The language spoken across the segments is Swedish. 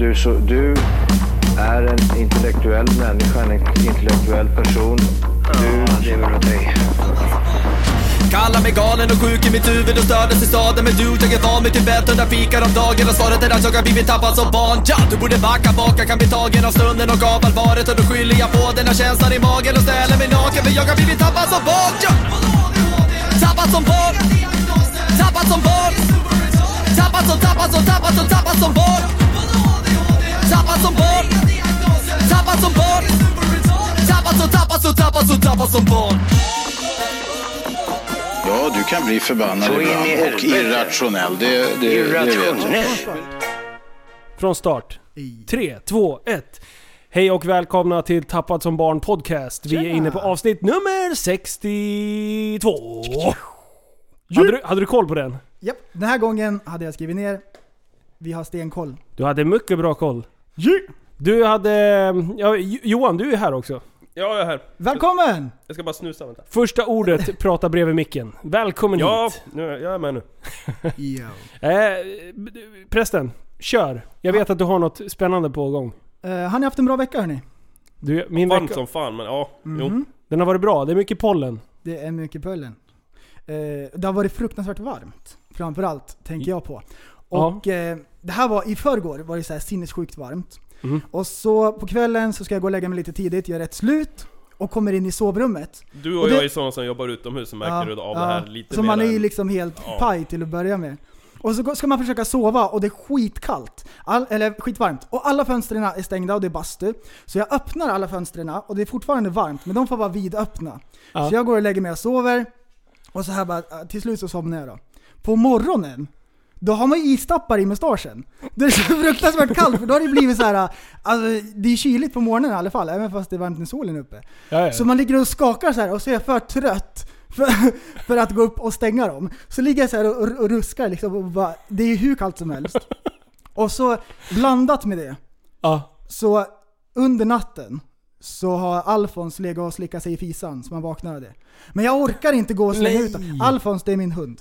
Du är en intellektuell människa, en intellektuell person. Du lever åt dig. Kallar mig galen och sjuk i mitt huvud och stördes i staden. Men du, jag är van vid Tibet under fikar om dagen. Och svaret är att jag har blivit tappad som barn. Ja, du borde backa bak, jag kan bli tagen av stunden och av allvaret. Och då skyller jag på den här känslan i magen och ställer mig naken. För jag har blivit tappad som barn. Ja. Tappad som barn. Tappad som barn. Tappad som barn. Tappad som barn. Tappad som barn. Tappad som barn. Ja, du kan bli förbannad ibland och irrationell. Det vet jag. Från start. 3, 2, 1. Hej och välkomna till Tappad som barn podcast. Vi är inne på avsnitt nummer 62. Hade du koll på den? Japp, den här gången hade jag skrivit ner. Vi har stenkoll. Du hade mycket bra koll. Du hade... Ja, Johan, du är här också. Ja, jag är här. Välkommen! Jag ska bara snusa, vänta. Första ordet, prata bredvid micken. Välkommen hit. Ja, jag är med nu. Prästen, kör. Jag vet att du har något spännande på gång. Har ni haft en bra vecka, hörni? Min Varmt vecka... som fan, men ja. Mm-hmm. Den har varit bra, det är mycket pollen. Det är mycket pollen. Det har varit fruktansvärt varmt. Framförallt, tänker jag på. Och det här var i förrgår, var det så här sinnessjukt varmt. Mm. Och så på kvällen så ska jag gå och lägga mig lite tidigt, jag är rätt slut och kommer in i sovrummet. Du och jag är sådana som jobbar utomhus, så märker du av det här lite så mer. man är ju liksom helt paj till att börja med. Och så ska man försöka sova och det är skitkallt. Eller skitvarmt. Och alla fönstren är stängda och det är bastu. Så jag öppnar alla fönstren och det är fortfarande varmt, men de får vara vidöppna. Så jag går och lägger mig och sover. Och så här bara, till slut så somnar jag då. På morgonen då har man ju istappar i mustaschen. Det är så fruktansvärt kallt, för då har det blivit så här. Alltså, det är kyligt på morgonen i alla fall, även fast det är varmt när solen är uppe. Ja. Så man ligger och skakar så här, och så är jag för trött för att gå upp och stänga dem. Så ligger jag så här och ruskar liksom, och bara, det är hur kallt som helst. Och så blandat med det. Så under natten så har Alfons legat och slickat sig i fisan, så man vaknar av det. Men jag orkar inte gå och slänga ut den. Alfons, det är min hund.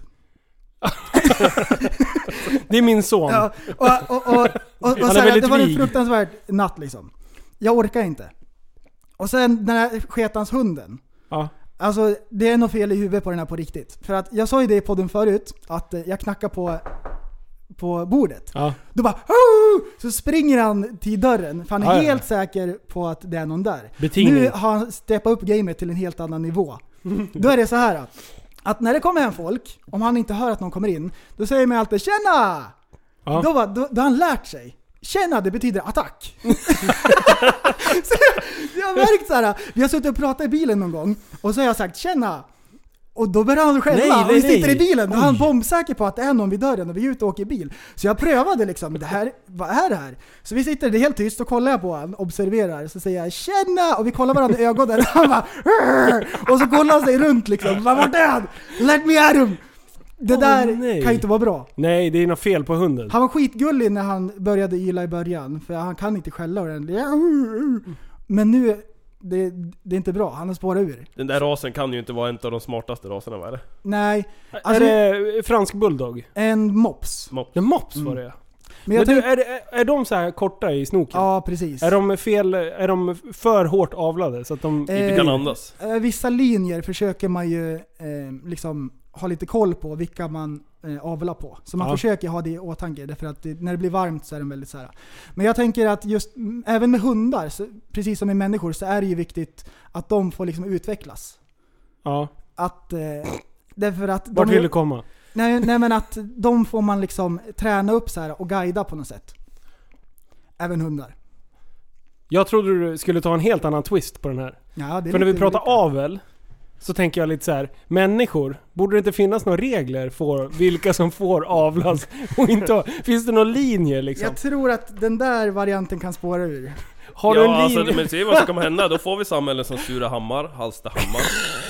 Det är min son. Ja, och så här, det var en fruktansvärd natt liksom. Jag orkar inte. Och sen den här sketans hunden. Alltså det är nog fel i huvudet på den här på riktigt. För att jag sa ju det i podden förut, att jag knackar på bordet. Då bara så springer han till dörren, för han är helt säker på att det är någon där. Nu har han steppat upp gamet till en helt annan nivå. Då är det så här att när det kommer en folk, om han inte hör att någon kommer in, då säger man alltid tjena! Då har han lärt sig. Tjena, det betyder attack. Så jag har märkt så här, vi har suttit och pratat i bilen någon gång, och så har jag sagt tjena. Och då börjar han skälla, och vi sitter i bilen. Då är han bombsäker på att det är någon vid dörren och vi är ute och åker bil. Så jag prövade liksom, vad är det här? Så vi sitter, det är helt tyst, och kollar jag på han, observerar. Så säger jag, tjena! Och vi kollar varandra i ögonen. Och han bara, och så kollar han sig runt liksom. Vart är han? Let me at him! Det där kan inte vara bra. Nej, det är något fel på hunden. Han var skitgullig när han började yla i början, för han kan inte skälla ordentligt. Men nu... Det är inte bra, han har spårat ur. Den där rasen kan ju inte vara en av de smartaste raserna, vad är det? Nej. Alltså, är det fransk bulldog? En mops. En mops var det. Men du, är de så här korta i snoken? Ja, precis. Är de för hårt avlade så att de inte kan andas? Vissa linjer försöker man ju liksom ha lite koll på vilka man avlar på. Så man försöker ha det i åtanke, därför att när det blir varmt så är den väldigt så här. Men jag tänker att just även med hundar, så, precis som med människor, så är det ju viktigt att de får liksom utvecklas. Ja. Att därför att vart vill du komma? Nej, men att de får man liksom träna upp så här och guida på något sätt. Även hundar. Jag trodde du skulle ta en helt annan twist på den här. Ja, det är för när vi pratar olika. avel, så tänker jag lite så här: människor, borde det inte finnas några regler för vilka som får avlas och inte? Finns det någon linje liksom? Jag tror att den där varianten kan spåra ur. Har du en linje? Alltså, men se vad som kommer hända. Då får vi samhällen som Surahammar, Hallstahammar.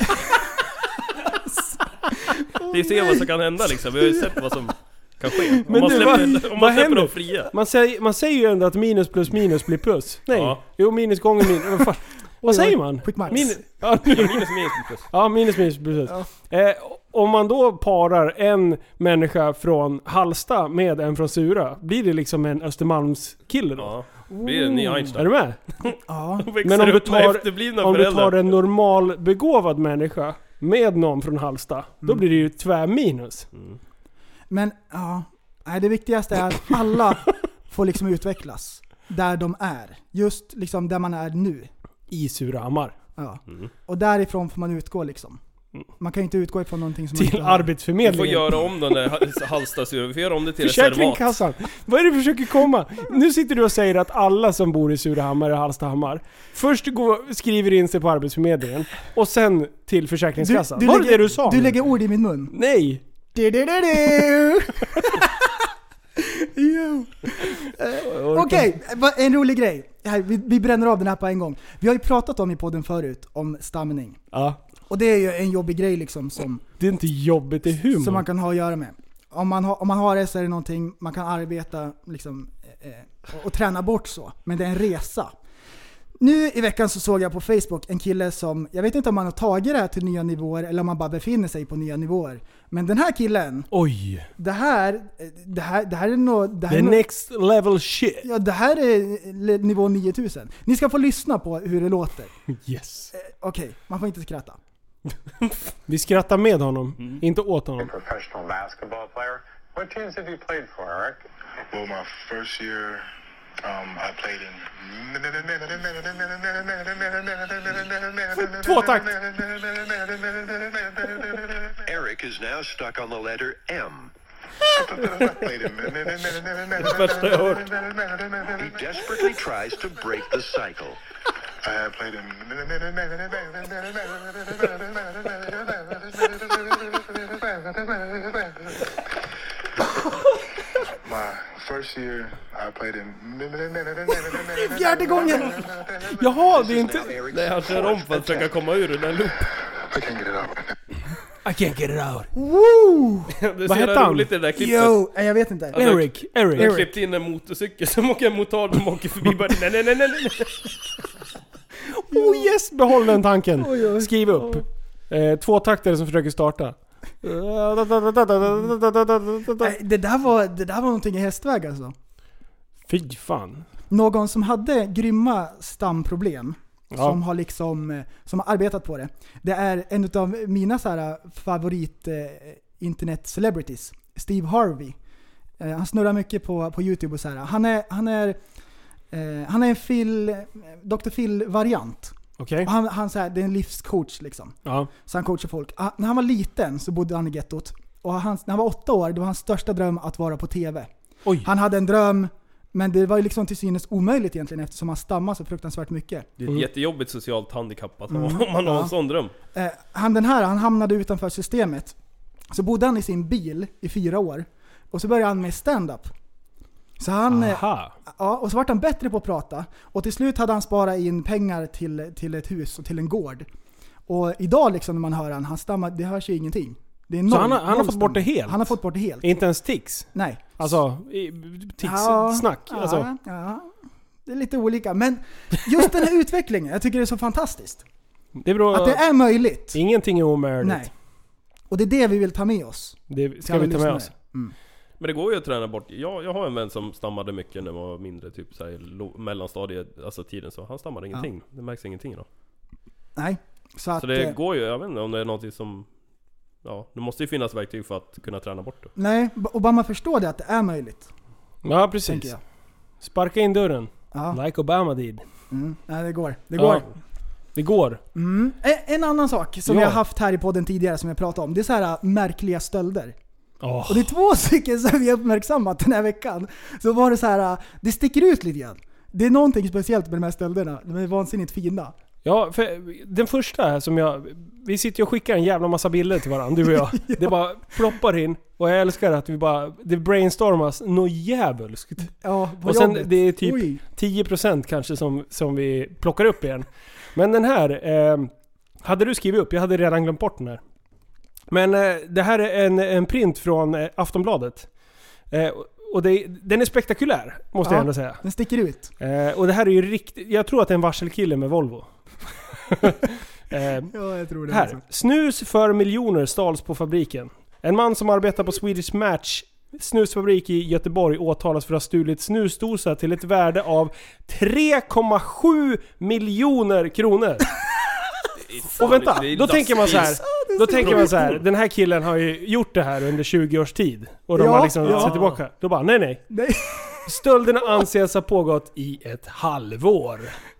Det är se vad som kan hända liksom. Vi har ju sett vad som kan ske. Men om man släpper händer? dem fria. Man säger ju ändå att minus plus minus blir plus. Nej. Ja. Jo, minus gånger minus. Vad säger man? Minus plus. Ja, minus plus. Ja. Om man då parar en människa från Hallsta med en från Sura, blir det liksom en Östermalmskille då? Ja, blir det en ny Einstein. Är du med? Ja. Men om du tar en normal begåvad människa med någon från Hallsta, då blir det ju tvärminus. Men det viktigaste är att alla får liksom utvecklas där de är. Just liksom där man är nu. I Surahammar. Ja. Och därifrån får man utgå liksom. Man kan ju inte utgå ifrån någonting som till arbetsförmedlingen. Vi får göra om den där Hallsta-Sura. Vi får göra om det till Försäkringskassan. Vad är det du försöker komma? Nu sitter du och säger att alla som bor i Surahammar och Hallstahammar först skriver in sig på arbetsförmedlingen och sen till Försäkringskassan. Var det det du sa? Du lägger ord i min mun. Nej. Okej, en rolig grej. Vi bränner av den här på en gång. Vi har ju pratat om i podden förut om stamning. Ja. Och det är ju en jobbig grej liksom som... Det är inte jobbigt, det är humor. Som man kan ha att göra med. Om man har det så är det någonting man kan arbeta liksom, och träna bort så. Men det är en resa. Nu i veckan så såg jag på Facebook en kille som... Jag vet inte om han har tagit det här till nya nivåer eller om man bara befinner sig på nya nivåer. Men den här killen... Oj! Det här är nog... Det är next level shit. Ja, det här är nivå 9000. Ni ska få lyssna på hur det låter. Yes. Okej, man får inte skratta. Vi skrattar med honom, inte åt honom. Professional basketball player. What teams have you played for, Eric? Well, my first year, I played in... Tvåtakt. Eric is now stuck on the letter M. Första jag hört. He desperately tries to break the cycle. I have played in... My first year, I played in... Fjärde gången! Jaha, det är inte... Nej, han kör om för att försöka komma ur den där loop. I can't get it out. I can't get it out. Woo! Vad heter han? Roligt i det där klippet. Yo, jag vet inte. Eric. Jag klippte in en motorcykel som åker en motard och åker förbi bara nej. Oh yes, behåll den tanken. Skriv upp. Tvåtaktare som försöker starta. Nej, det där var någonting i hästväg alltså. Fy fan. Någon som hade grymma stamproblem. Som har liksom som har arbetat på det. Det är en av mina så här favorit internet celebrities, Steve Harvey. Han snurrar mycket på YouTube och så här. Han är en Dr. Phil variant. Okay. Han så här, det är en livscoach liksom. Ja. Så han coachar folk. När han var liten så bodde han i gettot. Och när han var 8 år, det var hans största dröm att vara på TV. Oj. Han hade en dröm, men det var ju liksom till synes omöjligt egentligen eftersom han stammar så fruktansvärt mycket. Det är ett jättejobbigt socialt handikapp om man har en sån dröm. Han hamnade utanför systemet. Så bodde han i sin bil i 4 år. Och så började han med stand-up. Så och så var han bättre på att prata. Och till slut hade han sparat in pengar till ett hus och till en gård. Och idag liksom när man hör han stammar, det hörs ju ingenting. Det är så han har fått bort det helt? Han har fått bort det helt. Inte ens tics? Nej. Alltså, tics-snack? Alltså. Ja, det är lite olika. Men just den här utvecklingen, jag tycker det är så fantastiskt. Det är bra, att det är möjligt. Ingenting är omöjligt. Nej. Och det är det vi vill ta med oss. Det ska vi ta med oss. Mm. Men det går ju att träna bort. Jag har en vän som stammade mycket när man var mindre, typ så här, mellanstadiet, alltså tiden, så han stammade ingenting. Ja. Det märks ingenting då. Nej. Så det går ju, jag vet inte om det är något som... Ja, det måste ju finnas verktyg för att kunna träna bort det. Nej, och bara man förstår det att det är möjligt. Ja, precis. Sparka in dörren. Ja. Like Obama did. Nej, det går. Det går. Mm. En annan sak som vi har haft här i podden tidigare som jag pratade om, det är så här märkliga stölder. Och det är 2 stycken som vi har uppmärksammat den här veckan. Så var det så här, det sticker ut lite grann. Det är någonting speciellt med de här stölderna. De är vansinnigt fina. Ja, för den första här som vi sitter ju och skickar en jävla massa bilder till varandra, du och jag. Ja. Det bara ploppar in. Och jag älskar att det brainstormas något jävulskt. Ja, och sen det är typ 10% kanske som vi plockar upp igen. Men den här hade du skrivit upp, jag hade redan glömt bort den här. Men det här är en print från Aftonbladet. Och den är spektakulär, måste jag ändå säga. Den sticker ut. Och det här är ju riktigt... Jag tror att det är en varselkille med Volvo. Ja, jag tror det. Här. Snus för miljoner stals på fabriken. En man som arbetar på Swedish Match snusfabrik i Göteborg åtalas för att ha stulit snusdosa till ett värde av 3,7 miljoner kronor. Och vänta, då tänker man så här. Den här killen har ju gjort det här under 20 års tid. Och de har liksom sett tillbaka. Då bara, nej. Stölderna anses ha pågått i ett halvår.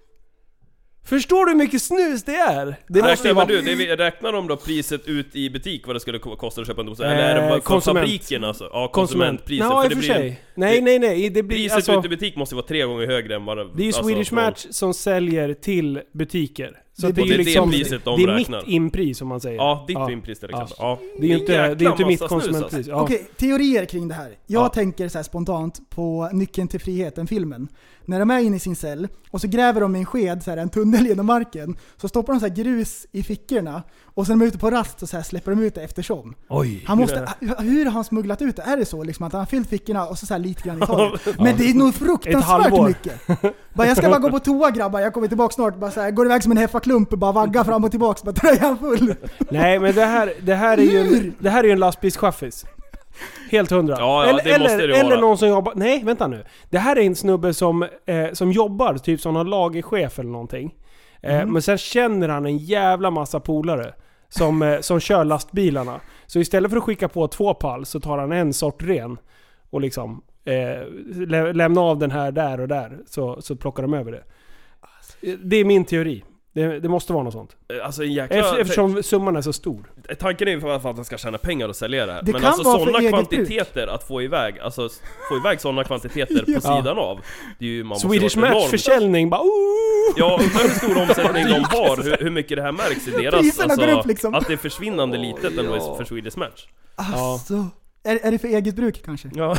Förstår du hur mycket snus det är? Räknar de då priset ut i butik vad det skulle kosta att köpa en dosa? Eller är det från fabriken alltså? Ja, konsumentpriset. No, för sig. Nej. Det blir, priset ut i butik måste vara 3 gånger högre än vad det... Det är ju Swedish Match som säljer till butiker. Så det är ju liksom, det priset de räknar. Mitt inpris som man säger. Ja, ditt inpris till exempel. Ja. Det är inte mitt konsumentpris. Alltså. Okej, teorier kring det här. Jag tänker så här spontant på Nyckeln till friheten, filmen. När de är inne i sin cell och så gräver de med en sked så här, en tunnel genom marken, så stoppar de så här grus i fickorna och sen är de ute på rast och så här släpper de ut det eftersom. Oj. Hur har han smugglat ut det? Är det så liksom att han har fyllt fickorna och så här lite grann i taget? Men det är nog fruktansvärt mycket. Jag ska bara gå på toa, grabbar, jag kommer tillbaka snart. Bara så här, går iväg som en heffaklump och bara vagga fram och tillbaka, bara tröjan full. Nej, men det här är ju en lastbilschaffis. Helt 100. Ja, det måste det eller vara. Någon som jobbar... Nej, vänta nu. Det här är en snubbe som jobbar typ som någon lagerchef eller någonting. Men sen känner han en jävla massa polare som kör lastbilarna. Så istället för att skicka på 2 pall så tar han en sort ren och liksom lämna av den här där och där, så plockar de över det. Det är min teori. Det måste vara något sånt. Alltså eftersom summan är så stor. Tanken är ju för att han ska tjäna pengar och sälja det här. Det men kan alltså vara sådana för kvantiteter att få iväg sådana kvantiteter på sidan av. Det är ju, man Swedish Match-försäljning bara Ja, hur stor omsättning de har, hur mycket det här märks i deras, priserna går upp liksom. Att det är försvinnande litet ändå för Swedish Match. Alltså, är det för eget bruk kanske? Ja.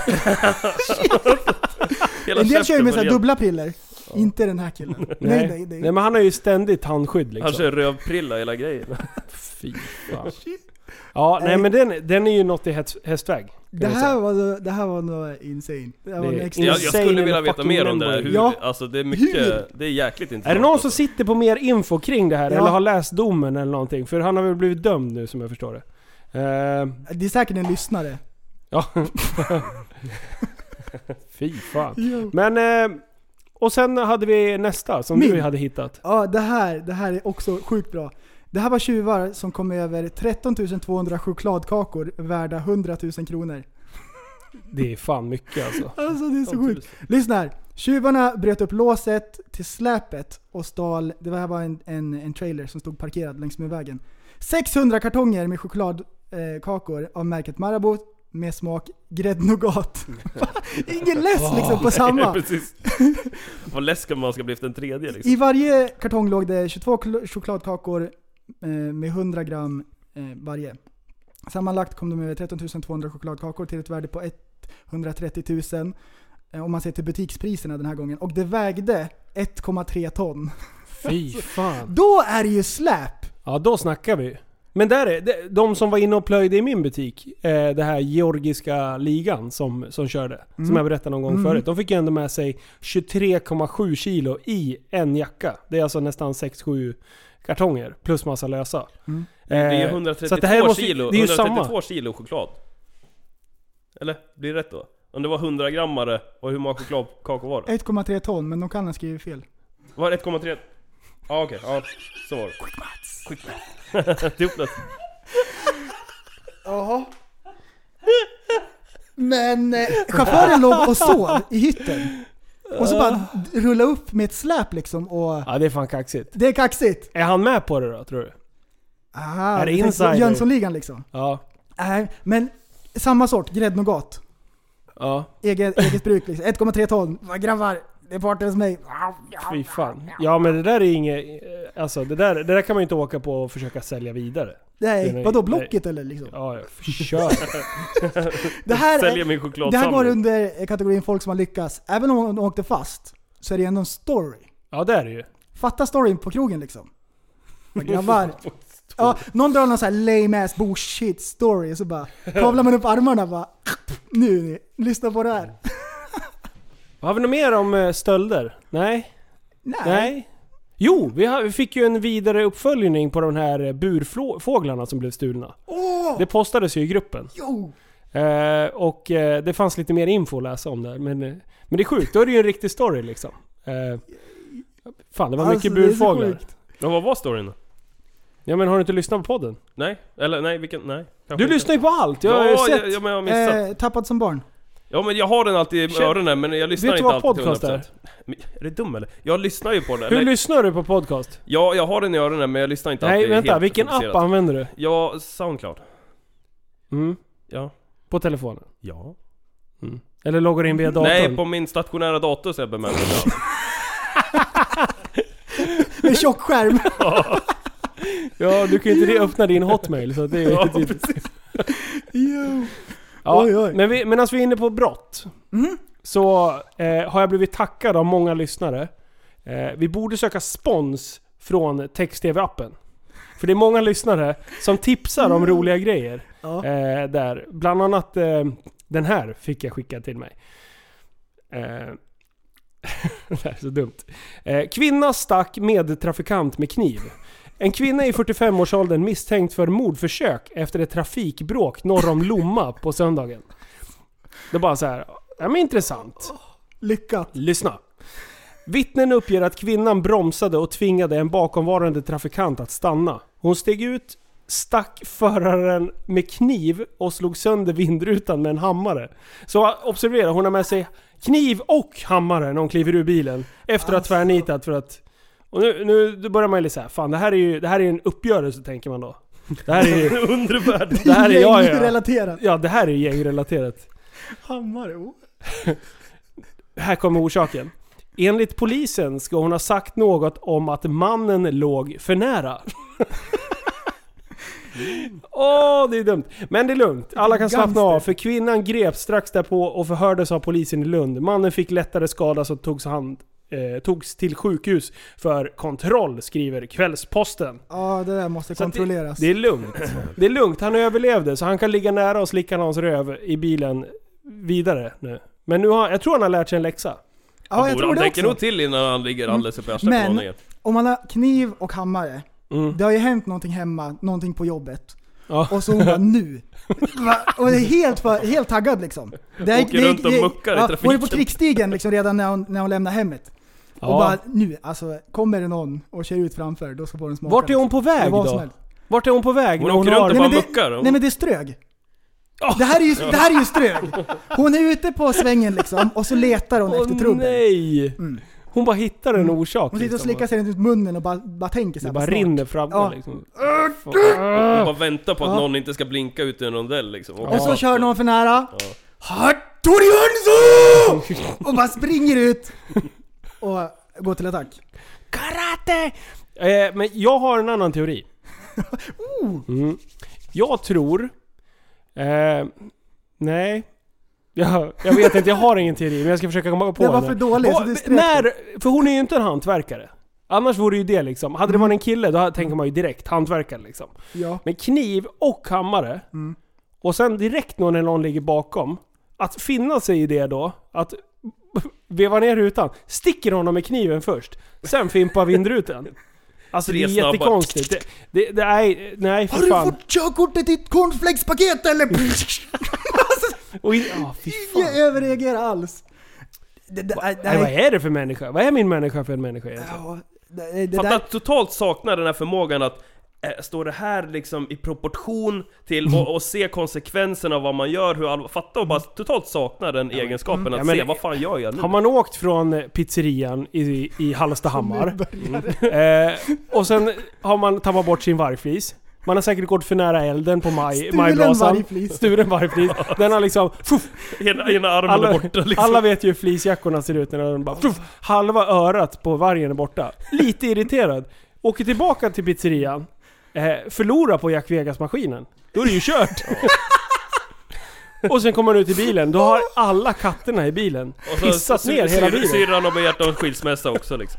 En del kör ju med så här dubbla piller. Inte den här killen. Nej, men han har ju ständigt tandskydd liksom. Han kör rövprilla hela grejen. Fy fan. Ja, nej men den är ju något i hästväg. Det här var nog insane. Jag skulle vilja veta mer om det här. Alltså det är mycket, det är jäkligt intressant. Är det någon som sitter på mer info kring det här eller har läst domen eller någonting? För han har väl blivit dömd nu som jag förstår det. Det är säkert en lyssnare. Ja. Fy fan. Men och sen hade vi nästa som du hade hittat. Ja, det här är också sjukt bra. Det här var tjuvar som kom över 13 200 chokladkakor värda 100 000 kronor. Det är fan mycket alltså. Alltså det är så sjukt. Lyssna här. Tjuvarna bröt upp låset till släpet och stal, det här var en trailer som stod parkerad längs med vägen. 600 kartonger med chokladkakor av märket Marabou med smak gräddnougat. Ingen läsk liksom på samma. Precis. Vad läsk om man ska bli efter en tredje liksom. I varje kartong låg det 22 chokladkakor med 100 gram varje. Sammanlagt kom de över 13 200 chokladkakor till ett värde på 130 000 om man ser till butikspriserna den här gången. Och det vägde 1,3 ton. Fy fan. Då är det ju släp. Ja, då snackar vi. Men där är de som var inne och plöjde i min butik, det här georgiska ligan som körde, som jag berättade någon gång förut. De fick ju ändå med sig 23,7 kilo i en jacka. Det är alltså nästan 6-7 kartonger plus massa lösa. Det är 132 kilo. Det är ju 132 kilo choklad. Eller blir det rätt då? Om det var 100 grammare och hur många chokladkakor var det? 1,3 ton, men de kan ha skrivit fel. Var det 1,3? Ja, okej. Ja, så var det. Quick maths. Jaha. Men chauffören låg och sov i hytten. Och så bara rulla upp med ett släp liksom och... Ja, det är fan kaxigt. Det är kaxigt. Är han med på det då, tror du? Aha, är det insider? Jönssonligan liksom. Ja. Nej, men samma sort, gräddnougat. Ja. Eget bruk liksom. 1,3 ton. Vad grabbar, det är party hos mig. Fy fan. Ja, men det där är inget... Alltså, det där kan man ju inte åka på och försöka sälja vidare. Nej, vadå, Blocket eller liksom? Ja, kör. Det här går under kategorin folk som har lyckats. Även om de åkte fast så är det ändå en story. Ja, det är det ju. Fatta storyn på krogen liksom. Vad grabbar. Ja, någon drar någon så här lame ass bullshit story och så bara kavlar man upp armarna och bara nu, lyssna på det här. Har vi något mer om stölder? Nej. Jo, vi fick ju en vidare uppföljning på de här burfåglarna som blev stulna. Det postades ju i gruppen. Jo. Och det fanns lite mer info att läsa om det. Men det är sjukt, då är det ju en riktig story liksom. Fan, det var mycket burfåglar. Men vad var storyn då? Ja, men har du inte lyssnat på podden? Nej, nej. Du lyssnar ju på allt, jag har sett. Ja, men jag har missat. Tappat som barn. Ja, men jag har den alltid i öronen, men jag lyssnar inte alltid till 100%. Podcast är det dum eller? Jag lyssnar ju på det. Hur lyssnar du på podcast? Ja, jag har den i öronen, men jag lyssnar inte alltid. Nej, vänta, vilken app använder du? Ja, Soundcloud. Ja. På telefonen? Ja. Eller loggar in via datorn? Nej, på min stationära dator så jag bemöter det. Med tjock skärm. Ja, du kan ju inte öppna din hotmail så det är precis. Ja, oj. Men medan vi är inne på brott så har jag blivit tackad av många lyssnare. Vi borde söka spons från text-tv-appen. För det är många lyssnare som tipsar om roliga grejer. Där. Bland annat den här fick jag skickad till mig. Det är så dumt. Kvinna stack medtrafikant med kniv. En kvinna i 45-årsåldern misstänkt för mordförsök efter ett trafikbråk norr om Lomma på söndagen. Det är bara så här, ja men intressant. Lyckat. Lyssna. Vittnen uppger att kvinnan bromsade och tvingade en bakomvarande trafikant att stanna. Hon steg ut, stack föraren med kniv och slog sönder vindrutan med en hammare. Så observera, hon har med sig kniv och hammare när hon kliver ur bilen efter att tvärnitat för att... Och nu börjar man ju säga, fan det här är en uppgörelse tänker man då. Det här är ju undervärd. Det här är gängrelaterat. Ja, det här är gängrelaterat. Hammare. Här kommer orsaken. Enligt polisen ska hon ha sagt något om att mannen låg för nära. Det är dumt. Men det är lugnt. Alla kan slappna av. För kvinnan greps strax därpå och förhördes av polisen i Lund. Mannen fick lättare skada så togs till sjukhus för kontroll, skriver Kvällsposten. Ja, det där måste kontrolleras. Det är lugnt. Det är lugnt. Han överlevde så han kan ligga nära och slicka hans röv i bilen vidare nu. Men nu jag tror han har lärt sig en läxa. Ja, jag tror han det tänker också. nog till innan han ligger alldeles uppe. Men om man har kniv och hammare, det har ju hänt någonting hemma, någonting på jobbet. Ja. Och så hon bara nu. Och det är helt taggad liksom. Åker runt och muckar i trafiken. Hon är på krigsstigen liksom redan när hon lämnar hemmet. Och bara nu, alltså kommer det någon och kör ut framför, då ska få den smaka. Vart är hon på väg då? Vart är hon på väg? Hon åker runt och bara muckar. Nej men det är Strög. Det här är ju Strög. Hon är ute på svängen liksom och så letar hon efter trubbel. Nej. Hon bara hittar en orsak. Hon sitter och slickar sig ut munnen och bara tänker så här. Det bara rinner fram liksom. Hon bara väntar på att någon inte ska blinka ut i en rondell liksom. Och så kör någon för nära. Hattori Hanzo! Och bara springer ut och går till attack. Karate! Men jag har en annan teori. Jag tror... nej. Jag vet inte, jag har ingen teori, men jag ska försöka komma på det. Det var för dåligt. För hon är ju inte en hantverkare. Annars vore ju det liksom. Hade det varit en kille, då tänker man ju direkt hantverkare liksom. Ja. Men kniv och hammare. Och sen direkt när någon ligger bakom. Att finna sig i det då. Att veva ner rutan. Sticker honom med kniven först. Sen fimpar vindrutan. Alltså det är jättekonstigt. Nej för fan. Har du fått körkortet i ett cornflakespaket eller? Ingen överreagerar alls. Vad är det för människa? Vad är min människa för en människa egentligen? Fatta att totalt saknar den här förmågan att står det här liksom i proportion till och se konsekvenserna av vad man gör, fatta och bara totalt saknar den egenskapen att se vad fan gör jag nu. Har man åkt från pizzerian i Hallstahammar och sen har man tappat bort sin vargflis. Man har säkert gått för nära elden på majbrasan. Sturen vargflis. Den har liksom... Ena armen är borta liksom. Alla vet ju hur flisjackorna ser ut när de bara... halva örat på vargen är borta. Lite irriterad. Åker tillbaka till pizzerian. Förlorar på Jack Vegas-maskinen. Då är det ju kört. Och sen kommer man ut i bilen. Då har alla katterna i bilen pissat ner hela bilen. Syrran har begärt en skilsmässa också liksom.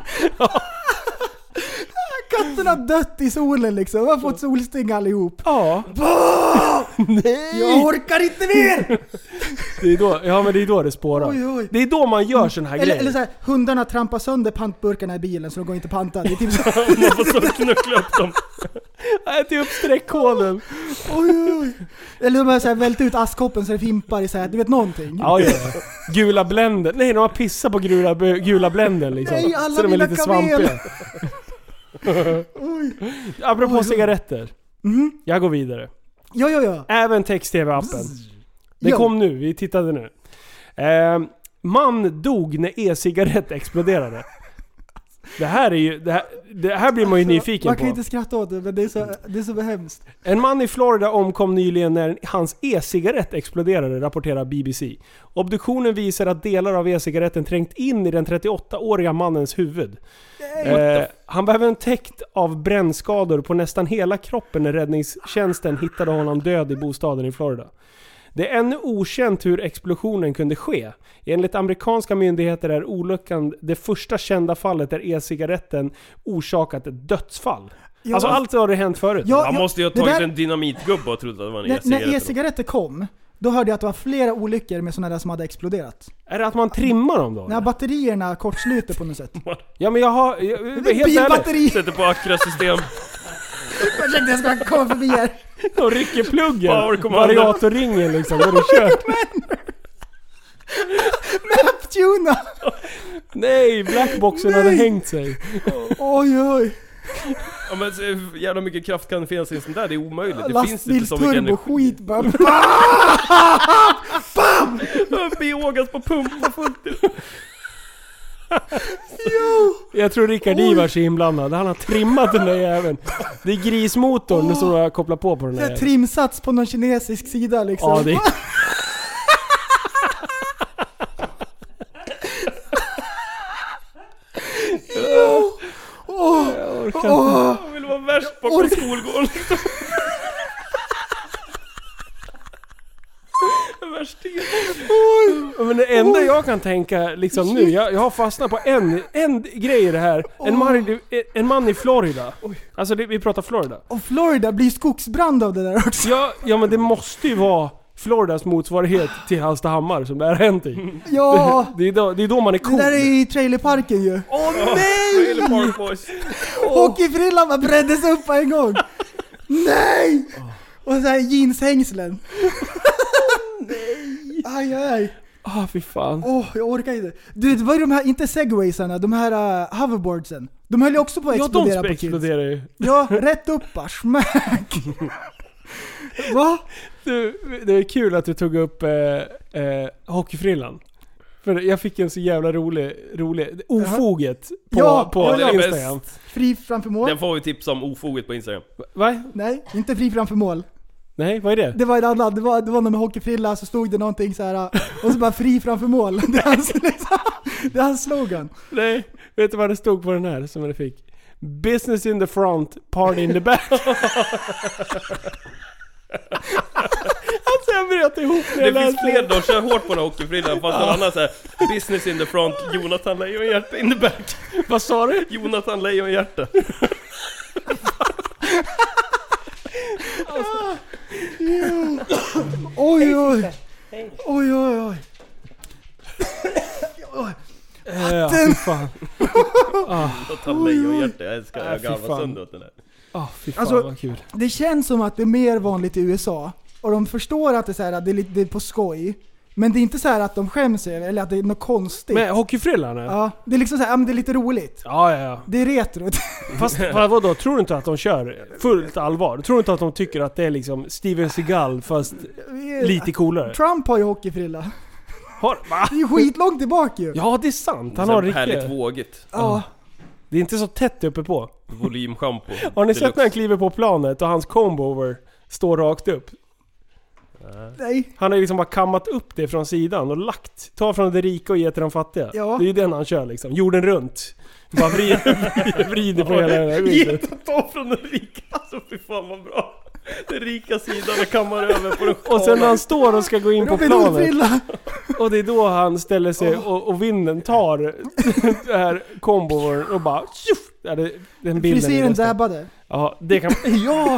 Katterna dött i solen liksom. De har fått solsting allihop. Ja. Nej! Jag orkar inte mer! Det är då, ja men det är då det spårar. Oj. Det är då man gör sån här grejer. Eller så här, hundarna trampar sönder pantburkarna i bilen så de går inte panta. Det är typ så. Man får så knuckla upp dem. Jag äter upp streckkoden. Oj. Eller de har så här vält ut askkoppen så det fimpar i så här, du vet någonting. Ja. Gula bländen. Nej, de har pissat på gula bländen liksom. Nej, alla så de är mina lite kamel. svampiga. Apropå cigaretter. Jag går vidare. Ja. Även text-tv-appen. Det kom nu, vi tittade nu. Man dog när e-cigarett exploderade. Det här är ju det här blir man ju nyfiken man kan på. inte skratta åt det, men det är så hemskt. En man i Florida omkom nyligen när hans e-cigarett exploderade, rapporterar BBC. Obduktionen visar att delar av e-cigaretten trängt in i den 38-åriga mannens huvud. Han behöver en täckt av brännskador på nästan hela kroppen när räddningstjänsten hittade honom död i bostaden i Florida. Det är ännu okänt hur explosionen kunde ske. Enligt amerikanska myndigheter är olyckan det första kända fallet där e-cigaretten orsakat ett dödsfall. Ja. Alltså allt har det hänt förut. Han måste ju ha tagit en dynamitgubbe och trodde att det var en e-cigarett. När e-cigaretter kom, då hörde jag att det var flera olyckor med sådana där som hade exploderat. Är det att man trimmar dem då? När batterierna kortsluter på något sätt. Ja men jag har... Bilbatteri! Sätter på Acra-system. Jag ska komma förbi här. De rycker pluggen. Variatorringen liksom. Då är det kört. Map-tuna! Nej, blackboxen hade hängt sig. Oj. Ja men så jävla mycket kraft kan det finnas i sånt där. Det är omöjligt. Det finns inte så mycket energi. Skit bara. Bam! Biogas på pump och fullt. Jag tror Rickard Ivars är inblandad. Han har trimmat den där jäveln. Det är grismotorn som jag kopplar på den där. Trimsats på någon kinesisk sida liksom. Ja, det Jag vill vara värst på skolgården. Men det enda jag kan tänka liksom nu, jag har fastnat på en grej i det här. En man i Florida. Alltså vi pratar Florida. Och Florida blir skogsbrand av det där också. Ja men det måste ju vara Floridas motsvarighet till Hallstahammar som det har hänt i. Ja. Det är då man är cool. Det där är i trailerparken ju. Nej! Trailer Park Boys. Hockeyfrillan bara breddes upp på en gång. Nej! Och så här jeanshängslen. Nej. Aj. Fy fan. Jag orkar inte. Du, det var ju de här, inte segwaysarna, de här hoverboardsen. De höll ju också på att explodera på exploderar ju. Ja, rätt upp bara, smack. Va? Du, det är kul att du tog upp hockeyfrillan. För jag fick en så jävla rolig ofoget på Instagram. Fri framför mål. Den får vi tips om ofoget på Instagram. Va? Nej, inte fri framför mål. Nej, vad är det? Det var en annan, det var någon med hockeyfrilla, så stod det någonting så här och så bara fri framför mål. Det är hans slogan. Nej, vet du vad det stod på den här som jag fick? Business in the front, party in the back. Alltså jag bröt ihop det finns fler då, kör hårt på den hockeyfrillan. Fast någon annan såhär, business in the front, Jonathan Lejonhjärta in the back. Vad sa du? Jonathan Lejonhjärta. Oj. Fy fan. Jonathan Lejonhjärta, jag älskar jag garvar sönder åt den där. Fy fan, alltså, vad kul. Det känns som att det är mer vanligt i USA. Och de förstår att det är, så här, det är på skoj. Men det är inte så här att de skäms över, eller att det är något konstigt. Men hockeyfrillan? Ja, det är liksom så här, men det är lite roligt. Ja. Det är retro. Fast vadå, tror du inte att de kör fullt allvar? Tror du inte att de tycker att det är liksom Steven Seagal fast lite coolare? Trump har ju hockeyfrilla. Va? Det är ju skitlångt tillbaka ju. Ja, det är sant. Han har riktigt härligt vågigt. Ja. Det är inte så tätt uppe på. Volymschampo. Har ni sett när han kliver på planet och hans comb-over står rakt upp? Nej. Han har ju liksom bara kammat upp det från sidan och tar från det rika och ger till de fattiga. Ja. Det är ju den han kör liksom. Jorden runt. Bara vrider på hela den här skiten. Ta från den rika. Alltså fy fan vad bra. Den rika sidan och kammar över på den. Och sen när han står och ska gå in på planet. Och det är då han ställer sig och vinden tar det här kombon och bara tjuff, den bilden. Frisyren dabbade. Ja, det kan. Ja.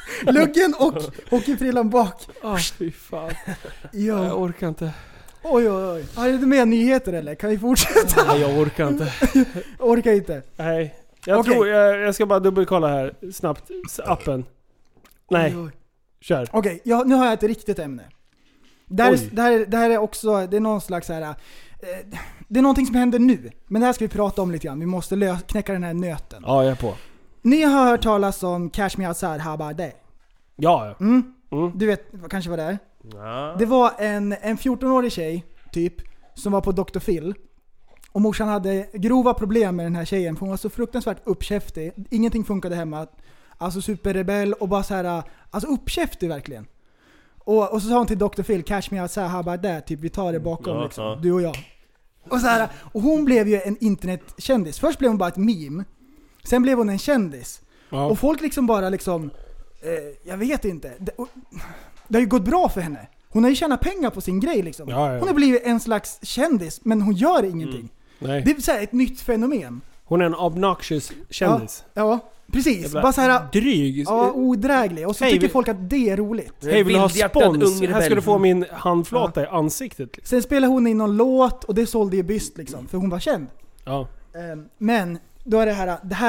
Luggen och hockeyfrillan bak. Fy fan. Ja. Jag orkar inte. Oj. Har du med nyheter eller? Kan vi fortsätta? Nej, jag orkar inte. Orkar inte. Nej. Jag ska bara dubbelkolla här snabbt. Appen. Nej. Kör. Okej, nu har jag ett riktigt ämne. Det här är också, det är någon slags här. Det är någonting som händer nu. Men det här ska vi prata om lite grann. Vi måste knäcka den här nöten. Ja, jag är på. Ni har hört talas om Cash Me Outside, How About That? Ja. Du vet kanske vad det är? Ja. Det var en 14-årig tjej typ som var på Dr. Phil. Och morsan hade grova problem med den här tjejen för hon var så fruktansvärt uppkäftig. Ingenting funkade hemma. Alltså superrebell och bara så här, alltså uppkäftig verkligen. Och så sa hon till Dr. Phil, Cash Me Outside, How About That? Typ vi tar det bakom liksom, du och jag. Och så här, och hon blev ju en internetkändis. Först blev hon bara ett meme. Sen blev hon en kändis. Ja. Och folk liksom bara liksom jag vet inte. Det har ju gått bra för henne. Hon har ju tjänat pengar på sin grej liksom. Ja. Hon har blivit en slags kändis, men hon gör ingenting. Nej. Det är så här ett nytt fenomen. Hon är en obnoxious kändis. Ja, precis. Bara så här dryg. Ja, odräglig. Och så tycker folk att det är roligt. Hej, vill ha spons? Här ska du få min handflata i ansiktet. Sen spelar hon in någon låt och det sålde ju byst liksom, för hon var känd. Ja. Men då är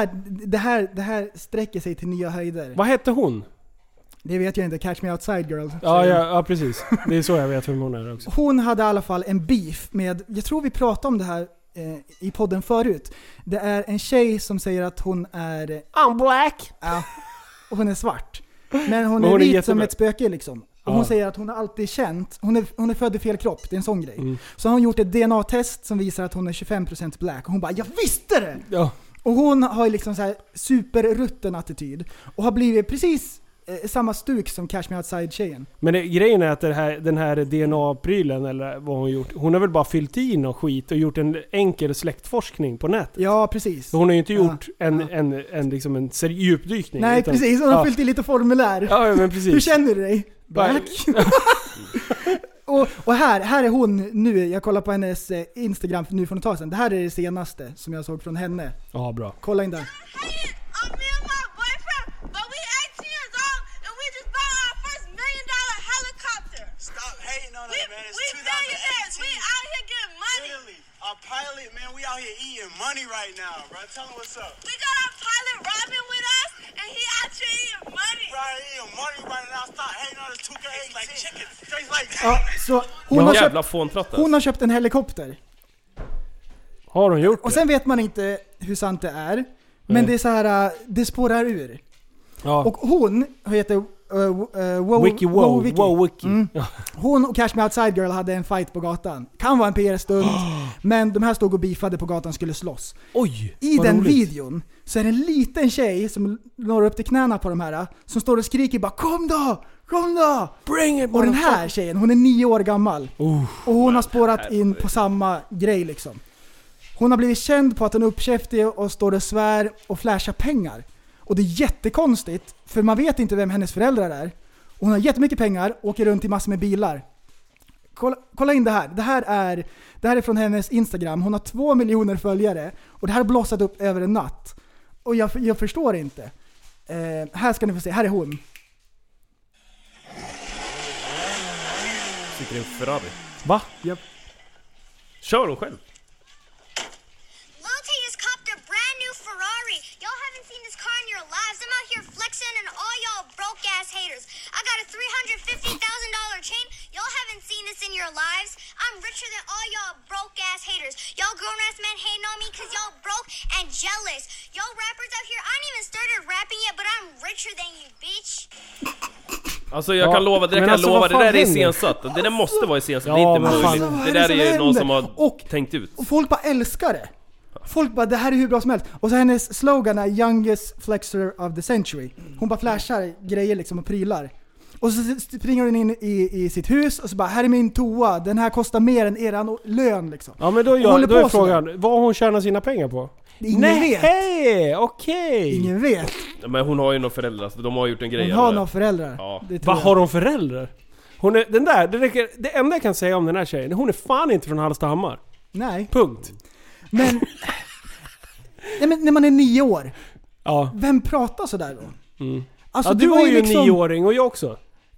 det här sträcker sig till nya höjder. Vad hette hon? Det vet jag inte, Catch Me Outside Girl. Ja, precis. Det är så jag vet vem hon är också. Hon hade i alla fall en beef med, jag tror vi pratade om det här i podden förut. Det är en tjej som säger att hon är I'm black. Ja, och hon är svart. Men hon är vit som ett spöke liksom. Och hon säger att hon har alltid känt, hon är född i fel kropp, det är en sån grej. Så har hon gjort ett DNA-test som visar att hon är 25% black. Och hon bara, jag visste det! Ja. Och hon har ju liksom så här superrutten attityd. Och har blivit precis samma stuk som Cash Me Outside-tjejen. Men grejen är att den här DNA-prylen, eller vad hon gjort, hon har väl bara fyllt in och skit och gjort en enkel släktforskning på nätet. Ja, precis. Så hon har ju inte gjort en liksom en djupdykning. Nej, utan, precis. Hon har fyllt in lite formulär. Ja, men precis. Hur känner du dig? Back. och här är hon nu. Jag kollar på hennes Instagram nu från ett tag sedan. Det här är det senaste som jag såg från henne. Ja, bra. Kolla in där. Our pilot, man, we out here eating money right now, bro. Tell him what's up. We got our pilot Robin with us, and he out here eating money. Right, eating money right now. Stop hating on this 2K18. Like chicken. Tastes like chicken. Ja, så hon har köpt en helikopter. Har hon gjort det? Och sen vet man inte hur sant det är. Men det är så här, det spårar ur. Ja. Och hon heter Wiki. Hon och Cash Me Outside Girl hade en fight på gatan. Kan vara en PR-stund. Men de här stod och beefade på gatan, skulle slåss. Oj, i den videon så är det en liten tjej som når upp till knäna på de här, som står och skriker bara kom då! Bring it, och den här tjejen, hon är 9 år gammal. Och hon har spårat in på samma grej liksom. Hon har blivit känd på att hon är uppkäftig och står och svär och flashar pengar. Och det är jättekonstigt, för man vet inte vem hennes föräldrar är. Och hon har jättemycket pengar, åker runt i massor med bilar. Kolla in det här. Det här är från hennes Instagram. Hon har 2 miljoner följare. Och det här har blossat upp över en natt. Och jag förstår inte. Här ska ni få se. Här är hon. Sitter i en Ferrari. Va? Yep. Kör hon själv? I got a $350,000 chain. Y'all haven't seen this in your lives. I'm richer than all y'all broke ass haters. Y'all grown ass men hating on me cause y'all broke and jealous. Y'all rappers out here, I ain't even started rapping yet, but I'm richer than you, bitch. Alltså jag kan lova, det där är iscensatt. Det där måste vara iscensatt, det är inte möjligt. Det där är ju någon som har tänkt ut. Och folk bara älskar det. Folk bara, det här är hur bra som helst. Och så hennes slogan är youngest flexer of the century. Hon bara flashar grejer liksom och prylar. Och så springer hon in i sitt hus och så bara, här är min toa. Den här kostar mer än eran lön liksom. Ja, men då är frågan, vad hon tjänar sina pengar på? Ingen vet. Okej. Ingen vet. Men hon har ju några föräldrar, så de har gjort en grej. Hon har några föräldrar. Ja. Vad har hon föräldrar? Hon är, det enda jag kan säga om den här tjejen, hon är fan inte från Hallstahammar. Nej. Punkt. Men när man är 9 år, ja. Vem pratar så där då? Alltså, du var ju liksom... 9-åring och jag också.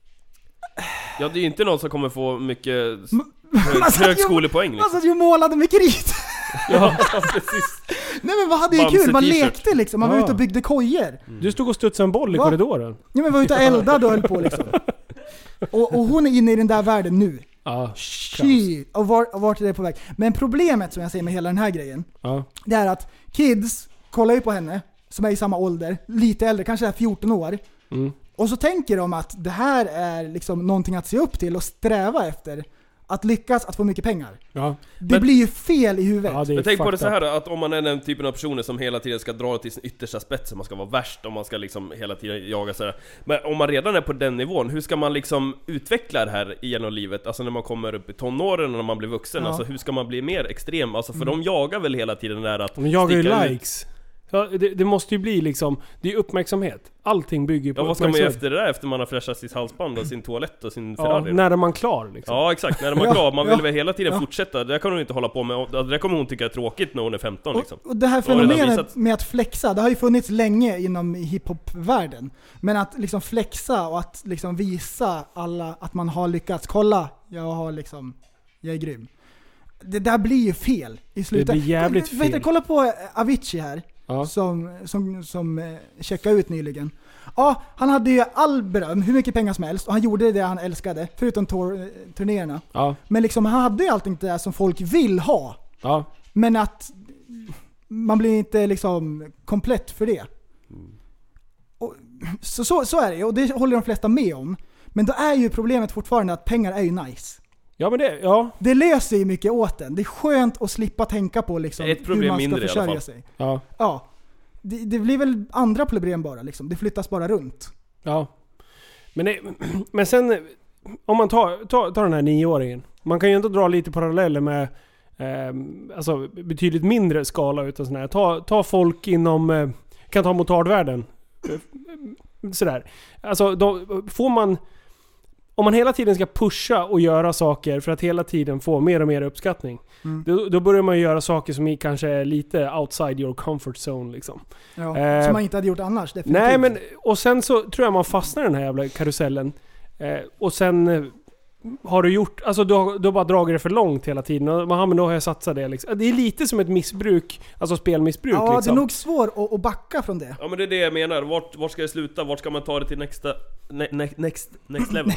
Ja, det är ju inte någon som kommer få mycket högskolepoäng liksom. Alltså, du målade med krit. Ja, precis. Nej, men vad hade ju kul? Man lekte liksom, man var ute och byggde kojer. Du stod och studsade en boll i korridoren. Ja, men var ute och eldade och höll på liksom. Och hon är inne i den där världen nu. Shit. Och vart är det på väg? Men problemet som jag säger med hela den här grejen, det är att kids kollar ju på henne som är i samma ålder, lite äldre, kanske är 14 år. Och så tänker de att det här är liksom någonting att se upp till och sträva efter. Att lyckas att få mycket pengar. Det blir ju fel i huvudet. Men tänk på det så här, att om man är den typen av personer som hela tiden ska dra till sin yttersta spets, man ska vara värst och man ska liksom hela tiden jaga sådär. Men om man redan är på den nivån, hur ska man liksom utveckla det här genom livet? Alltså när man kommer upp i tonåren och när man blir vuxen, alltså hur ska man bli mer extrem? Alltså för de jagar väl hela tiden där att... De jagar ju likes. Ja, det måste ju bli liksom, det är uppmärksamhet. Allting bygger på vad ska man göra efter det där, efter man har fräschat sitt halsband och sin toalett och sin Ferrari? När är man klar liksom? Ja, exakt, när är man klar. Man vill väl hela tiden fortsätta. Det kan hon inte hålla på med. Det kommer hon tycka är tråkigt när hon är 15 liksom. Och det här fenomenet med att flexa, det har ju funnits länge inom hiphop-världen. Men att liksom flexa och att liksom visa alla att man har lyckats. Kolla, jag är grym. Det där blir ju fel i slutet. Det blir jävligt fel. Kolla på Avicii här. Som checkade ut nyligen. Ja, han hade ju all beröm, hur mycket pengar som helst, och han gjorde det han älskade, förutom turnéerna. Men liksom, han hade ju allting det som folk vill ha. Men att man blir inte liksom komplett för det. Och, så är det, och det håller de flesta med om. Men då är ju problemet fortfarande att pengar är ju nice. Ja, men det löser ju mycket åt den. Det är skönt att slippa tänka på liksom, hur man ska försörja sig. Ja. Det blir väl andra problem bara liksom. Det flyttas bara runt. Ja. Men sen om man tar den här 9-åringen. Man kan ju inte dra lite paralleller med alltså betydligt mindre skala utan sån här. Ta folk inom kan ta motardvärlden. Sådär. Alltså då får man, om man hela tiden ska pusha och göra saker för att hela tiden få mer och mer uppskattning, då börjar man göra saker som kanske är lite outside your comfort zone liksom. Som man inte hade gjort annars, definitivt. Nej, men och sen så tror jag man fastnar i den här jävla karusellen. Och sen har du gjort, alltså du har bara dragit det för långt hela tiden och men då har jag satsat det liksom. Det är lite som ett missbruk, alltså spelmissbruk liksom. Det är nog svårt att backa från det. Ja, men det är det jag menar. Vart ska det sluta? Vart ska man ta det till next level?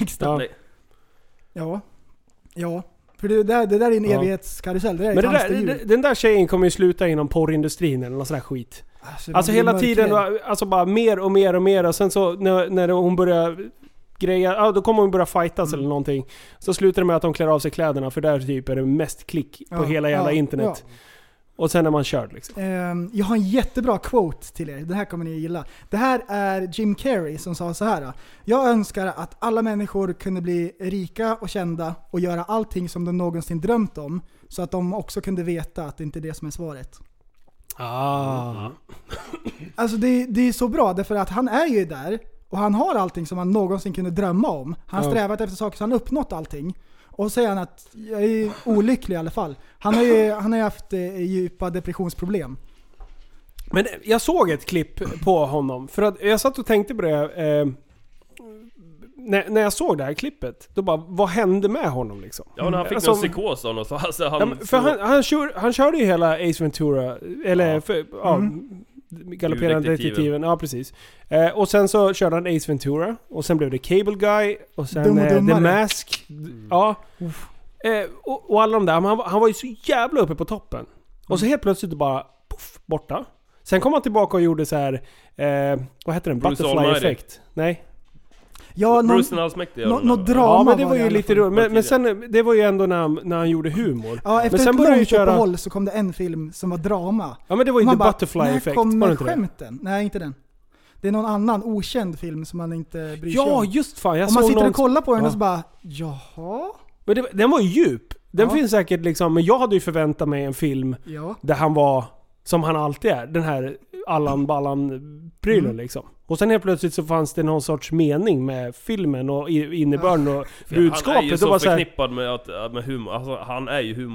Ja. För det där är en evighetskarusell. Det där är den där tjejen kommer ju sluta inom porrindustrin eller något sån där skit. Alltså hela tiden, alltså bara mer och mer och mer, och sen så när hon börjar grejer, då kommer hon börja fightas eller någonting. Så slutar det med att de klär av sig kläderna, för där typ är det mest klick på hela jävla internet. Och sen är man körd liksom. Jag har en jättebra quote till er. Den här kommer ni gilla. Det här är Jim Carrey som sa så här: jag önskar att alla människor kunde bli rika och kända och göra allting som de någonsin drömt om, så att de också kunde veta att det inte är det som är svaret. Alltså det är så bra, därför att han är ju där och han har allting som han någonsin kunde drömma om. Han strävat efter saker så han uppnått allting. Och säger han att jag är olycklig i alla fall. Han har ju haft djupa depressionsproblem. Men jag såg ett klipp på honom, för att jag satt och tänkte på det när jag såg det här klippet, då bara, vad hände med honom liksom? Ja, när han fick någon psykos av något. Alltså, han körde ju hela Ace Ventura, eller galopperande detektiven. Ja, precis. Och sen så körde han Ace Ventura, och sen blev det Cable Guy, och sen The Mask. Och alla de där, han var ju så jävla uppe på toppen. Och så helt plötsligt bara borta. Sen kom han tillbaka och gjorde så här vad heter den? Bruce Butterfly Almighty. Effect. Nej. Ja, något drama. Ja, men det var ju lite roligt. Men sen, det var ju ändå när han gjorde humor. Ja, efter men sen ett långt uppehåll så kom det en film som var drama. Ja, men det var ju inte Butterfly Effect. När kommer skämten? Nej, inte den. Det är någon annan okänd film som man inte bryr sig om. Ja, just fan. Om man sitter och kollar på den och så bara, jaha? Men den var ju djup. Den finns säkert liksom, men jag hade ju förväntat mig en film där han var, som han alltid är, den här Allan Ballan-prylen liksom. Och sen helt plötsligt så fanns det någon sorts mening med filmen och innebörden och budskapet. Han är ju så förknippad med humor. Alltså, han är ju humor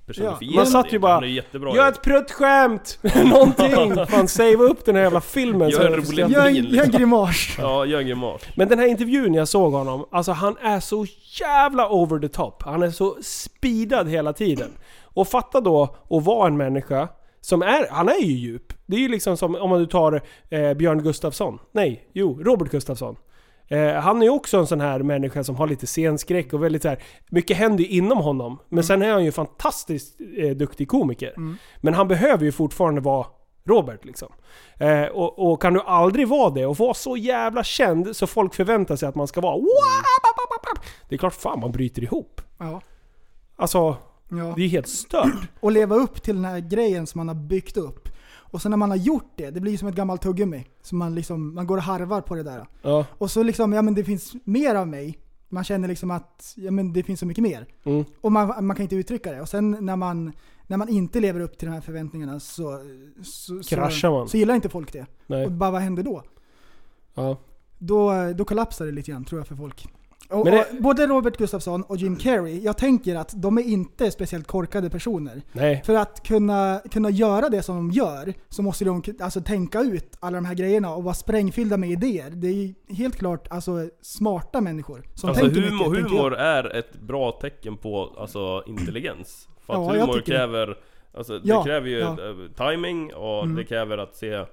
personifierad. Man satt ju bara, gör ett pruttskämt! Någonting! Fan, save upp den här jävla filmen. Gör en grimas. Ja, gör en grimas. Men den här intervjun jag såg honom, alltså han är så jävla over the top. Han är så speedad hela tiden. Och fatta då att vara en människa som han är ju djup. Det är ju liksom som om du tar Björn Gustafsson. Robert Gustafsson. Han är ju också en sån här människa som har lite scenskräck och väldigt så här, mycket händer inom honom. Men sen är han ju fantastiskt duktig komiker. Men han behöver ju fortfarande vara Robert liksom. Och kan du aldrig vara det och vara så jävla känd så folk förväntar sig att man ska vara det är klart fan man bryter ihop. Ja. Alltså, det är helt stört. Och leva upp till den här grejen som man har byggt upp. Och sen när man har gjort det blir som ett gammalt tuggummi. Så man går och harvar på det där. Ja. Och så liksom, men det finns mer av mig. Man känner liksom att men det finns så mycket mer. Och man kan inte uttrycka det. Och sen när man inte lever upp till de här förväntningarna så kraschar man. Så gillar inte folk det. Nej. Och bara vad händer då? Ja. Då kollapsar det lite grann tror jag för folk. Och både Robert Gustafsson och Jim Carrey, jag tänker att de är inte speciellt korkade personer. Nej. För att kunna göra det som de gör så måste de alltså tänka ut alla de här grejerna och vara sprängfyllda med idéer. Det är helt klart alltså smarta människor som alltså tänker mycket. Humor är ett bra tecken på alltså intelligens. För att humor kräver det kräver ju timing och det kräver att se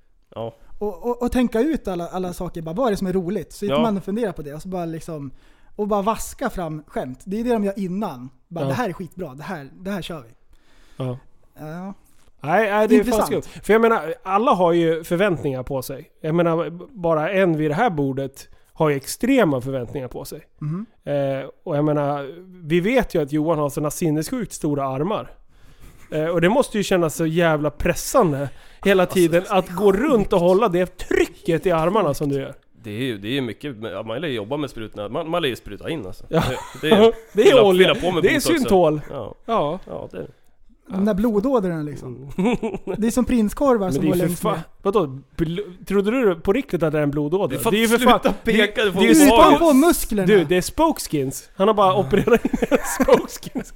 och tänka ut alla saker, bara vad är det som är roligt, så inte man funderar på det och så bara liksom och bara vaska fram skämt. Det är det de gör innan. Bara det här är skitbra, det här kör vi. Ja. Ja. Nej, det är fan skumt. För jag menar, alla har ju förväntningar på sig. Jag menar, bara en vid det här bordet har ju extrema förväntningar på sig. Och jag menar, vi vet ju att Johan har såna sinnessjukt stora armar. Och det måste ju kännas så jävla pressande hela tiden att gå runt och hålla det trycket i armarna som du gör. Det är ju mycket, man lär jobba med sprutorna. Man lär ju spruta in alltså. Ja. Det är olja, det är syntol. Ja, det är. De där blodådrorna liksom. Det är som prinskorvar som går längst med. Vadå? Trodde du på riktigt att det är en blodåder? Det är ju för fan peka det är på musklerna. Du, det är spokeskins. Han har bara opererat in spokeskins.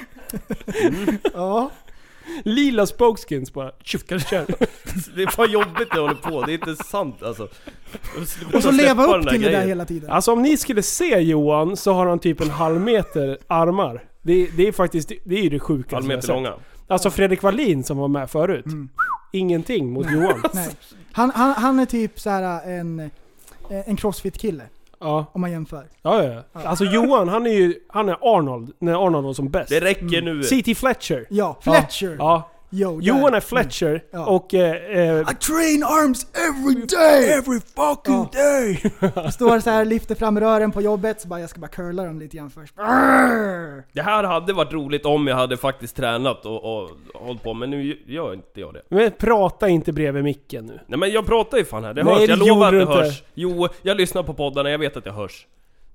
Ja. Lila spokeskins bara. Det är fan jobbigt det håller på. Det är inte sant alltså. Och så leva upp till det där hela tiden. Alltså om ni skulle se Johan så har han typ en halv meter armar. Det är faktiskt, det är ju det sjukaste. Halv meter långa. Alltså Fredrik Wallin som var med förut. Ingenting mot Johan. Nej. Han är typ så här en crossfit-kille. Ja. Om man jämför. Ja. Alltså Johan, han är Arnold när Arnold var som bäst. Det räcker nu. C.T. Fletcher. Ja, Fletcher. Ja. Johan är Fletcher och I train arms every fucking day. Står så här, lyfter fram rören på jobbet så bara jag ska bara curla dem lite grann först. Det här hade varit roligt om jag hade faktiskt tränat och hållit på, men nu gör inte jag det. Men prata inte bredvid micken nu. Nej men jag pratar ju fan här, det hörs, jag lovar att det hörs. Jo, jag lyssnar på poddarna, jag vet att jag hörs.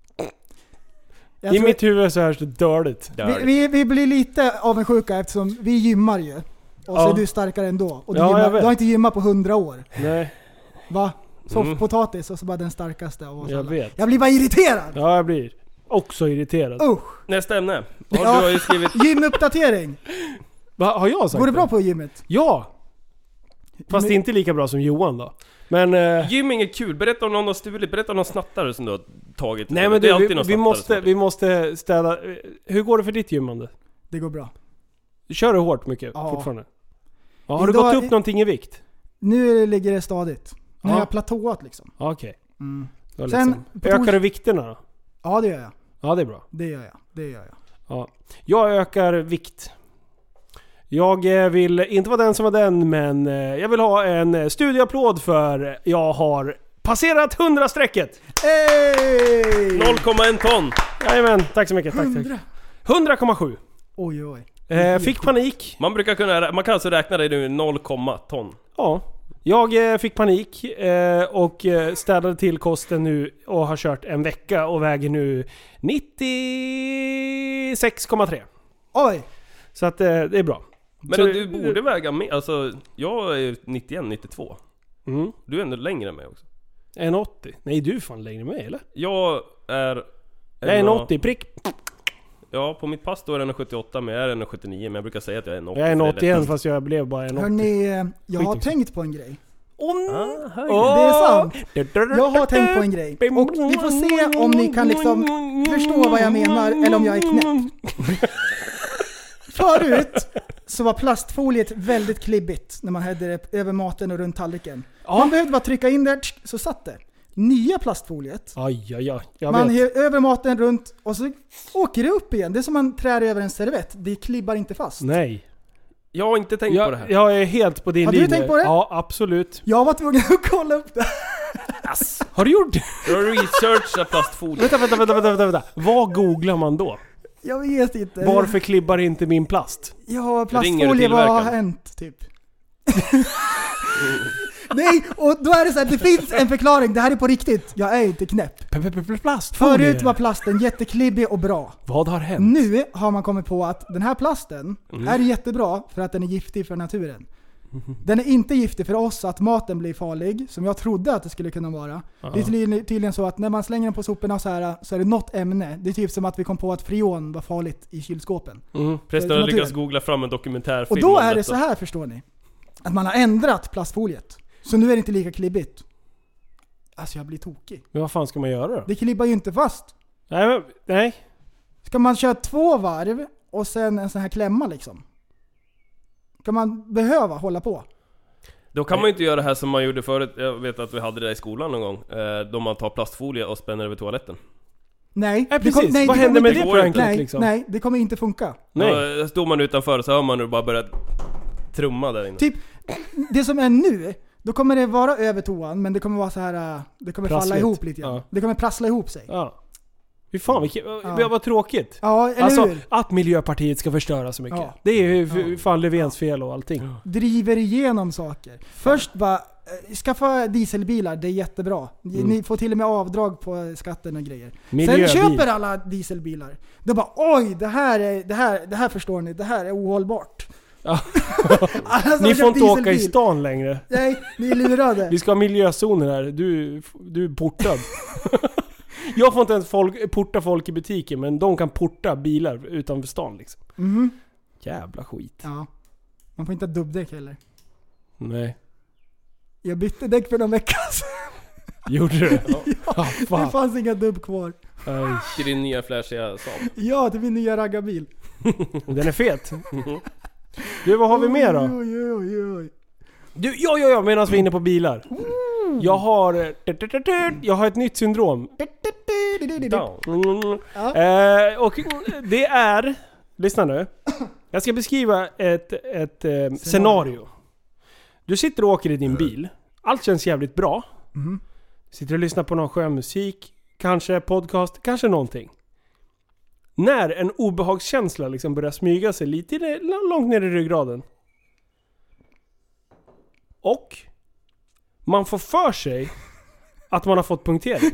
I mitt huvud så hörs det dåligt. Vi blir lite avundsjuka eftersom vi gymmar ju. Och så är du starkare ändå. Och du har inte gymmat på 100 år. Nej. Va? Soffpotatis och så bara den starkaste av oss jag alla. Vet. Jag blir bara irriterad. Ja, jag blir också irriterad. Nästa ämne. Du har ju skrivit gymuppdatering. Va, har jag sagt? Går det bra på gymmet? Ja. Fast inte lika bra som Johan då. Men gymming är kul. Berätta om någon har stulit, berätta om någon snattare som du har tagit. Nej men vi måste städa. Hur går det för ditt gymmande? Det går bra. Kör du hårt mycket fortfarande? Ja, har du gått upp någonting i vikt? Nu ligger det stadigt. Nu har jag platåat liksom. Okej. Sen ökar du vikterna då? Ja, det gör jag. Ja, det är bra. Det gör jag. Ja. Jag ökar vikt. Jag vill inte vara den som var den, men jag vill ha en studieapplåd för jag har passerat 100-strecket. Hey! 0,1 ton. Jajamän, tack så mycket. 100,7. Oj. Fick panik. Man kan alltså räkna det nu 0, ton. Ja. Jag fick panik och städade till kosten nu och har kört en vecka och väger nu 96,3. Oj. Så att det är bra. Men så du borde väga mer. Alltså, jag är 91, 92. Du är ändå längre än mig också. 1,80. Nej, du är fan längre än mig, eller? Jag är... Jag är 1,80 prick. Ja, på mitt pass då är den 78, men jag är 1,79, men jag brukar säga att jag är 1,80. Jag är 81 fast jag blev bara 1,80. Hörrni, jag har tänkt på en grej. Det Det är sant. Jag har tänkt på en grej. Och vi får se om ni kan liksom förstå vad jag menar eller om jag är knäpp. Förut så var plastfoliet väldigt klibbigt när man hade det över maten och runt tallriken. Man behövde bara trycka in där så satt det. Nya plastfoliet. Man häver över maten runt och så åker det upp igen. Det är som man trär över en servett. Det klibbar inte fast. Nej. Jag har inte tänkt på det här. Jag är helt på din linje. Har du tänkt på det? Ja, absolut. Jag var tvungen att kolla upp det. Yes. Har du gjort det? Du har researchat plastfolie. Vänta. Vad googlar man då? Jag vet inte. Varför klibbar inte min plast? Ja, plastfolie, vad har hänt typ? Nej, och då är det så här, det finns en förklaring. Det här är på riktigt. Jag är inte knäpp. Plastfolie. Förut var plasten jätteklibbig och bra. Vad har hänt? Nu har man kommit på att den här plasten är jättebra för att den är giftig för naturen. Den är inte giftig för oss att maten blir farlig, som jag trodde att det skulle kunna vara. Det är tydligen så att när man slänger den på soporna så är det något ämne. Det är typ som att vi kom på att freon var farligt i kylskåpen. Prästen har lyckats googla fram en dokumentärfilm. Och då är det så här, förstår ni. Att man har ändrat plastfoliet. Så nu är det inte lika klibbigt. Alltså jag blir tokig. Men vad fan ska man göra då? Det klibbar ju inte fast. Nej. Ska man köra 2 varv och sen en sån här klämma liksom? Kan man behöva hålla på? Då kan man ju inte göra det här som man gjorde förut. Jag vet att vi hade det i skolan någon gång. Då man tar plastfolie och spänner över toaletten. Nej, precis. Vad händer med det egentligen? Nej, det kommer inte funka. Nej. Då står man utanför så hör man nu bara börja trumma där inne. Typ, det som är nu, då kommer det vara över toan, men det kommer vara så här, det kommer falla ihop lite grann. Det kommer prassla ihop sig. Fy fan, vad tråkigt. Ja, eller alltså, hur? att Miljöpartiet ska förstöra så mycket. Ja. Det är ju fan Löfvens fel och allting. Driver igenom saker. Först bara, skaffa dieselbilar, det är jättebra. Ni får till och med avdrag på skatten och grejer. Sen köper alla dieselbilar. Då bara, oj, det här förstår ni, det här är ohållbart. Ja. Ni får inte åka i stan längre. Nej, ni är lurade. Vi ska ha miljözoner här. Du är portad. Jag får inte ens porta folk i butiken, men de kan porta bilar utanför stan liksom. Jävla skit. Ja. Man får inte ha dubbdäck heller. Nej. Jag bytte däck för någon vecka sedan. Gjorde du? Ja, det fanns inga dubb kvar. Till din nya flashiga Saab. Ja, till min nya raggarbil. Den är fet. Du, vad har vi mer då? Du, ja, medan vi är inne på bilar. Jag har ett nytt syndrom. Och det är... Lyssna nu. Jag ska beskriva ett scenario. Du sitter och åker i din bil. Allt känns jävligt bra. Sitter och lyssnar på någon skön musik. Kanske podcast, kanske någonting. När en obehagskänsla liksom börjar smyga sig lite långt ner i ryggraden. Och man får för sig att man har fått punktering.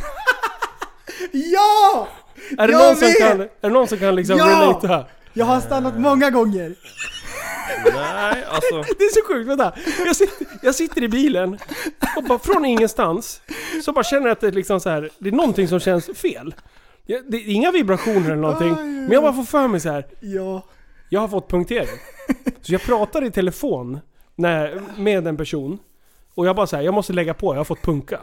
Ja! Är det någon som kan liksom relate här? Jag har stannat många gånger. Nej, alltså. Det är så sjukt, vänta. Jag sitter i bilen och bara från ingenstans så bara känner jag att det liksom så här, det är någonting som känns fel. Det är inga vibrationer eller någonting, men jag bara får för mig så här. Ja. Jag har fått punktering. Så jag pratar i telefon med en person och jag bara så här, jag måste lägga på, jag har fått punka.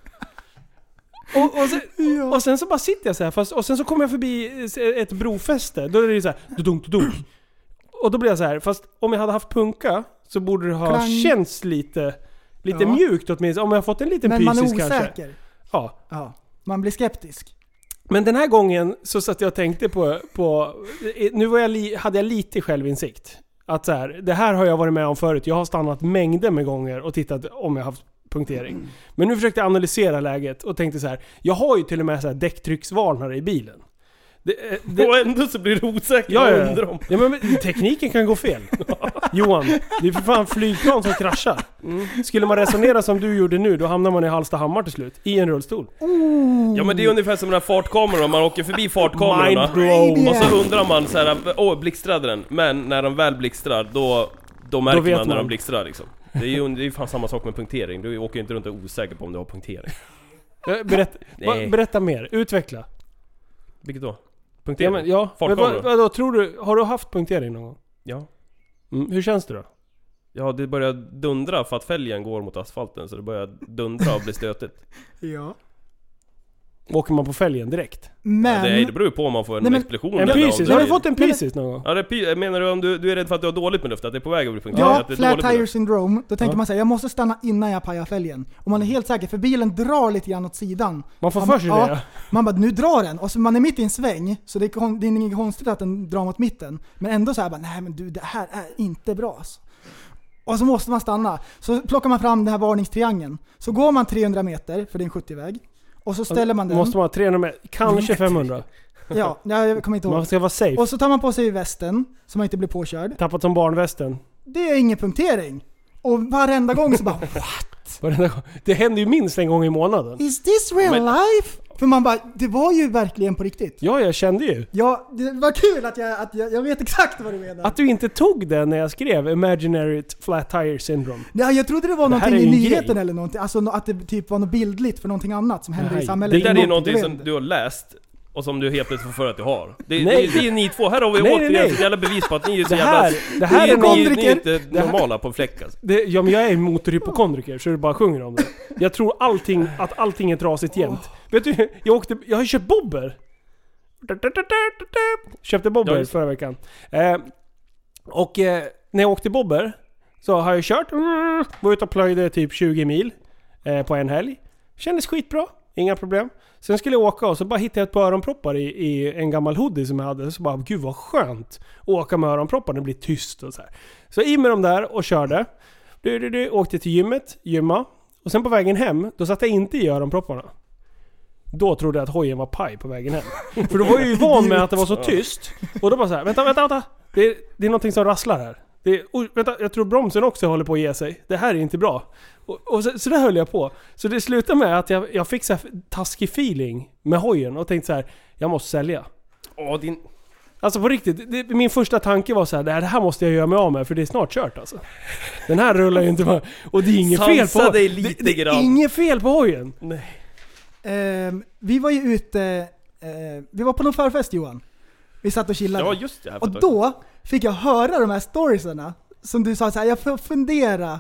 Och sen så bara sitter jag så här, och sen så kommer jag förbi ett brofäste, då är det så här dunk. Och då blir jag så här, fast om jag hade haft punka så borde det ha känts lite mjukt åtminstone, om jag har fått en liten pysis kanske. Men man är osäker. Ja. Man blir skeptisk. Men den här gången så satt jag och tänkte på nu hade jag lite självinsikt. Att så här, det här har jag varit med om förut. Jag har stannat mängder med gånger och tittat om jag har haft punktering. Men nu försökte jag analysera läget och tänkte så här, jag har ju till och med så här däcktrycksvarnare i bilen. Och ändå så blir det osäkert. Ja, men tekniken kan gå fel. Johan, det är för fan flygplan som kraschar. Skulle man resonera som du gjorde nu, då hamnar man i Hallstahammar till slut i en rullstol. Ja, men det är ungefär som den här fartkameran. Man åker förbi fartkamerorna och så undrar man så här, blixtrade den? Men när de väl blixtrar, då märker man när de blixtrar liksom. Det är ju fan samma sak med punktering. Du åker inte runt och är osäker på om du har punktering. Berätta mer, utveckla. Vilket då? Punktering? Ja, men vad tror du? Har du haft punktering någon gång? Ja. Hur känns det då? Ja, det börjar dundra för att fälgen går mot asfalten. Så det börjar dundra och bli stötigt. Ja. Åker man på fälgen direkt? Men... Ja, det beror ju på om man får en explosion. En pysis? Har du fått en pysis någon gång? Ja, menar du om du är rädd för att du har dåligt med luft? Att det är på väg att bli punkterat? Ja, att det är flat tire syndrome. Då tänker man säga, jag måste stanna innan jag pajar fälgen. Och man är helt säker, för bilen drar lite grann åt sidan. Man får för sig det. Man bara, nu drar den. Och så man är mitt i en sväng, så det är inget konstigt att den drar mot mitten. Men ändå så här bara, nej men du, det här är inte bra alltså. Och så måste man stanna. Så plockar man fram den här varningstriangeln. Så går man 300 meter, för det är en 70-väg. Och så ställer man den. Måste man ha 300 meter, kanske 500. Ja, jag kommer inte ihåg. Man ska vara safe. Och så tar man på sig västen, så man inte blir påkörd. Tappat som barnvästen. Det är ingen punktering. Och varenda gång så bara, what? Varenda gång. Det händer ju minst en gång i månaden. Is this real life? För man bara, det var ju verkligen på riktigt. Ja, jag kände ju. Ja, det var kul att jag vet exakt vad du menar. Att du inte tog den när jag skrev Imaginary Flat Tire Syndrome. Ja, jag trodde det var någonting i nyheten eller någonting. Alltså att det typ var något bildligt för någonting annat som händer i samhället. Det där är någonting som du har läst och som du helt plötsligt får för att du har. Det är ni två. Här har vi återigen så jävla bevis på att ni är så jävla... Det här är ni är inte normala på fläck alltså. Ja, men jag är motorhypokondriker så du bara sjunger om det. Jag tror att allting är trasigt jämt. Vet du, jag har köpt bobber. Köpte bobber förra veckan. Och när jag åkte bobber så har jag kört. Var ute och plöjde typ 20 mil på en helg. Kändes skitbra. Inga problem. Sen skulle jag åka och så bara hittade jag ett par öronproppar i en gammal hoodie som jag hade. Så bara, gud vad skönt att åka med öronproppar. Det blir tyst och så här. Så in med dem där och körde. Åkte till gymma. Och sen på vägen hem, då satt jag inte i öronpropparna. Då trodde jag att hojen var paj på vägen hem. För då var jag ju van med att det var så tyst. Och då bara så här, vänta. Det är någonting som rasslar här. Vänta, jag tror bromsen också håller på att ge sig. Det här är inte bra. Och så där höll jag på. Så det slutade med att jag fick så här taskig feeling med hojen och tänkte så här, jag måste sälja. Alltså på riktigt, min första tanke var så här, det här måste jag göra mig av med för det är snart kört alltså. Den här rullar ju inte bara. Och det är inget fel på. Dig lite det är inget fel på hojen. Nej. Vi var ju ute, vi var på någon förfest, Johan. Vi satt och chillade. Ja, just det. Och då fick jag höra de här storiesarna som du sa så här, jag får fundera.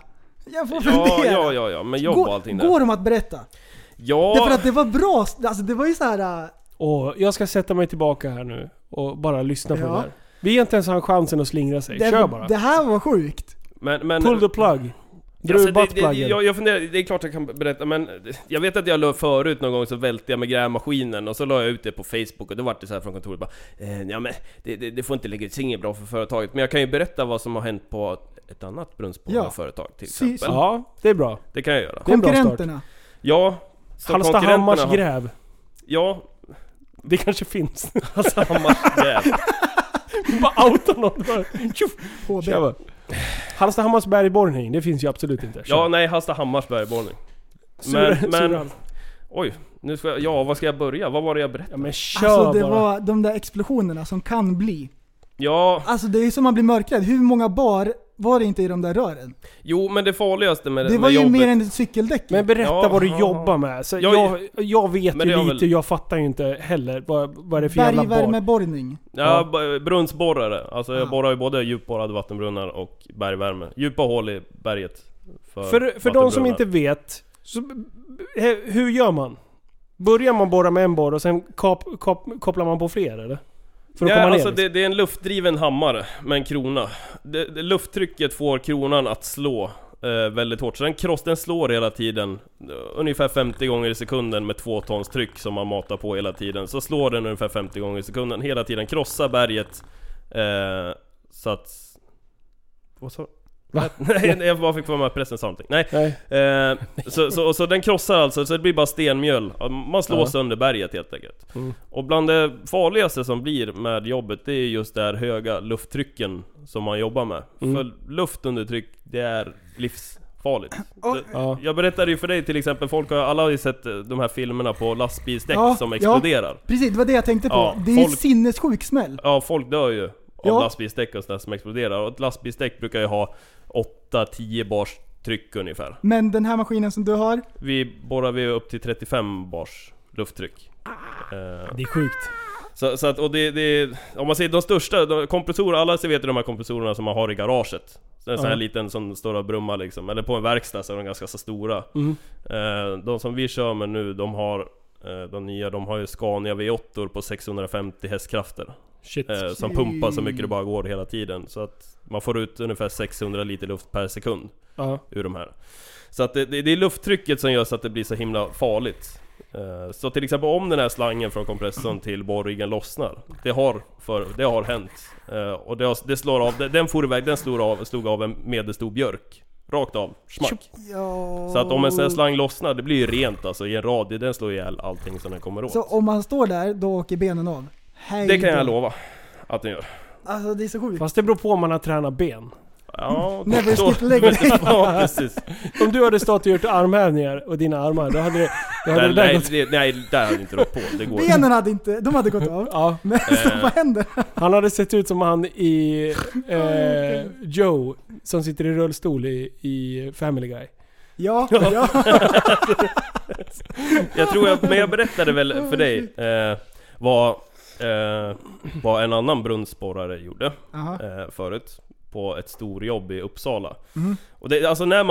Ja, men jobb och allting där. Går de att berätta? Ja. Därför att det var bra, alltså det var ju så här. Jag ska sätta mig tillbaka här nu och bara lyssna på det här. Vi har inte ens har chansen att slingra sig. Kör bara. Det här var sjukt. Men pull the plug. Alltså jag funderar, det är klart jag kan berätta, men jag vet att jag la förut någon gång så välte jag med grävmaskinen och så la jag ut det på Facebook och då var det så här från kontoret bara, ja men det får inte lägga ut, inget bra för företaget, men jag kan ju berätta vad som har hänt på ett annat brunnsborrarföretag till exempel. Ja, det är bra. Det kan jag göra. Konkurrenterna. Ja, Hallstahammars gräv. Ja, det kanske finns. Hallstahammars gräv. Bara outa någon. Hallstahammars bergborrning, det finns ju absolut inte. Ja, nej, Hallstahammars bergborrning. Men oj, nu ska vad ska jag börja? Vad var det jag berättade? Ja, men kör alltså det bara. Var de där explosionerna som kan bli. Ja. Alltså det är som man blir mörkrädd. Hur många bar var det inte i de där rören? Jo, men det farligaste med det var ju mer än ett cykeldäck. Men berätta vad du jobbar med. Så jag vet ju lite, jag fattar ju inte heller vad det är för jävla bar. Bergvärmeborrning. Ja, brunnsborrare. Alltså jag borrar ju både djupborrade vattenbrunnar och bergvärme. Djupa hål i berget. För de som inte vet, så, hur gör man? Börjar man borra med en borr och sen kopplar man på fler, eller? Alltså det är en luftdriven hammare med en krona. Lufttrycket får kronan att slå väldigt hårt. Så den slår hela tiden ungefär 50 gånger i sekunden med 2 tons tryck som man matar på hela tiden. Så slår den ungefär 50 gånger i sekunden hela tiden. Krossar berget så att... Vad sa du? Nej, jag bara fick få med pressen something. Nej. Så den krossar alltså, så det blir bara stenmjöl. Man slår sönder berget helt enkelt. Och bland det farligaste som blir med jobbet, det är just det här höga lufttrycken som man jobbar med. För luftundertryck, det är livsfarligt. Jag berättade ju för dig till exempel, alla har ju sett de här filmerna på lastbilsdäck som exploderar. Ja, precis, det var det jag tänkte på. Det är ju sinnessjuk smäll. Ja, folk dör ju av lastbilsdäck och sådär som exploderar. Och ett lastbilsdäck brukar ju ha 8-10 bars tryck ungefär. Men den här maskinen som du har? Vi borrar upp till 35 bars lufttryck. Det är sjukt. Så att, och det, om man ser de största kompressorer, alla så vet ju de här kompressorerna som man har i garaget. Det är en sån här liten som står och brummar liksom. Eller på en verkstad så är de ganska så stora. De som vi kör med nu, de har ju Scania V8 på 650 hästkrafter. Som pumpar så mycket det bara går hela tiden. Så att man får ut ungefär 600 liter luft per sekund ur de här. Så att det är lufttrycket som gör så att det blir så himla farligt. Så till exempel om den här slangen från kompressorn till borriggen lossnar, det har hänt. Och det slår av, den for iväg, den slog av en medelstor björk rakt av, smack. Så att om en sån här slang lossnar, det blir ju rent alltså i en radie, den slår ihjäl allting som den kommer åt. Så om man står där, då åker benen av? Det kan jag lova att den gör. Alltså det är så sjukt. Fast det beror på om man har tränat ben. Ja, precis. Om du hade stått och gjort armhävningar och dina armar, då hade det nej, där hade inte rått på. Det går benen hade inte, de hade gått av. Ja. Men vad händer? Han hade sett ut som han i Joe som sitter i rullstol i Family Guy. Ja. Jag tror men jag berättade väl för dig vad en annan brunnsborrare gjorde förut på ett storjobb i Uppsala. Och det, alltså när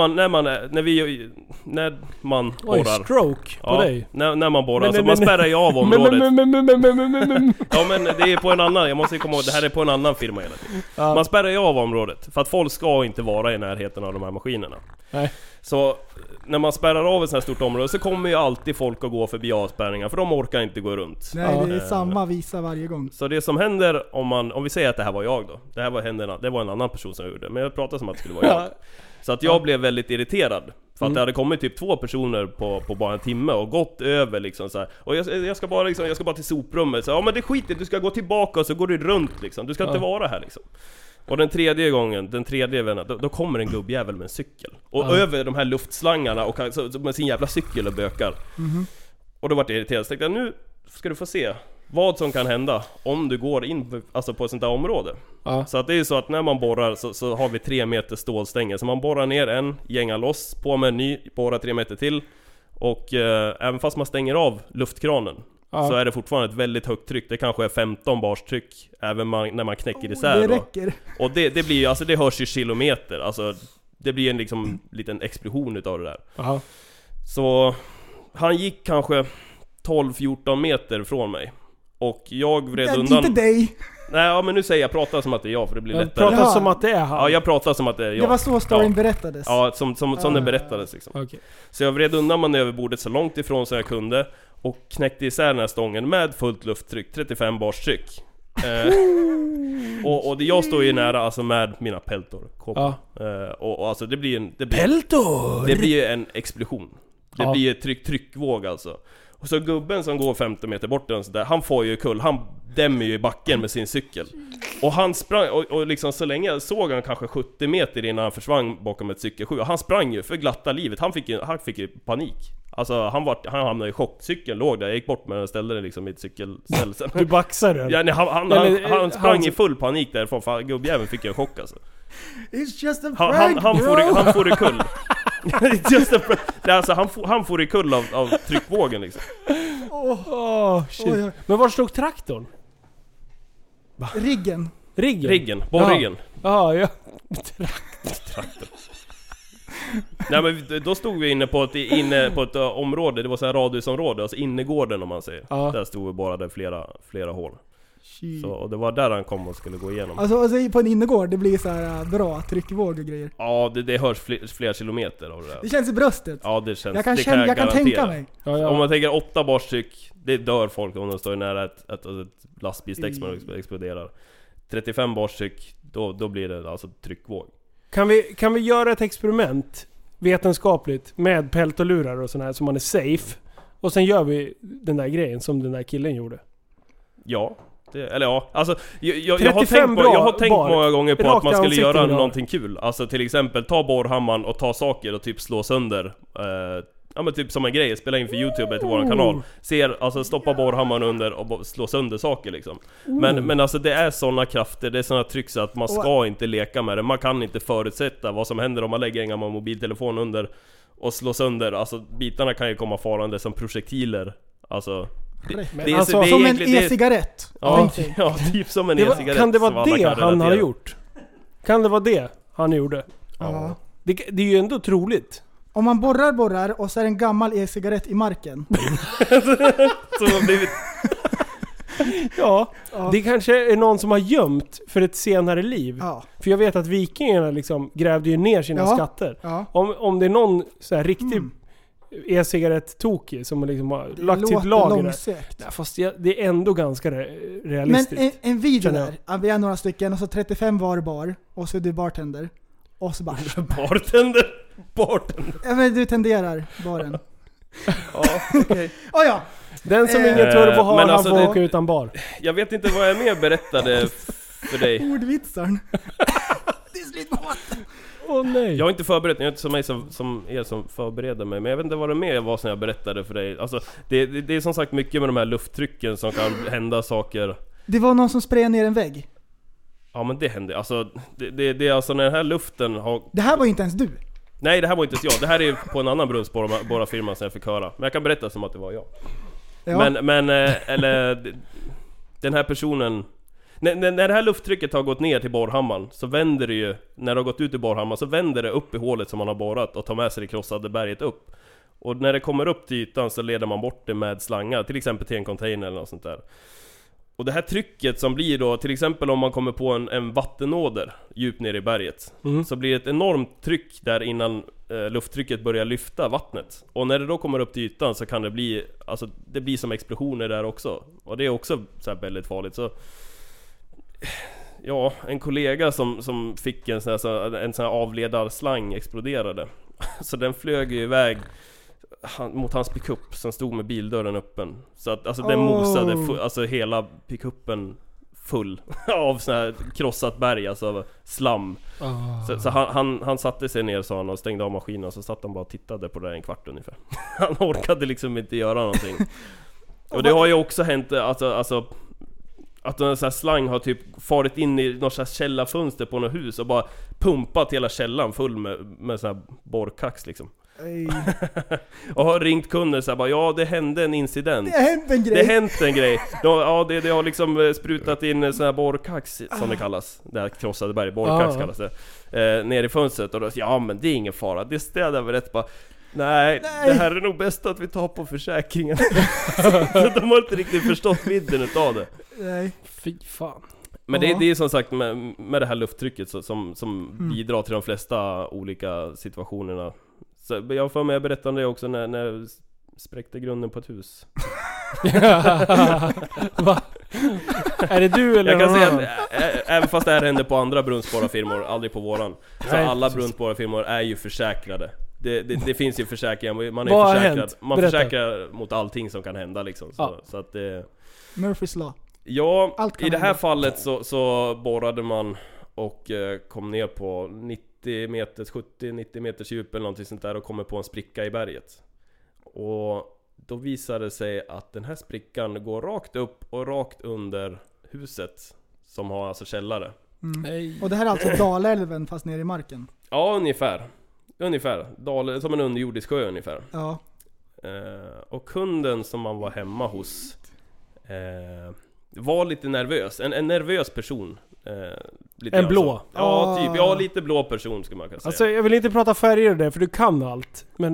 man borrar. Stroke på dig. När man borrar, så man spärrar ju av området. Ja, men det är på en annan, jag måste komma ihåg, det här är på en annan firma hela tiden. Man spärrar ju av området för att folk ska inte vara i närheten av de här maskinerna. Nej. Så när man spärrar av ett sånt här stort område så kommer ju alltid folk att gå förbi avspärrningar, för de orkar inte gå runt. Nej, det är samma visa varje gång. Så det som händer om vi säger att det här var jag då, det var en annan person som gjorde, men jag pratade som att det skulle vara jag. Så att jag blev väldigt irriterad för att det hade kommit typ 2 personer på bara en timme och gått över liksom så här. Och jag ska bara till soprummet, så men det skiter, du ska gå tillbaka och så går du runt liksom. Du ska inte vara här liksom. Och den tredje vännen, då kommer en gubbjävel med en cykel. Och över de här luftslangarna och med sin jävla cykel och bökar. Och då var det irriterad. Så tänkte jag, nu ska du få se vad som kan hända om du går in alltså på ett sånt där område. Så att det är så att när man borrar så har vi 3 meter stålstänger. Så man borrar ner en, gängar loss, på med en ny, borrar 3 meter till. Och även fast man stänger av luftkranen så är det fortfarande ett väldigt högt tryck. Det kanske är 15 bars tryck även när man knäcker isär. Det räcker. Och det blir ju, alltså det hörs ju kilometer. Alltså det blir en liksom liten explosion utav det där. Så han gick kanske 12-14 meter från mig. Och jag vred undan. Inte dig. Nej, men nu säger jag, prata som att det är jag, för det blir lättare. Prata som att det är han. Ja, jag pratar som att det är jag. Det var så storyn berättades. Ja, som den berättades liksom. Okay. Så jag vred undan manöverbordet så långt ifrån som jag kunde och knäckte isär den här stången med fullt lufttryck, 35 bars tryck. Och jag står ju nära alltså med mina peltor. Och alltså det blir en explosion. Det blir ett tryckvåg alltså. Och så gubben som går 15 meter bort och så där, han får ju kull, han dämmer ju i backen med sin cykel. Och han sprang, och liksom så länge jag såg han kanske 70 meter innan han försvann bakom ett cykelskjul. Han sprang ju för glatta livet, han fick ju panik. Alltså han hamnade i chock, cykeln låg där, jag gick bort med den och ställde den liksom i ett cykelställ sen. Du baxade den? Ja, nej, han sprang i full panik därifrån, för gubbjäveln fick en chock alltså. It's just a prank, han får i kull. Alltså, han får i kull av tryckvågen liksom. Shit. Men var stod traktorn? Riggen. Borriggen. Ja. Traktor. Nej, men då stod vi inne på ett område, det var så här radhusområde, alltså innergården om man säger. Där stod vi bara där flera hål. Så, och det var där han kom och skulle gå igenom. Alltså på en innergård, det blir så här bra tryckvåg och grejer. Ja, det hörs flera kilometer av det där. Det känns i bröstet. Ja, det känns. Jag kan tänka mig. Om man tänker 8 bars tryck, det dör folk om de står nära ett lastbilsdäck som exploderar. 35 bars tryck, då blir det alltså tryckvåg. Kan vi göra ett experiment vetenskapligt med peltolurar och sån här, så man är safe, och sen gör vi den där grejen som den där killen gjorde? Ja. Alltså jag har tänkt många gånger på att man skulle göra någonting kul. Alltså till exempel ta borrhammaren och ta saker och typ slå sönder. Men typ som en grej, spela in för YouTube till våran kanal. Alltså stoppa borrhammaren under och slå sönder saker liksom. Men alltså det är såna krafter, det är såna tryck så att man ska inte leka med det. Man kan inte förutsätta vad som händer om man lägger en gammal mobiltelefon under och slår sönder. Alltså bitarna kan ju komma farande som projektiler. Alltså Det är alltså, som en e-cigarett. Ja, typ som en e-cigarett. Kan det vara det han har gjort? Kan det vara det han gjorde? Ja. Det är ju ändå troligt. Om man borrar och så är en gammal e-cigarett i marken. Som har blivit... Ja, det kanske är någon som har gömt för ett senare liv. Ja. För jag vet att vikingarna liksom grävde ju ner sina skatter. Ja. Om det är någon så här riktig e-cigarett-tokig som liksom har lagt sitt lager där. Nej, fast det är ändå ganska realistiskt. Men en video där, vi är några stycken och så 35 var bar och så är du bartender. Och så bara... Bartender? Ja, men du tenderar baren. Ja, okej. Ja. Den som ingen turbo har, han alltså får åka utan bar. Jag vet inte vad jag mer berättade för dig. Ordvitsaren. Det är slut på vatten. Åh nej. Jag har inte förberett, jag är inte som mig som er som förbereder mig. Men jag vet inte vad det mer var som jag berättade för dig. Alltså, det är som sagt mycket med de här lufttrycken som kan hända saker. Det var någon som sprayade ner en vägg. Ja, men det hände. Alltså, det är alltså när den här luften har... Det här var inte ens du. Nej, det här var inte jag. Det här är på en annan brunnsborrarfirma som jag fick höra. Men jag kan berätta som att det var jag. Ja. Men eller den här personen... När det här lufttrycket har gått ner till borrhammaren så vänder det ju, när det har gått ut i borrhammaren så vänder det upp i hålet som man har borrat och tar med sig det krossade berget upp. Och när det kommer upp till ytan så leder man bort det med slangar, till exempel till en container eller något sånt där. Och det här trycket som blir då, till exempel om man kommer på en vattenåder djupt ner i berget, så blir det ett enormt tryck där innan lufttrycket börjar lyfta vattnet. Och när det då kommer upp till ytan så kan det bli, alltså det blir som explosioner där också. Och det är också så här väldigt farligt. Så ja, en kollega som fick en sån här avledarslang exploderade. Så den flög ju iväg mot hans pickup som stod med bildörren öppen. Så att alltså den mosade alltså hela pickuppen full av sån här krossat berg, alltså slam. Så han satte sig ner, sa han, och stängde av maskinen, och så satt han bara och tittade på det en kvart ungefär. Han orkade liksom inte göra någonting. Och det har ju också hänt alltså att en sån här slang har typ farit in i något sånt här källarfönster på något hus och bara pumpat hela källaren full med sån här borrkax liksom. Och har ringt kunder så här bara, ja, det hände en incident. Det har hänt en grej. Det har hänt en grej. Det har liksom sprutat in sån här borrkax som det kallas. Det här krossade berg, borrkax kallas det. Ner i fönstret, och då, ja men det är ingen fara. Det städar väl rätt bara. Nej, det här är nog bäst att vi tar på försäkringen. Så de har inte riktigt förstått vidden utav det. Nej, fy fan. Men det är som sagt med det här lufttrycket som bidrar till de flesta olika situationerna. Så jag får med berätta om det också när jag spräckte grunden på ett hus. Va? Är det du eller? Jag kan säga att även fast det här händer på andra brunnsborrarfirmor, aldrig på våran. Så alla brunnsborrarfirmor är ju försäkrade. Det finns ju försäkringar, man är försäkrad. Man försäkrar mot allting som kan hända liksom. Så att det... Murphys Law. Ja, i det här fallet så borrade man och kom ner på 70-90 meters djup eller någonting sånt där, och kommer på en spricka i berget. Och då visade det sig att den här sprickan går rakt upp och rakt under huset som har alltså källare. Och det här är alltså Dalälven fast ner i marken? Ja, ungefär. Som en underjordisk sjö ungefär. Ja. Och kunden som man var hemma hos var lite nervös. En nervös person. Lite en blå? Ja, typ. Ja, lite blå person skulle man kunna säga. Alltså jag vill inte prata färger där, för du kan allt. Men...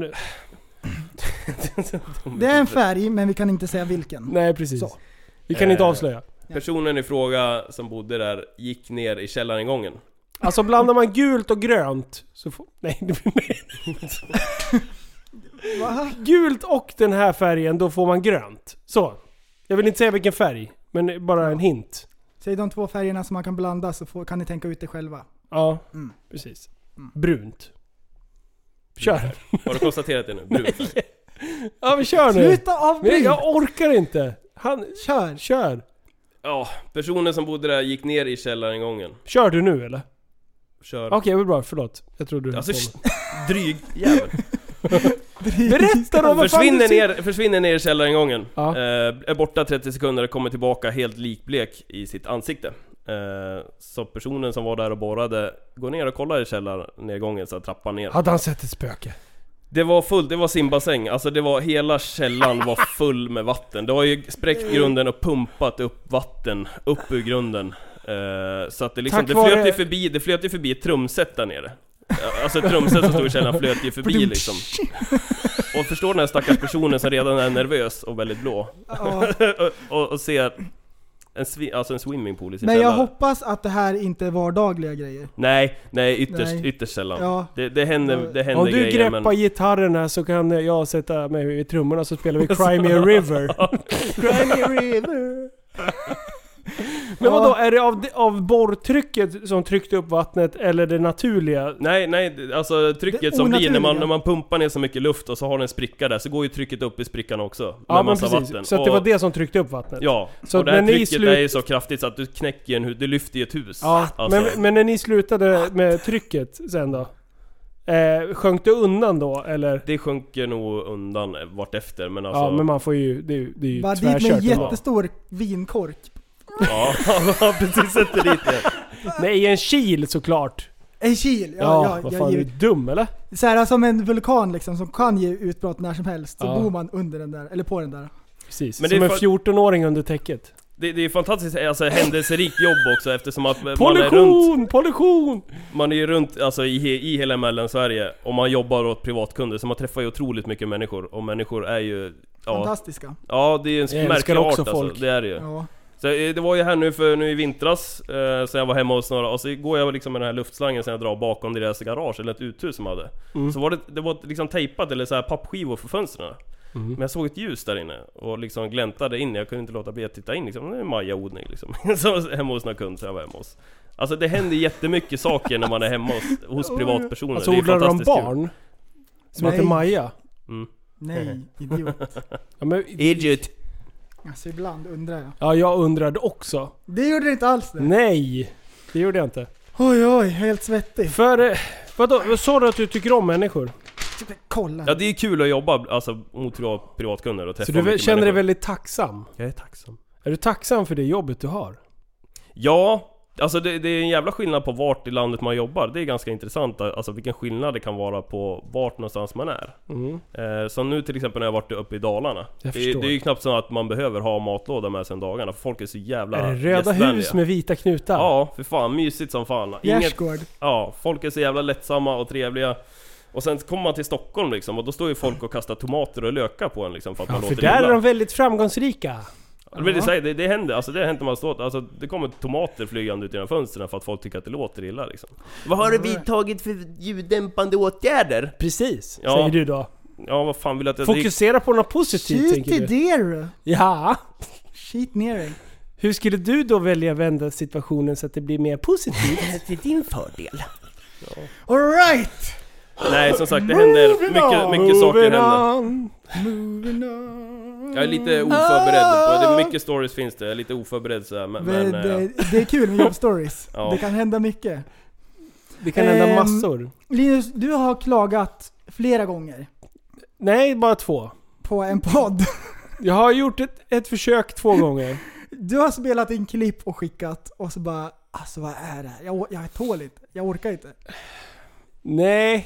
det är en färg, men vi kan inte säga vilken. Nej, precis. Så. Vi kan inte avslöja. Personen i fråga som bodde där gick ner i källaringången. Alltså blandar man gult och grönt så får... Nej, det blir gult och den här färgen, då får man grönt. Så. Jag vill inte säga vilken färg, men bara en hint. Säg de två färgerna som man kan blanda, så kan ni tänka ut det själva. Ja, precis. Brunt. Kör. Har du konstaterat det nu? Brunt. Ja, vi kör nu. Sluta avbryt. Jag orkar inte. Kör. Ja, personen som bodde där gick ner i källaringången. Kör du nu eller? Kör. Okej, det bra, förlåt. Jag tror du... Alltså, dryg jävel. Berätta då, vad försvinner ner i källaringången. Ja. Är borta 30 sekunder och kommer tillbaka helt likblek i sitt ansikte. Så personen som var där och borrade går ner och kollar i källarnedgången, så trappan ner. Hade han sett ett spöke? Det var simbassäng. Alltså det var, hela källan var full med vatten. Det har ju spräckt grunden och pumpat upp vatten upp ur grunden. Så att det liksom, det flöt ju förbi ett trumset där nere. Alltså ett trumset som stod i källan flöt ju förbi liksom. Och förstår den här stackars personen som redan är nervös och väldigt blå. och ser en swimmingpool i sin Men jag källare. hoppas att det här inte är vardagliga grejer. Nej, ytterst sällan. Ja. Det händer grejer. Om du greppar gitarren här så kan jag sätta mig vid trummorna så spelar vi Cry Me a River. Cry Me a River. Men vadå, är det av borrtrycket som tryckte upp vattnet eller det naturliga? Nej, alltså trycket som blir när man pumpar ner så mycket luft och så har den en spricka där, så går ju trycket upp i sprickan också. Ja, men precis. Vatten. Så att det var det som tryckte upp vattnet? Ja, så och det här trycket är ju så kraftigt så att du knäcker du lyfter i ett hus. Ja, alltså. men när ni slutade med trycket sen då? Sjönk det undan då, eller? Det sjunker nog undan vart efter, men alltså... Ja, men man får ju... Det är ju bara dit med en jättestor vinkork. Ja, precis, sätter dit det. Nej, en kil såklart. En kil? Vad fan, är du dum eller? Så här som en vulkan liksom, som kan ge utbrott när som helst. Så bor man under den där, eller på den där. Precis, men som en 14-åring under täcket. Det är fantastiskt, alltså händelserikt jobb också, eftersom att Pollution! Man är ju runt alltså, i hela Mellansverige, och man jobbar åt privatkunder, så man träffar ju otroligt mycket människor, och människor är ju fantastiska. Ja, det är en märklig art folk. Alltså, det är det ju. Ja. Så det var ju här nu i vintras, så jag var hemma hos några, och så går jag liksom med den här luftslangen som jag drar bakom deras garage, eller ett uthus som hade. Så var det var liksom tejpat, eller så här pappskivor för fönstren. Men jag såg ett ljus där inne och liksom gläntade in. Jag kunde inte låta bli att titta in liksom. Det är majaodling liksom. Så hemma hos några kund, så jag var hemma hos. Alltså det händer jättemycket saker när man är hemma hos privatpersoner. Alltså odlar de barn? Som heter Maja? Nej, idiot. Ja, men, idiot. Alltså ibland undrar jag. Ja, jag undrade också. Det gjorde det inte alls det. Nej, det gjorde jag inte. Oj, helt svettig. För, vad sa du att du tycker om människor? Kolla. Ja, det är kul att jobba alltså, mot privatkunder och träffa. Så du känner dig väldigt tacksam? Jag är tacksam. Är du tacksam för det jobbet du har? Ja, alltså det är en jävla skillnad på vart i landet man jobbar. Det är ganska intressant, alltså vilken skillnad det kan vara på vart någonstans man är. Så nu till exempel när jag varit uppe i Dalarna, det är ju knappt så att man behöver ha matlåda med sig dagarna, för folk är så jävla är det röda hus med vita knutar? Ja, för fan, mysigt som fan. Ja, folk är så jävla lättsamma och trevliga. Och sen kommer man till Stockholm liksom, och då står ju folk och kastar tomater och lökar på en liksom, för att man låter för där illa. Är de väldigt framgångsrika. Det händer, alltså det händer när man står, alltså det kommer tomater flygande ut genom fönstren för att folk tycker att det låter illa liksom. Vad har du vidtagit för ljuddämpande åtgärder? Precis, säger du då. Ja, vad fan vill att jag... Fokusera på något positivt, tänker du. Shit there. Ja. Shit ner. Hur skulle du då välja vända situationen så att det blir mer positivt? Till din fördel. Ja. All right. Nej, som sagt, det händer mycket saker händer. Jag är lite oförberedd på det. Mycket stories finns det. Jag är lite oförberedd så här, men det är kul med jobbstories. Ja. Det kan hända mycket. Det kan hända massor. Linus, du har klagat flera gånger. Nej, bara 2. På en podd. Jag har gjort ett försök 2 gånger. Du har spelat in klipp och skickat, och så bara, alltså vad är det här? Jag är tåligt. Jag orkar inte. Nej.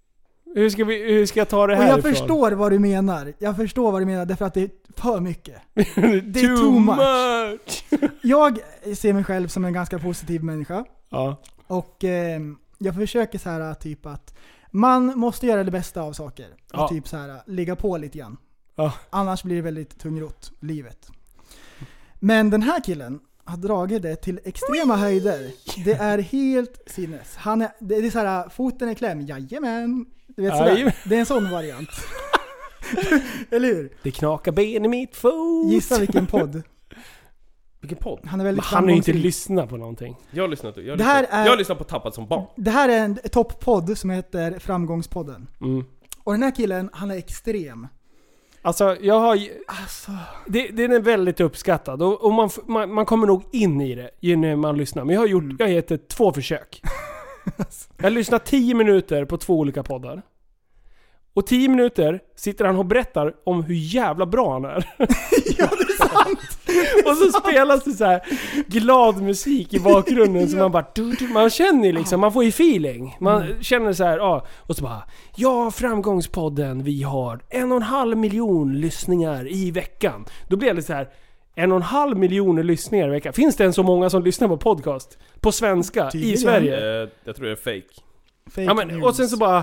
Hur ska jag ta det här? Och jag förstår vad du menar. Därför att det är för mycket. Det är too much. Jag ser mig själv som en ganska positiv människa. Ja. Och jag försöker så här typ att man måste göra det bästa av saker. Och typ så här ligga på lite grann. Ja. Annars blir det väldigt tungrott livet. Men den här killen har dragit det till extrema höjder. Det är helt sinnes. Det är så här, foten är kläm. Jajamän. Du vet sådär. Det är en sån variant. Eller hur? Det knakar ben i mitt fot. Gissa vilken podd. Vilken podd? Han är väldigt han har ju inte lyssnat på någonting. Jag har lyssnat på Tappat som barn. Det här är en topppodd som heter Framgångspodden. Och den här killen, han är extrem. Alltså, den är väldigt uppskattad. Och man kommer nog in i det ju när man lyssnar. Men jag har gett 2 försök. Jag har lyssnat 10 minuter på 2 olika poddar. Och 10 minuter sitter han och berättar om hur jävla bra han är. Ja, det är sant. Och så spelas det så här glad musik i bakgrunden så man bara man känner liksom, man får ju feeling. Man känner så här, ja, och så bara Framgångspodden, vi har 1,5 miljon lyssningar i veckan. Då blir det så här 1,5 miljoner lyssningar i veckan. Finns det en så många som lyssnar på podcast på svenska i Sverige? Jag tror det är fake. Ja, men, och sen så bara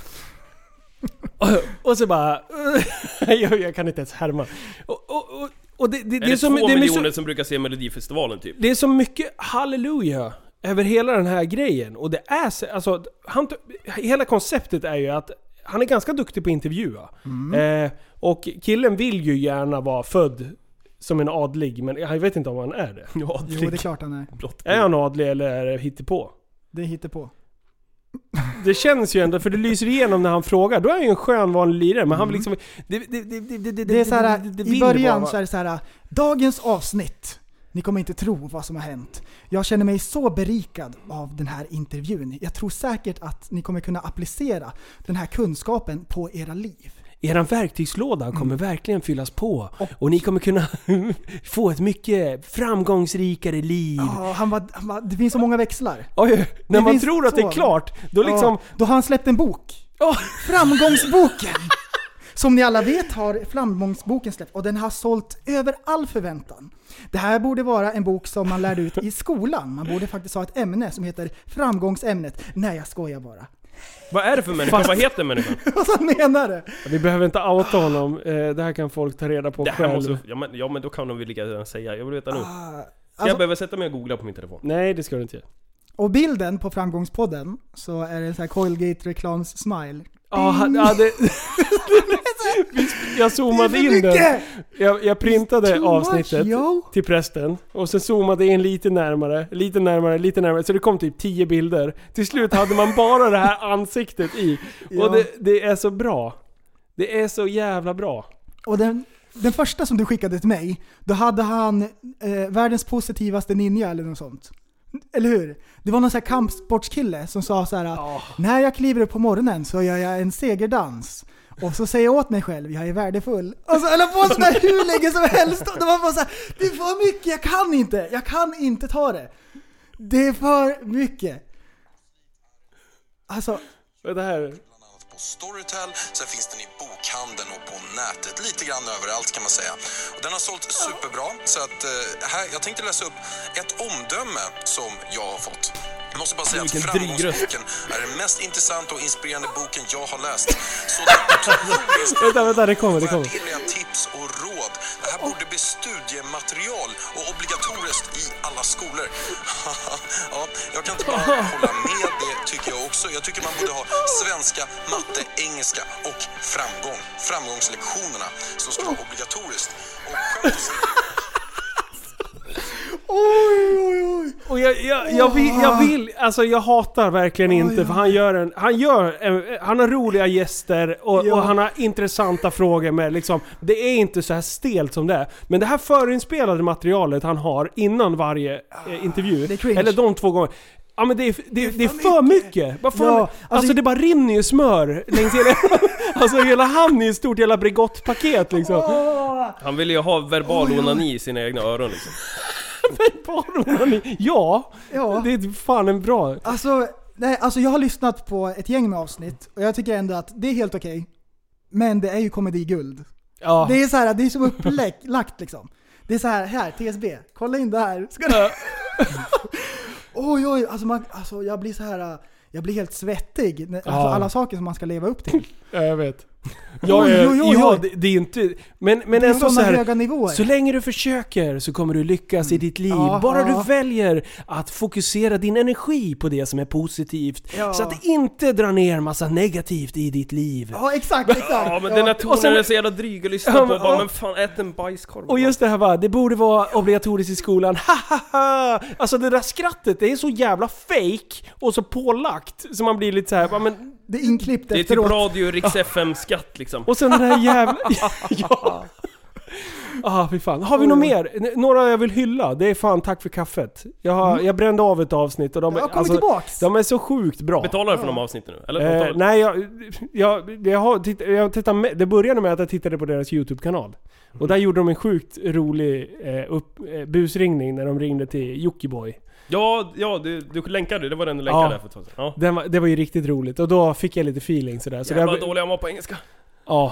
och så bara jag kan inte ens härma. Och det är så 2 miljoner som brukar se Melodifestivalen typ. Det är så mycket halleluja över hela den här grejen. Och det är alltså hela konceptet är ju att han är ganska duktig på att intervjua. Och killen vill ju gärna vara född som en adlig, men jag vet inte om han är det. Jo, det är klart han är. Är han adlig eller är det hittepå? Det är hittepå. Det känns ju ändå, för det lyser igenom när han frågar. Då är han ju en skön vanlig lirare, men han vill liksom det är så här, i början så är det så här: dagens avsnitt, ni kommer inte tro vad som har hänt. Jag känner mig så berikad av den här intervjun. Jag tror säkert att ni kommer kunna applicera den här kunskapen på era liv. Eran verktygslåda kommer verkligen fyllas på. Och ni kommer kunna få ett mycket framgångsrikare liv. Ja, det finns så många växlar. Oj, när man tror att det är klart, då liksom... Då har han släppt en bok. Framgångsboken! Som ni alla vet har Framgångsboken släppt. Och den har sålt över all förväntan. Det här borde vara en bok som man lärde ut i skolan. Man borde faktiskt ha ett ämne som heter Framgångsämnet. Nej, jag skojar bara. Vad är det för människa? Vad heter människan? Vad menar du? Vi behöver inte outa honom. Det här kan folk ta reda på själv. Ja, men då kan de väl lika gärna säga. Jag vill veta nu. Jag behöver sätta mig och googla på min telefon. Nej, det ska du inte göra. Och bilden på Framgångspodden så är det så här Colgate-reklams smile. Jag zoomade in den. Jag printade avsnittet till prästen. Och sen zoomade in lite närmare. Så det kom typ 10 bilder. Till slut hade man bara det här ansiktet i. Och det är så bra. Det är så jävla bra. Och den första som du skickade till mig, då hade han världens positivaste ninja eller något sånt. Eller hur? Det var någon sån här kampsportskille som sa så här: när jag kliver upp på morgonen så gör jag en segerdans. Och så säger jag åt mig själv, jag är värdefull. Och så eller på sån här hur länge som helst. Det var bara så här, det är för mycket, jag kan inte ta det. Det är för mycket. Alltså, det här på Storytel, sen finns den i bokhandeln och på nätet, lite grann överallt kan man säga. Och den har sålt superbra, så att här, jag tänkte läsa upp ett omdöme som jag har fått. Jag måste bara säga att Framgångsboken är den mest intressanta och inspirerande boken jag har läst. Så det är vänta, det kommer. Tips och råd. Det här borde bli studiematerial och obligatoriskt i alla skolor. Ja, jag kan inte bara hålla med, det tycker jag också. Jag tycker man borde ha svenska, matte, engelska och framgångslektionerna som ska vara obligatoriskt. Oj. Och jag vill, alltså jag hatar verkligen inte, för han har roliga gäster och han har intressanta frågor med liksom, det är inte så här stelt som det är. Men det här förinspelade materialet han har innan varje intervju, eller de 2 gånger. Ja, men det är för mycket. Alltså det bara rinner ju smör längs hela, alltså hela han är ett stort jävla Bregott-paket liksom. Han vill ju ha verbal onani i sina egna öron liksom. Ja, det är fan en bra. Alltså jag har lyssnat på ett gäng med avsnitt och jag tycker ändå att det är helt okej. Men det är ju komediguld. Ja. Det är så här, det är som upplagt liksom. Det är så här TSB. Kolla in det här. Ska du? Oj, alltså jag blir så här, jag blir helt svettig. Alltså alla saker som man ska leva upp till. Jag vet. Ja, det är inte, men det är ändå så här, höga nivåer. Så länge du försöker så kommer du lyckas i ditt liv. Bara du väljer att fokusera din energi på det som är positivt, så att det inte drar ner massa negativt i ditt liv. Ja, exakt. Ja, men den här tonen är så jävla dryg att lyssna på. Bara, men fan, ät en bajskorv. Och just det här det borde vara obligatoriskt i skolan. Alltså det där skrattet, det är så jävla fake och så pålagt så man blir lite så här, men det är inklippt efteråt. Det är typ radio Rix FM-skatt liksom. Och sen den här jävla... fy fan. Har vi något mer? Några jag vill hylla. Det är fan tack för kaffet. Jag brände av ett avsnitt och de är så sjukt bra. Betalar du för de avsnitten nu? Eller nej, det började med att jag tittade på deras YouTube-kanal. Och där gjorde de en sjukt rolig busringning när de ringde till Jockiboi. Ja, du länkade, det var den du länkade där för ett tag sedan. Ja. Det var ju riktigt roligt och då fick jag lite feeling sådär. Så det var dålig jag var på engelska. Ja.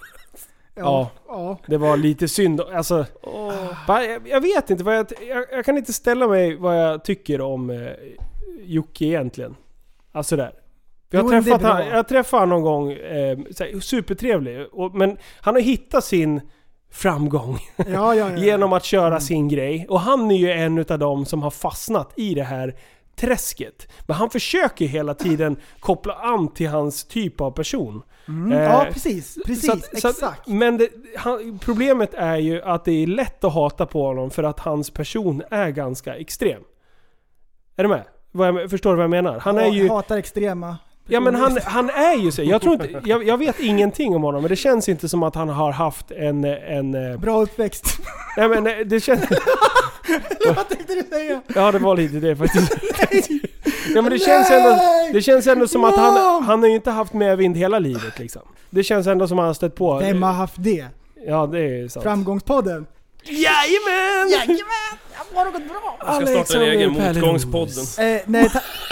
Det var lite synd. Alltså, jag vet inte jag kan inte ställa mig vad jag tycker om Jocke egentligen. Alltså där. Jag träffade han någon gång, supertrevlig, men han har hittat sin framgång genom att köra sin grej. Och han är ju en av dem som har fastnat i det här träsket. Men han försöker hela tiden koppla an till hans typ av person. Ja, precis, exakt. Men problemet är ju att det är lätt att hata på honom för att hans person är ganska extrem. Är du med? Förstår du vad jag menar? Han är ju hatar extrema. Ja, men han är ju så. Jag tror inte, jag vet ingenting om honom, men det känns inte som att han har haft en bra uppväxt. Nej, men det känns. Vad tänkte du säga? Ja, det var lite det faktiskt. Ja, men det känns ändå som att han har ju inte haft medvind hela livet liksom. Det känns ändå som att han har stött på. Vem har haft det? Ja, det är sant. Framgångspodden. Jajamän! Det har gått bra. Jag ska starta en egen motgångspodden. Nej,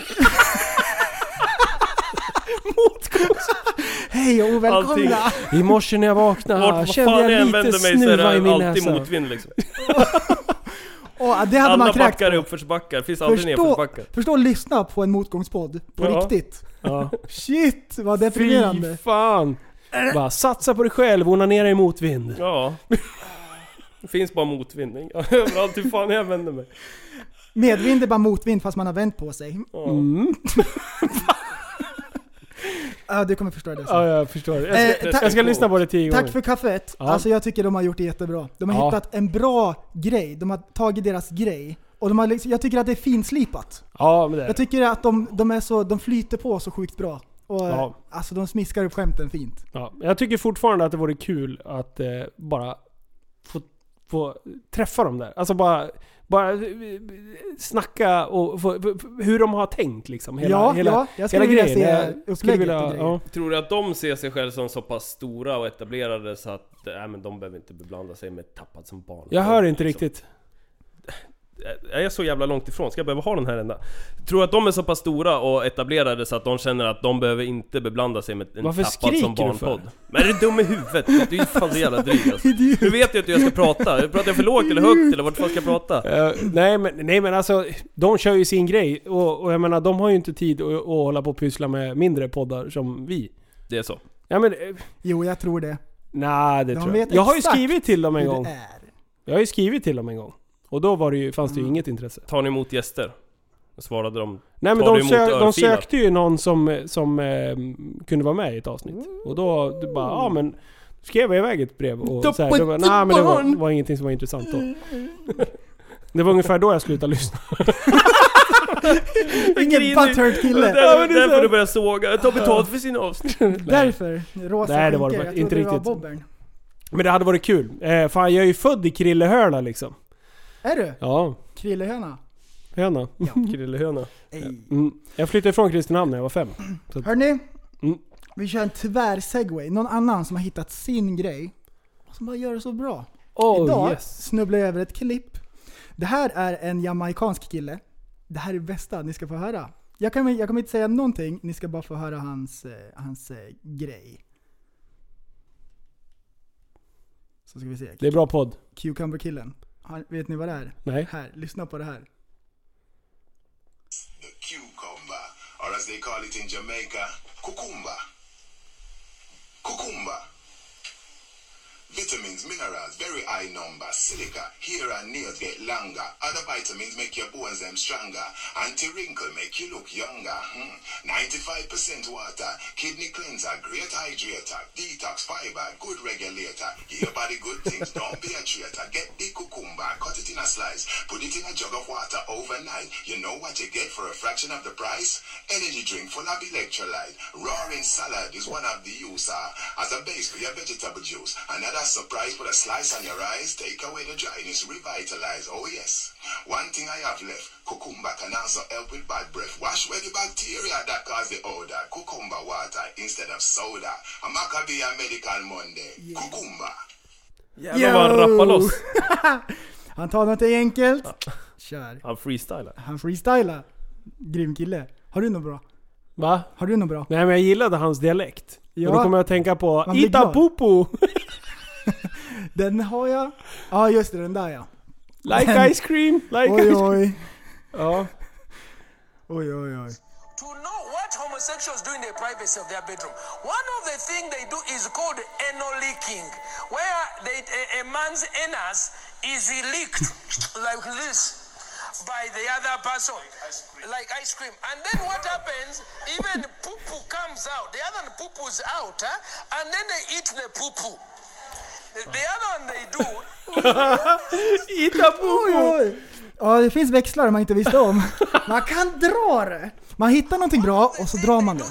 hej och välkomna. I morse när jag vaknade kände jag lite snuva i min näsa. Alltid motvind liksom. Det hade alla man kräkt backar är uppförsbackar. Finns aldrig nedförsbackar. Förstå att lyssna på en motgångspodd på riktigt. Ja. Shit, vad deprimerande. Fy fan. Bara satsa på dig själv, onanera i motvind. Ja. Det finns bara motvind. Överallt hur fan jag vänder mig. Medvind är bara motvind fast man har vänt på sig. Ja, du kommer förstå det. Ja, jag förstår det. Jag ska lyssna på det 10 gånger. Tack för kaffet. Ja. Alltså jag tycker de har gjort det jättebra. De har hittat en bra grej. De har tagit deras grej. Och jag tycker att det är finslipat. Ja, men det är. Jag tycker att de flyter på så sjukt bra. Och alltså de smiskar upp skämten fint. Ja, jag tycker fortfarande att det vore kul att bara få träffa dem där. Alltså bara snacka och hur de har tänkt liksom hela jag skulle vilja se upplägget. Tror du att de ser sig själv som så pass stora och etablerade så att men de behöver inte beblanda sig med Tappad som barn? Jag hör inte riktigt. Jag är så jävla långt ifrån. Ska jag behöva ha den här ända? Tror att de är så pass stora och etablerade så att de känner att de behöver inte beblanda sig med en Tappad som barnpodd? Men är du dum i huvudet? Du är fan så jävla dryg alltså. Du vet ju att jag ska prata. Pratar jag för lågt eller högt eller vart fan ska jag prata? Nej men alltså de kör ju sin grej och jag menar de har ju inte tid att hålla på och pyssla med mindre poddar som vi. Det är så. Ja, men jo, jag tror det. Nej, det tror jag. Jag har ju skrivit till dem en gång. Jag har ju skrivit till dem en gång. Och då fanns det ju inget intresse. Tar ni emot gäster? Svarade de. Nej, men de sökte ju någon som kunde vara med i ett avsnitt. Och då bara, men skrev jag iväg ett brev och så här, nej, men det var ingenting som var intressant då. Det var ungefär då jag slutade lyssna. Ingen butthurt kille. Därför du börjar såga. Ta betalt för sin avsnitt. Därför. Nej, det var det inte riktigt. Men det hade varit kul. Fan, jag är ju född i Krillehörna liksom. Är du? Ja. Krillehöna. Höna. Ja. Krillehöna. Jag flyttade ifrån Kristinehamn när jag var 5. Hörrni, vi kör en tvärsegway. Någon annan som har hittat sin grej och som bara gör det så bra. Idag snubblar jag över ett klipp. Det här är en jamaikansk kille. Det här är det bästa, ni ska få höra. Jag kommer inte säga någonting, ni ska bara få höra hans grej. Så ska vi se. Det är bra podd. Cucumber-killen. Vet ni vad det är? Nej. Här, lyssna på det här. The cucumber, or as they call it in Jamaica, cucumber. Cucumber. Vitamins, minerals, very high number. Silica, hair and nails get longer. Other vitamins make your bones them stronger. Anti-wrinkle make you look younger. 95% water. Kidney cleanser, great hydrator. Detox fiber, good regulator. Give your body good things, don't be a traitor. Get the cucumber, cut it in a slice. Put it in a jug of water overnight. You know what you get for a fraction of the price? Energy drink full of electrolyte. Roaring salad is one of the use as a base for your vegetable juice. Another surprise, put a slice on your eyes, take away the dryness, revitalize. Oh yes, one thing I have left, cucumber can also help with bad breath. Wash away the bacteria that cause the odor. Cucumber water instead of soda. A Maccabee Medical Monday. Cucumber. Jävlar vad han rappar loss. Han tar något enkelt. Kör. Han freestylar. Grym kille. Har du något bra? Va? Har du något bra? Nej, men jag gillade hans dialekt. Ja. Och då kommer jag att tänka på Itapupu. Den har jag. Ja, just det, den där ja. Like ice cream. Like oj, ice cream. Oj. Ja. Oj. To know what homosexuals do in the privacy of their bedroom, one of the things they do is called anal leaking, where a man's anus is leaked like this by the other person, like ice cream. And then what happens, even poo-poo comes out, the other poo-poo's out, and then they eat the poo-poo. The other one they do... Eat a poo-poo! Ja, det finns växlar man inte visste om. Man kan dra det. Man hittar någonting bra och så drar man det.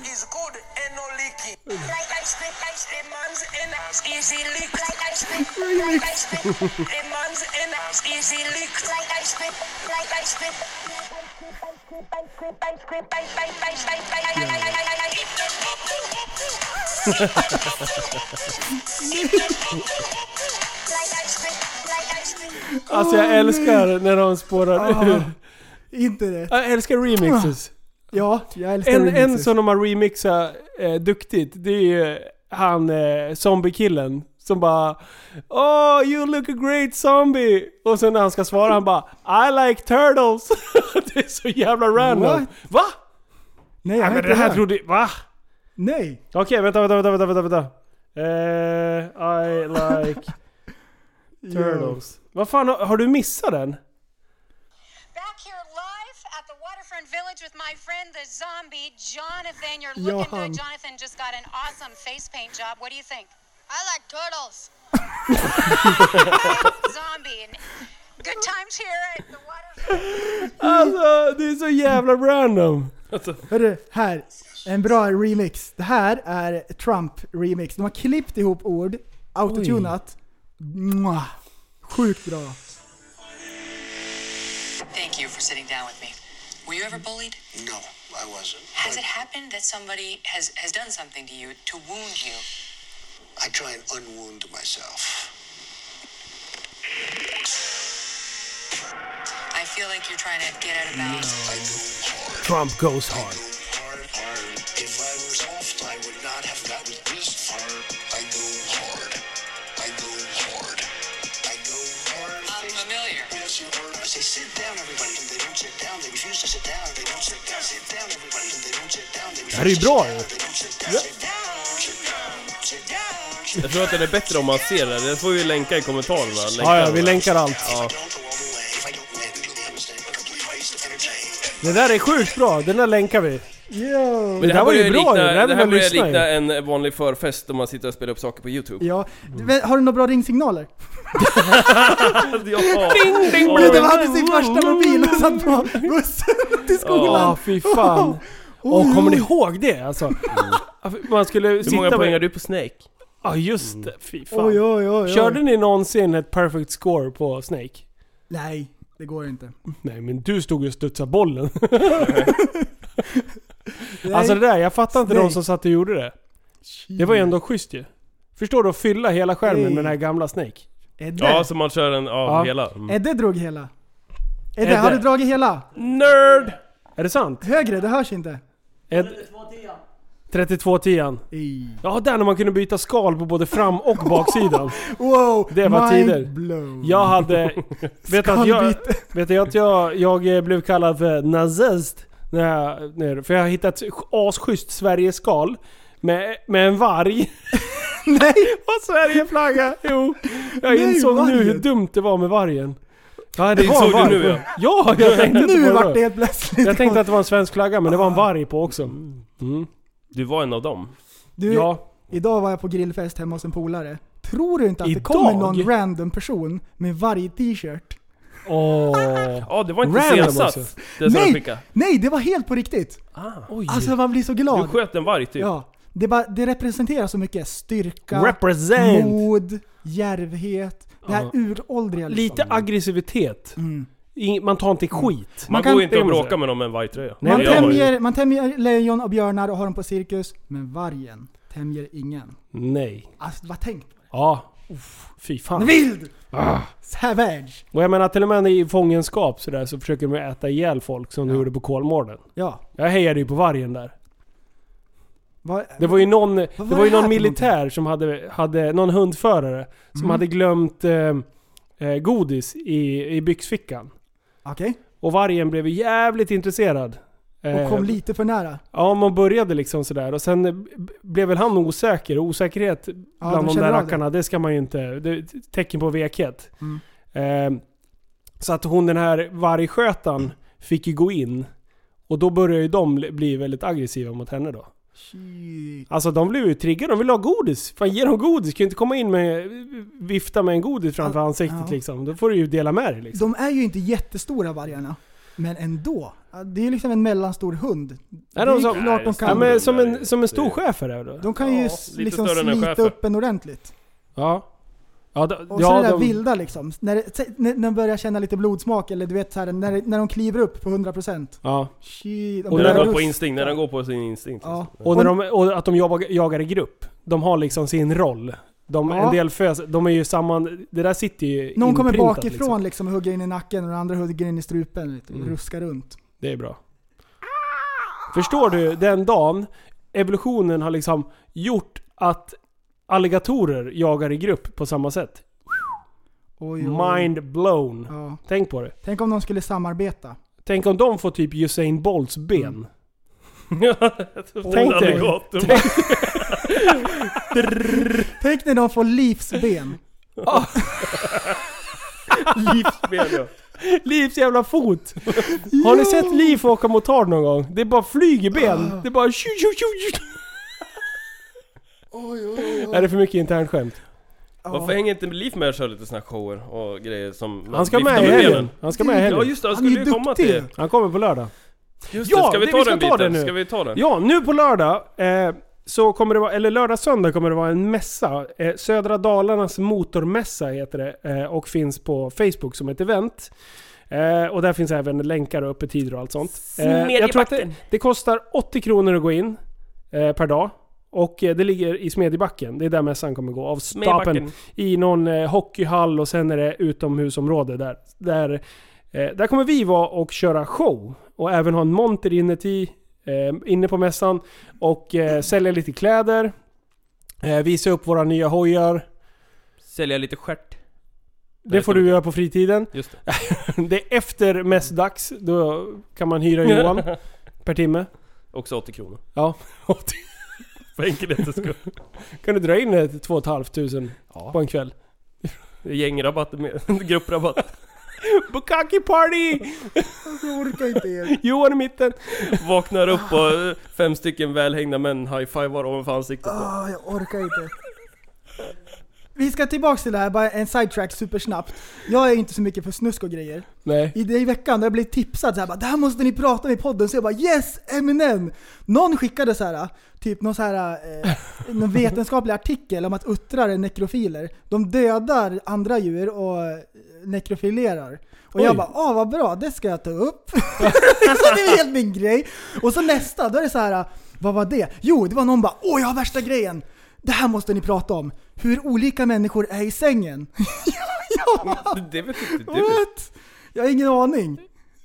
Alltså jag älskar när de spårar ur. Inte det. Jag älskar remixes. Ja, jag älskar remixes. En som de har remixat duktigt, det är ju han zombie-killen som bara "Oh, you look a great zombie." Och sen när han ska svara han bara "I like turtles." Det är så jävla random. What? Va? Nej, jag men det här trodde... Va? Nej. Okej, vänta. I like turtles. Vad fan, har du missat den? Back here live at the Waterfront Village with my friend the zombie Jonathan. You're looking good. Jonathan just got an awesome face paint job. What do you think? I like turtles. Zombie. And good times here at the Waterfront. Alltså, det är så jävla random. Hörru, här. En bra remix. Det här är Trump-remix. De har klippt ihop ord, autotunat. Sjukt bra. Thank you for sitting down with me. Were you ever bullied? No, I wasn't. Has it happened that somebody has done something to you to wound you? I try and unwound myself. I feel like you're trying to get out of bounds. Trump goes hard. If I was soft, I would not have gotten this far. I go hard. I go hard. I go hard. I'm familiar. Yes, you heard. I say, sit down, everybody. And they don't sit down. They refuse to sit down. They don't sit down. Sit down, everybody. And they don't sit down. They refuse to sit down. They don't sit down. Sit down. Sit down. Sit down. Jag tror att det är bättre om man ser det. Det får vi länka i kommentarerna. Ja, vi länkar allt. Ja. Det där är sjukt bra. Den där länkar vi. Yo. Men det här var ju bra. Det här börjar likna likna en vanlig förfest om man sitter och spelar upp saker på YouTube. Ja. Har du några bra ringsignaler? Ja. Ding, ding, det hade sin första mobil och satt på bussen till skolan. Ja, fy fan. Och kommer ni ihåg det? Alltså, man skulle hur många poäng har du på Snake? Ja, just det. Fy fan. Oj. Körde ni någonsin ett perfect score på Snake? Nej, det går inte. Nej, men du stod ju och studsade bollen. Alltså det där, jag fattar inte de som satt och gjorde det. Det var ju ändå schysst ju. Förstår du att fylla hela skärmen med den här gamla Snake? Ja, så man kör en hela. Edde drog hela. Edde, har du dragit hela? Nerd! Är det sant? Högre, det hörs inte. 3210. Ja, där när man kunde byta skal på både fram- och baksidan. Wow, det var tider. Blown. Jag hade... vet du att jag blev kallad för nazist för jag har hittat ett asschysst Sverige-skal med en varg. Nej! Och Sverigeflagga. Jo. Jag insåg nu hur dumt det var med vargen. Ja, det såg du nu, ja, jag tänkte nu vart det helt plötsligt. Jag tänkte att det var en svensk flagga, men det var en varg på också. Du var en av dem. Du, idag var jag på grillfest hemma hos en polare. Tror du inte att det kommer någon random person med varje t-shirt? Ja, det var inte sensatt. Nej, det var helt på riktigt. Alltså man blir så glad. Du sköt en varg typ. Ja, det representerar så mycket styrka, mod, djärvhet. Det här uråldriga liksom. Lite aggressivitet. Man tar inte skit. Man går inte och bråka med dem med en vargtröja. Man tämjer lejon och björnar och har dem på cirkus. Men vargen tämjer ingen. Nej. Alltså, vad tänkt på det? Ja. Fy fan. Vild! Savage! Och jag menar till och med i fångenskap så försöker de äta ihjäl folk som de gjorde på Kolmården. Ja. Jag hejade ju på vargen där. Det var ju någon militär som hade någon hundförare som hade glömt godis i byxfickan. Okej. Och vargen blev jävligt intresserad. Och kom lite för nära. Ja, man började liksom sådär. Och sen blev väl han osäker. Och osäkerhet bland de där rackarna, det ska man ju inte... Det är ett tecken på vekhet. Så att den här vargskötan fick ju gå in. Och då började ju de bli väldigt aggressiva mot henne då. Shit. Alltså de blev ju triggade, de ville ha godis. Fan, ge dem godis, kan ju inte komma in med vifta med en godis framför ansiktet liksom. Då får du ju dela med dig liksom. De är ju inte jättestora vargarna. Men ändå. Det är ju liksom en mellanstor hund. Är de klart de kan. Ja, men som en stor schäfer då. De kan ju liksom slita upp en ordentligt. Ja. Och så det där vilda liksom. När de börjar känna lite blodsmak, eller du vet så här, när de kliver upp på 100%. Ja. Shit, och när den går på instinkt, när den går på sin instinkt. Ja. Och att de jagar i grupp. De har liksom sin roll. En del de är ju samman. Det där sitter ju någon kommer bakifrån liksom och hugger in i nacken, och den andra hugger in i strupen och ruskar runt. Det är bra. Förstår du, den dagen evolutionen har liksom gjort att alligatorer jagar i grupp på samma sätt. Oj. Mind blown. Ja. Tänk på det. Tänk om de skulle samarbeta. Tänk om de får typ Usain Bolts ben. Tänk när de får livsben. Livsben, ja. Livs jävla fot. Har ni sett Liv åka motard någon gång? Det är bara flyger ben. Det är bara Är det för mycket internskämt? Varför hänger inte Liv med och kör lite såna shower och grejer som... Han ska med i helgen. Ja just det, han skulle ju komma till. Han kommer på lördag. Just det, ska vi ta den biten? Ska vi ta den? Ja, nu på lördag så kommer det vara, eller lördag söndag kommer det vara en mässa. Södra Dalarnas motormässa heter det, och finns på Facebook som ett event. Och där finns även länkar och öppet tider och allt sånt. Jag tror att det kostar 80 kronor att gå in per dag. Och det ligger i Smedjebacken. Det är där mässan kommer gå. Av stapeln i någon hockeyhall, och sen är det utomhusområde där kommer vi vara och köra show. Och även ha en monter inne på mässan. Och sälja lite kläder. Visa upp våra nya hojar. Sälja lite stjärt. Det får du göra på fritiden. Just det. Det är efter mässdags. Då kan man hyra Johan per timme. Också 80 kronor. Ja, 80. För enkelhetens skull. Kan du dra in 2 500 på en kväll? Gängrabatt med grupprabatt. Bukaki party! Jag orkar inte. Johan i mitten. Vaknar upp och 5 stycken välhängda män high-fivar ovanför ansiktet. Jag orkar inte. Vi ska tillbaka till det här, bara en sidetrack supersnabbt. Jag är inte så mycket för snusk och grejer. Nej. I veckan där jag blev tipsad så här, bara, det här måste ni prata om i podden. Så jag bara, yes, Eminem! Någon skickade så här, typ någon så här någon vetenskaplig artikel om att uttrar är nekrofiler. De dödar andra djur och nekrofilerar. Och jag bara, vad bra, det ska jag ta upp. Så det är helt min grej. Och så nästa, då är det så här, vad var det? Jo, det var någon bara, jag har värsta grejen. Det här måste ni prata om. Hur olika människor är i sängen. Det vet inte du. What? Jag har ingen aning.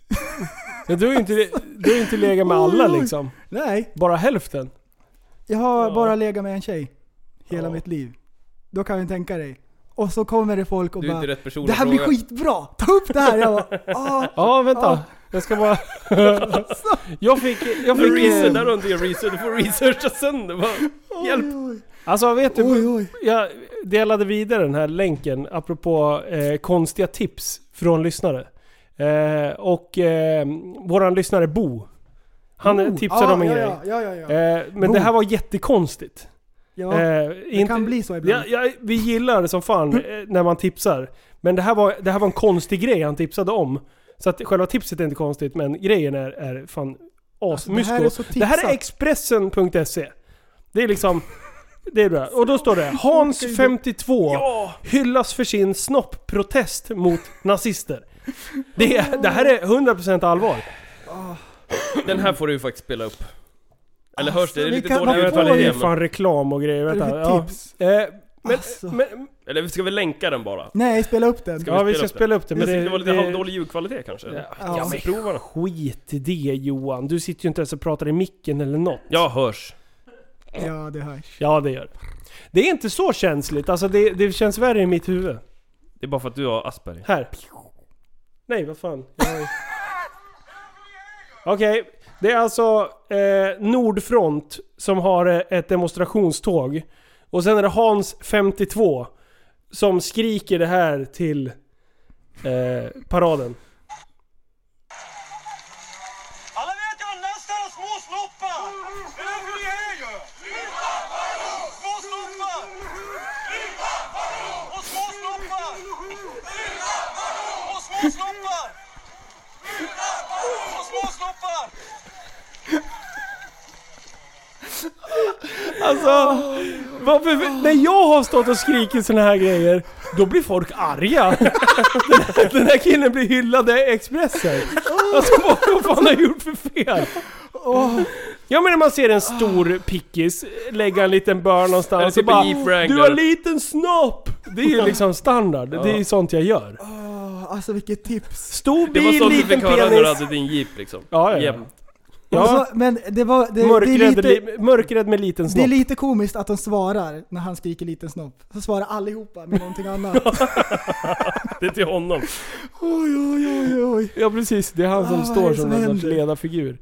Du har inte legat med alla liksom. Nej. Bara hälften. Jag har bara legat med en tjej. Hela mitt liv. Då kan vi tänka dig. Och så kommer det folk och bara, det här blir skitbra. Ta upp det här. Jag bara, vänta. Jag ska bara... jag fick där har inte research. Du får researcha sönder. Hjälp. Alltså vet du, jag delade vidare den här länken apropå konstiga tips från lyssnare. Och våran lyssnare Bo, han tipsade om en grej. Men det här var jättekonstigt. Ja, det kan bli så ibland. Vi gillar det som fan när man tipsar. Men det här var en konstig grej han tipsade om. Så att själva tipset är inte konstigt, men grejen är fan asmysko. Alltså, det här är Expressen.se. Det är liksom... Det är bra. Och då står det Hans 52 hyllas för sin snopp-protest mot nazister. Det här är 100% allvar. Den här får du faktiskt spela upp. Eller hörs det? Det är lite dåligt. Det är fan reklam och grejer. Tips. Eller ska vi länka den bara? Nej, spela upp den. Vi ska spela upp den. Men det var lite halvdålig ljudkvalitet kanske. Ja, men skit i det, Johan. Du sitter ju inte ens och pratar i micken eller något. Jag hörs. Ja, det hörs. Ja, det gör det. Det är inte så känsligt. Alltså det känns värre i mitt huvud. Det är bara för att du har Asperger. Här. Nej, vad fan. Okej. Det är alltså Nordfront som har ett demonstrationståg. Och sen är det Hans 52 som skriker det här till paraden. Alla vet ju att nästan är små snoppar! Det är hur det är ju! Små snoppar! Och små snoppar! Och små snoppar! Och små snoppar! Alltså, när jag har stått och skrikit såna här grejer, då blir folk arga. Den här killen blir hyllad i Expressen. Alltså, vad fan har jag gjort för fel? Ja, men när man ser en stor pickis lägga en liten börn någonstans och bara, du har en liten snopp. Det är ju liksom standard. Det är sånt jag gör. Alltså vilket tips. Stor bil, det var sånt liten du fick höra penis. när du hade din jeep liksom. Ja. Alltså, men det är mörkrädd med liten snopp. Det är lite komiskt att de svarar när han skriker liten snopp. Så svarar allihopa med någonting annat. Det är till honom. Oj. Ja, precis. Det är han som står som en sorts ledarfigur.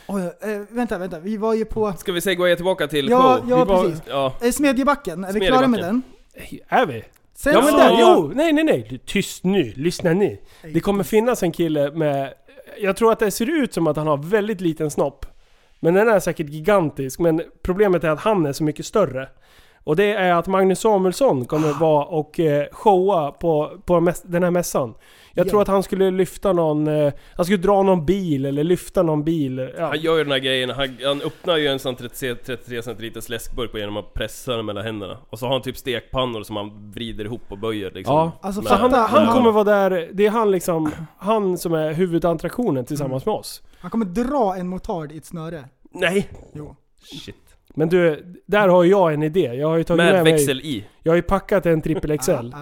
Vänta. Vi var ju på... Ska vi säga gå tillbaka till Ja, precis. Ja. Smedjebacken, är vi klara med den? Är vi? Sen ja, men där, nej. Tyst nu, lyssna nu. Det kommer finnas en kille med... Jag tror att det ser ut som att han har väldigt liten snopp. Men den är säkert gigantisk. Men problemet är att han är så mycket större. Och det är att Magnus Samuelsson kommer vara och showa på den här mässan. Jag tror att han skulle lyfta någon... han skulle dra någon bil eller lyfta någon bil. Ja. Han gör ju den här grejen. Han öppnar ju en sån 33 centiliters läskburk genom att pressa den mellan händerna. Och så har han typ stekpannor som han vrider ihop och böjer liksom. Ja, alltså, så han kommer vara där. Det är han liksom... Han som är huvudattraktionen tillsammans med oss. Han kommer dra en motard i ett snöre. Nej! Jo. Shit. Men du, där har jag en idé. Jag har ju tagit med växel mig, i. Jag har ju packat en trippel XL.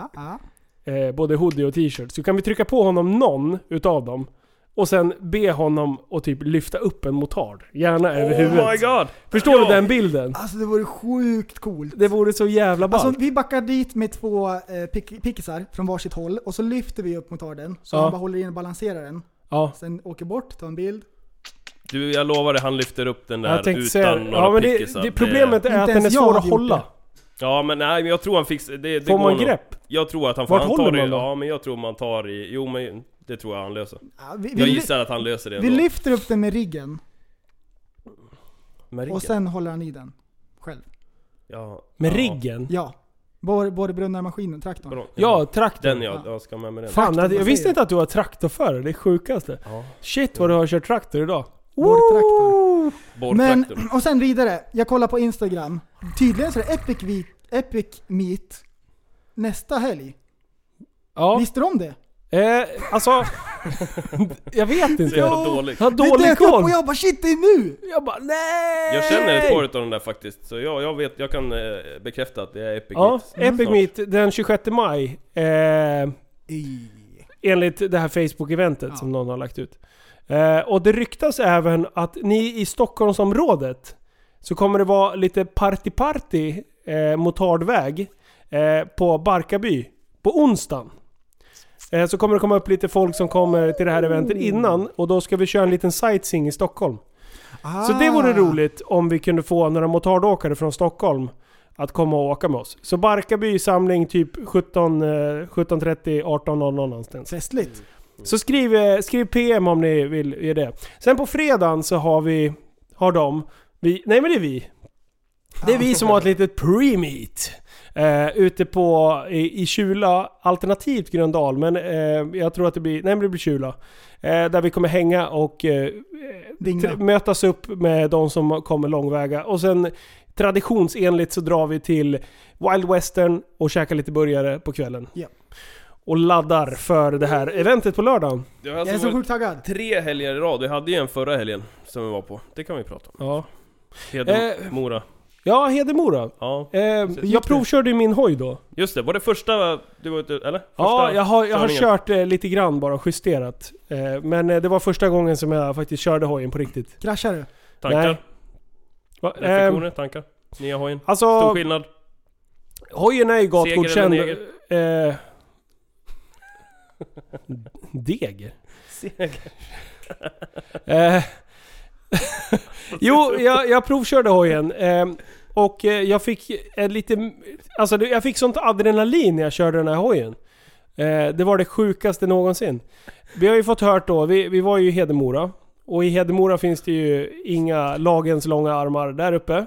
Både hoodie och t-shirt. Så kan vi trycka på honom någon utav dem. Och sen be honom att typ lyfta upp en motard. Gärna över huvudet. Oh my god! Förstår du den bilden? Alltså det vore sjukt coolt. Det vore så jävla ballt. Alltså vi backar dit med två pickisar från varsitt håll. Och så lyfter vi upp motarden. Så han bara håller in och balanserar den. Ja. Sen åker bort, tar en bild. Du, jag lovar dig, han lyfter upp den där utan några men pickisar. Det problemet är att den är svår att hålla. Ja, men nej, men jag tror han fixar det. Får man grepp? Jag tror att han Vart håller man då? Ja, men jag tror man tar i... Jo, men det tror jag han löser. Jag gissar att han löser det ändå. Vi lyfter upp den med riggen. Med riggen? Och sen håller han i den själv. Ja. Med riggen? Ja. Både brunnarmaskinen, traktorn. Ja, traktorn. Den jag ska med den. Fan, jag visste inte att du var traktorförare. Det är sjukaste. Ja. Shit, vad du har kört traktor idag. Borrtraktor. Men, och sen vidare. Jag kollar på Instagram. Tydligen så är det Epic Meet nästa helg. Ja. Visste du om det? Alltså jag vet inte. Jag har dålig. Det dök upp och jag bara shit, det är nu. Jag bara nej. Jag känner ett par av de där faktiskt. Så jag vet, jag kan bekräfta att det är Epic Meet. Epic Meet den 26 maj. Enligt det här Facebook-eventet som någon har lagt ut. Och det ryktas även att ni i Stockholmsområdet så kommer det vara lite party motardväg på Barkarby på onsdagen. Så kommer det komma upp lite folk som kommer till det här eventet innan. Och då ska vi köra en liten sightseeing i Stockholm. Så det vore roligt om vi kunde få några motardåkare från Stockholm att komma och åka med oss. Så Barkarby samling typ 17:30, 18:00 någonstans. Festligt. Så skriv PM om ni vill göra det. Sen på fredagen så har de nej men det är vi. Det är vi som har ett litet pre-meet ute i Kjula, alternativt Gröndal, men jag tror att det blir Kjula. Där vi kommer hänga och mötas upp med de som kommer långväga. Och sen traditionsenligt så drar vi till Wild Western och käkar lite burgare på kvällen. Yeah. Och laddar för det här eventet på lördagen. Jag är så sjukt taggad. 3 helger i rad. Vi hade ju en förra helgen som vi var på. Det kan vi prata om. Ja. Mora. Ja, Hedemora. Ja. Jag provkörde min hoj då. Just det, var det första du var ute, eller? Första ja, jag har kört lite grann bara, justerat. Men det var första gången som jag faktiskt körde hojen på riktigt. Kraschade du? Tankar? Reflektioner, tankar? Nya hojen? Alltså, stor skillnad? Hojen är ju gatgodkänd. Deger? Seger. Jo, jag provkörde hojen. Och jag fick jag fick sånt adrenalin när jag körde den här hojen. Det var det sjukaste någonsin. Vi har ju fått hört då, vi var ju i Hedemora. Och i Hedemora finns det ju inga lagens långa armar där uppe.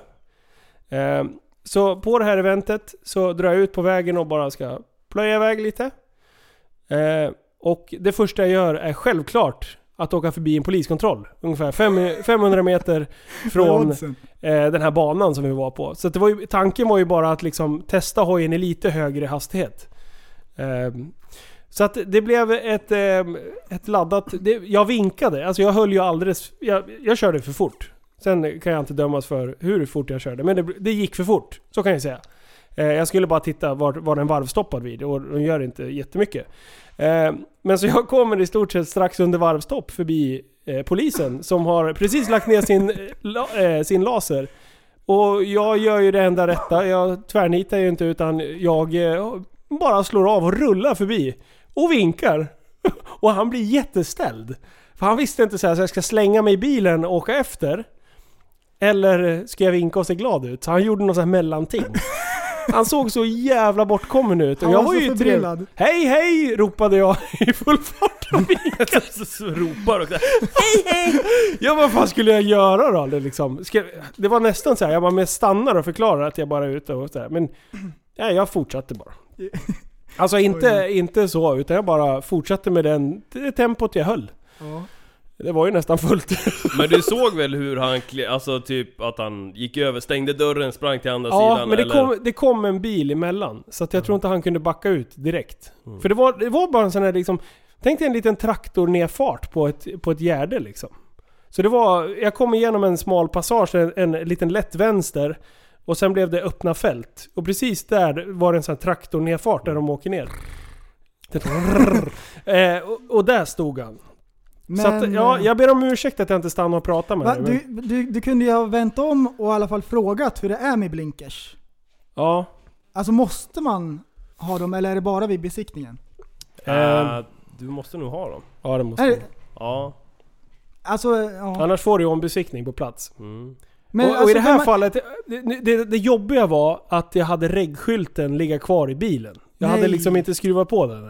Så på det här eventet så drar jag ut på vägen och bara ska plöja iväg lite. Och det första jag gör är självklart att åka förbi en poliskontroll. Ungefär 500 meter från den här banan som vi var på. Så att tanken var ju bara att liksom testa hojen i lite högre hastighet. Så att det blev ett laddat... jag vinkade. Alltså jag höll ju alldeles... Jag körde för fort. Sen kan jag inte dömas för hur fort jag körde. Men det gick för fort. Så kan jag säga. Jag skulle bara titta var den varvstoppad vid. Och de gör inte jättemycket. Men så jag kommer i stort sett strax under varvstopp förbi polisen. Som har precis lagt ner sin laser. Och jag gör ju det enda rätta. Jag tvärnitar ju inte, utan jag bara slår av och rullar förbi. Och vinkar. Och han blir jätteställd. För han visste inte så jag ska slänga mig i bilen och åka efter. Eller ska jag vinka och se glad ut? Så han gjorde något så här mellanting. Han såg så jävla bortkommen ut. Och jag var ju trevlig. Hej, hej! Ropade jag i full fart. Så ropar också. Hej, hej! Ja, vad fan skulle jag göra då? Det var nästan så här. Jag bara stannar och förklarar att jag bara är ute och så här. Men jag fortsatte bara. Alltså inte så, utan jag bara fortsatte med det tempot jag höll. Ja. Det var ju nästan fullt. Men du såg väl hur han alltså typ att han gick över, stängde dörren, sprang till andra sidan? Ja, men det kom en bil emellan. Så att jag tror inte han kunde backa ut direkt. För det var bara en sån här liksom, tänk dig en liten traktor nedfart på ett gärde liksom. Så jag kom igenom en smal passage, en liten lätt vänster. Och sen blev det öppna fält. Och precis där var det en sån här traktor nedfart där de åker ner. Och där stod han. Men, så att, jag ber om ursäkt att jag inte stannar och pratar med dig. Du kunde ju ha vänt om och i alla fall frågat hur det är med blinkers. Ja. Alltså måste man ha dem eller är det bara vid besiktningen? Du måste nog ha dem. Ja, det måste du. Ja. Alltså, ja. Annars får du ju en besiktning på plats. Mm. Men och i det här fallet, det jobbiga var att jag hade reggskylten ligga kvar i bilen. Jag hade liksom inte skruvat på den.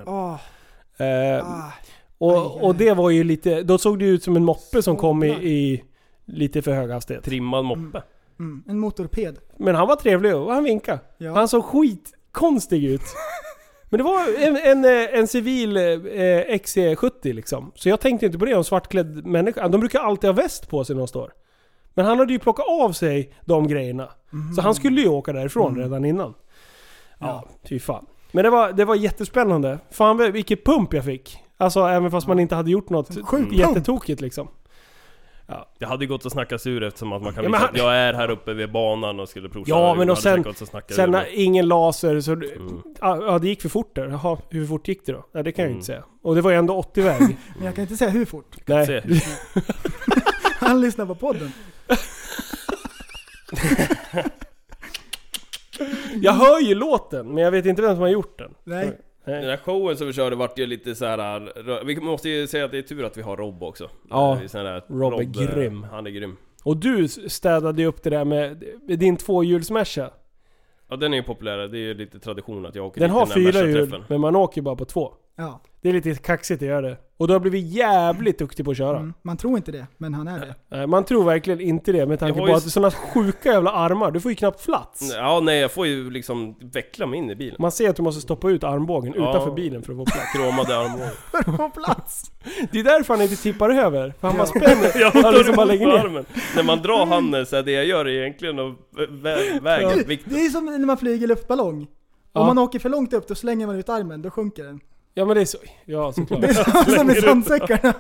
Och det var ju lite, då såg det ut som en moppe som kom i lite för hög hastighet. Trimmad moppe. En motorped. Men han var trevlig och han vinkade. Ja. Han såg skitkonstig ut. Men det var en civil XC70 liksom. Så jag tänkte inte på det om svartklädd människa. De brukar alltid ha väst på sig när de står. Men han hade ju plockat av sig de grejerna. Så han skulle ju åka därifrån redan innan. Ja, fy fan. Men det var jättespännande. Fan vilket pump jag fick. Alltså även fast man inte hade gjort något jättetokigt liksom. Ja. Det hade gått att snacka sur eftersom att man kan visa att jag är här uppe vid banan och skulle provköra. Ja, men och sen ingen laser så det gick för fort där. Jaha, hur fort gick det då? Ja, det kan jag ju inte säga. Och det var ju ändå 80-väg. Men jag kan inte säga hur fort. Nej. Han lyssnar på podden. Jag hör ju låten, men jag vet inte vem som har gjort den. Nej. Den här showen som vi körde vart ju lite så här. Vi måste ju säga att det är tur att vi har Rob också. Ja, Rob är grym. Han är grym. Och du städade ju upp det där med din tvåhjulsmässa. Ja, den är ju populär. Det är ju lite tradition att jag åker. Den har 4 hjul, men man åker bara på 2. Ja. Det är lite kaxigt att göra det. Och då har blivit jävligt duktig på att köra. Man tror inte det, men han är det. Nej, man tror verkligen inte det med tanke på att sådana sjuka jävla armar. Du får ju knappt plats. Ja, nej, jag får ju liksom veckla mig in i bilen. Man ser att du måste stoppa ut armbågen utanför bilen för att få plats. Kromade armbågen. För att få plats. Det är därför han inte tippar över. För han bara spänner. Han liksom bara lägger ner armen. När man drar handen så är det jag gör egentligen och väger vikten. Det är som när man flyger luftballong. Om man åker för långt upp, då slänger man ut armen. Då sjunker den. Ja, men det är så. Ja, såklart. Det är som med sandsäckarna.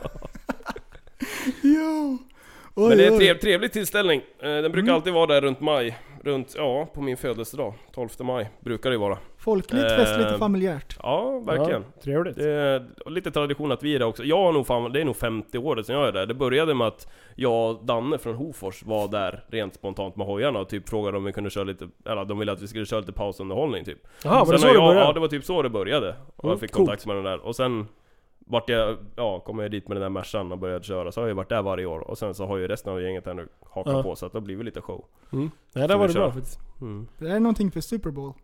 Jo. Men det är en trevlig tillställning. Den brukar alltid vara där runt maj. runt, på min födelsedag, 12 maj, brukar det vara. Folkligt, festligt och familjärt. Ja, verkligen. Ja, trevligt. Det är lite tradition att vi är där också. Jag har nog det är nog 50 år sedan jag är där. Det började med att jag och Danne från Hofors var där rent spontant med hojarna och typ frågade om vi kunde köra lite, eller de ville att vi skulle köra lite pausunderhållning typ. Jaha, var det så det började? Ja, det var typ så det började. Och jag fick kontakt med den där. Och sen kom jag dit med den där Mercan och började köra. Så har jag varit där varje år. Och sen så har ju resten av gänget här nu hakat på. Så att det blir lite show. Nej, det var det bra faktiskt. Det är någonting för Super Bowl.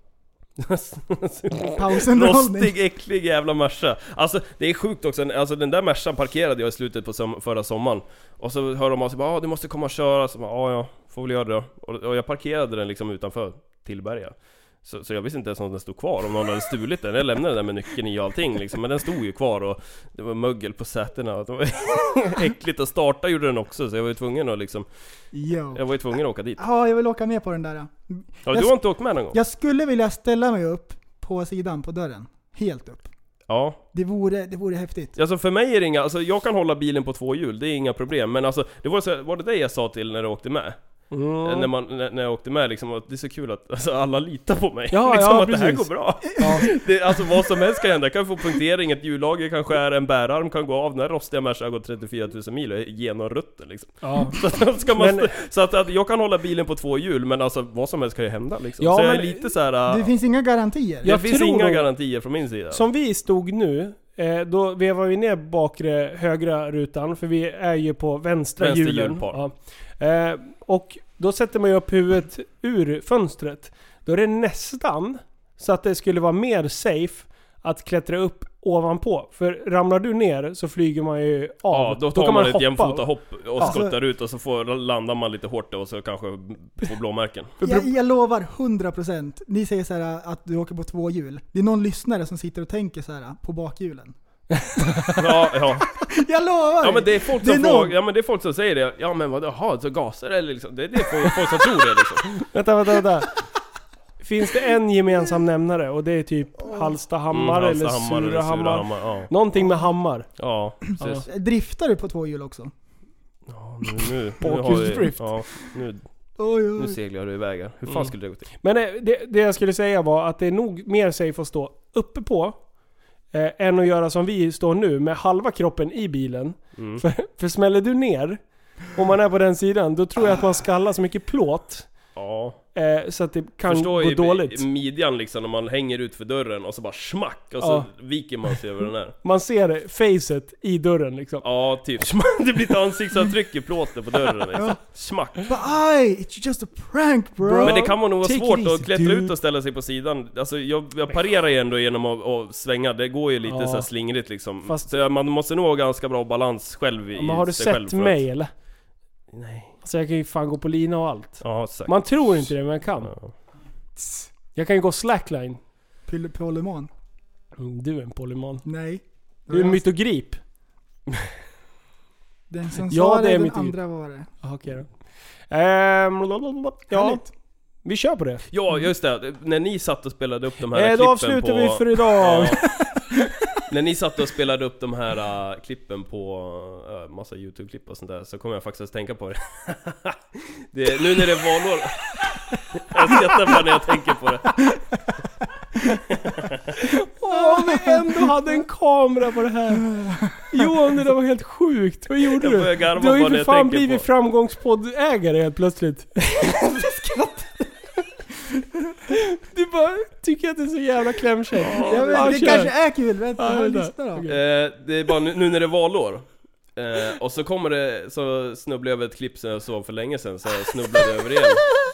Rostig, äcklig jävla Merca. Alltså det är sjukt också. Alltså den där Mercan parkerade jag i slutet på förra sommaren. Och så hör de alltså du måste komma och köra. Så ja, får väl göra det då. Och jag parkerade den liksom utanför Tillberga. Så jag visste inte ens om den stod kvar, om någon hade stulit den. Jag lämnade den med nyckeln i och allting liksom. Men den stod ju kvar och det var mögel på sätena. Det var äckligt att starta gjorde den också. Så jag var ju tvungen att liksom Jag var ju tvungen att åka dit. Ja, jag vill åka med på den där. Ja, du har inte åkt med någon gång? Jag skulle vilja ställa mig upp på sidan på dörren. Helt upp. Ja. Det vore häftigt. Alltså för mig är det inga, alltså jag kan hålla bilen på 2 hjul, det är inga problem. Men alltså, var det jag sa till när du åkte med? När jag åkte med liksom, att det är så kul att alltså, alla litar på mig. Ja, liksom, ja, att det här går bra. Det, alltså vad som helst kan hända. Jag kan få punktering, ett hjullager kan skära, en bärarm kan gå av. Den här rostiga Merca har gått 34 000 mil och genom rutten liksom. Så att jag kan hålla bilen på 2 hjul. Men alltså vad som helst kan ju hända liksom. Ja, så jag är lite så här. Det finns inga garantier. Det finns inga garantier från min sida. Som vi stod nu, då vevar vi ner bakre högra rutan. För vi är ju på vänstra hjulen. Och då sätter man ju upp huvudet ur fönstret. Då är det nästan så att det skulle vara mer safe att klättra upp ovanpå. För ramlar du ner så flyger man ju av. Ja, då tar man ett jämfota hopp och skuttar ut och så landar man lite hårt och så kanske får blåmärken. Jag lovar 100%. Ni säger så här att du åker på 2 hjul. Det är någon lyssnare som sitter och tänker så här på bakhjulen. Ja. Jag lovar. Ja men det är folk som frågar, ja men det är folk som säger det. Ja men vad så gasar eller liksom. Det är folk som tror det liksom. Vänta. Finns det en gemensam nämnare och det är typ Hallstahammar eller Surahammar. Ja. Någonting med hammar. Ja, precis. Driftar du på 2 hjul också? Ja, nu drift. Ja, nu seglar du iväg här. Hur fan skulle det gå till? Men det jag skulle säga var att det är nog mer safe att stå uppe på än att göra som vi står nu med halva kroppen i bilen. För smäller du ner om man är på den sidan, då tror jag att man skallar så mycket plåt. Ja. Så att det kan gå dåligt. Midjan liksom, när man hänger ut för dörren och så bara smack och så viker man sig över den här. Man ser facet i dörren liksom. Ja, typ. Det blir ett ansiktsavtryck i plåten på dörren liksom. Smack. But it's just a prank, bro. Men det kan nog vara svårt att klättra ut och ställa sig på sidan. Alltså jag parerar ju ändå genom att svänga. Det går ju lite så här slingrigt liksom. Fast så man måste nog ha ganska bra balans själv i. Men har du sett mig eller? Nej. Så jag kan ju fan gå på lina och allt. Ja, säkert. Man tror inte det, men jag kan. Jag kan ju gå slackline. Polyman. Du är en polyman. Nej. Du är en mytogrip. Den som sa det, den andra var det. Okej då. Ja, vi kör på det. Ja, just det. När ni satt och spelade upp de här klippen då avslutar vi för idag. När ni satt och spelade upp de här klippen på massa YouTube-klipp och sånt där, så kommer jag faktiskt att tänka på det. Nu när det är valår. Jag skrattar bara när jag tänker på det. Om vi ändå hade en kamera på det här. Johan, det var helt sjukt. Vad gjorde du? Du har ju för fan blivit framgångspoddägare helt plötsligt. Du bara tycker att det är så jävla klämkäck. Det kanske är kul. Vänta, lyssna då. Det är bara nu när det är valår. Och så kommer det, så snubblar jag över ett klipp som jag såg för länge sedan. Så jag snubblade över igen.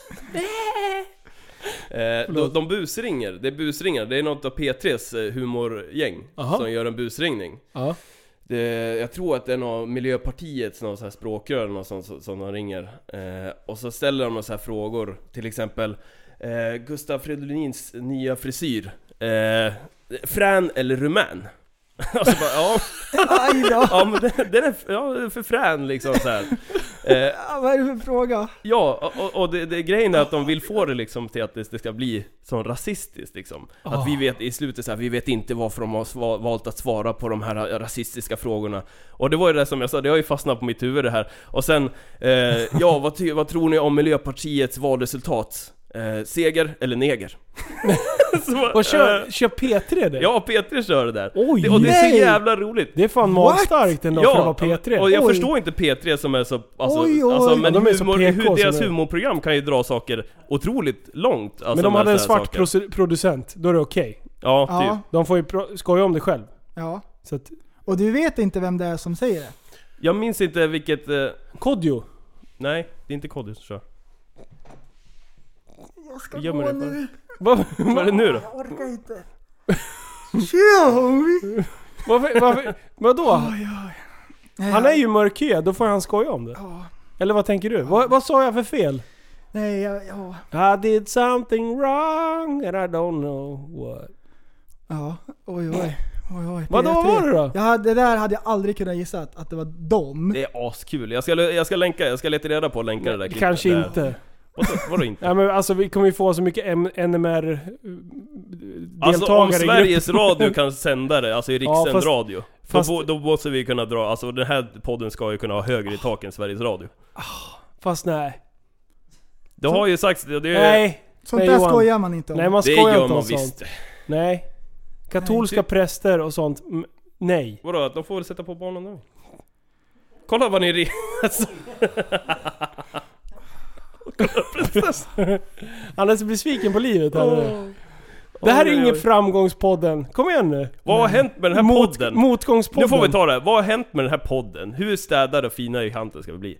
De busringer. Det är busringar. Det är något av P3s humorgäng som gör en busringning. Jag tror att det är någon Miljöpartiets någon så här språkrör eller något sånt som de ringer. Och så ställer de några så här frågor. Till exempel Gustav Fridolins nya frisyr. Frän eller rumän? Och så bara, ja men den är för frän liksom så här. Vad är det för fråga? Ja, och det grejen är att de vill få det liksom till att det ska bli så rasistiskt liksom. Att vi vet i slutet så här, vi vet inte varför de har valt att svara på de här rasistiska frågorna. Och det var ju det som jag sa, det har ju fastnat på mitt huvud det här. Och sen, vad tror ni om Miljöpartiets valresultat? Seger eller neger. Och kör P3 det? Ja, P3 kör det där. Oj, och det är så jävla roligt. Det är fan magstarkt ändå för att vara P3. Och jag förstår inte P3 som är så... Alltså, men de är hur deras humorprogram kan ju dra saker otroligt långt. Alltså, men de hade en svart producent, då är det okej. Ja, typ. De får ju skoja om det själv. Ja. Så att... Och du vet inte vem det är som säger det? Jag minns inte vilket... Kodjo? Nej, det är inte Kodjo som kör. Jag ska gå nu. Vad är det nu då? Jag orkar inte. Vadå? Han är ju mörkhyad, då får han skoja om det. Eller vad tänker du? Vad sa jag för fel? Nej, I did something wrong and I don't know what. Ja, oj. Vadå var det då? Det där hade jag aldrig kunnat gissa att det var dem. Det är askul. Jag ska leta reda på och länka det där klippet. Kanske där. inte. Vadå inte? Ja, men alltså vi kommer ju få så mycket NMR-deltagare alltså om Sveriges Radio kan sända det, alltså i rikssänd radio. Då måste vi kunna dra, alltså den här podden ska ju kunna ha högre i tak än Sveriges Radio. Fast nej. Det har ju sagts det. Nej. Sånt där skojar man inte om. Nej, man skojar inte om visst. Sånt. Nej. Katolska präster och sånt. Nej. Vadå? De får väl sätta på barnen nu. Kolla vad ni reser. Han är så besviken på livet här. Det här är ingen framgångspodden. Kom igen nu. Vad har hänt med den här podden? Motgångspodden. Nu får vi ta det. Vad har hänt med den här podden? Hur städade och fina i kanten ska vi bli?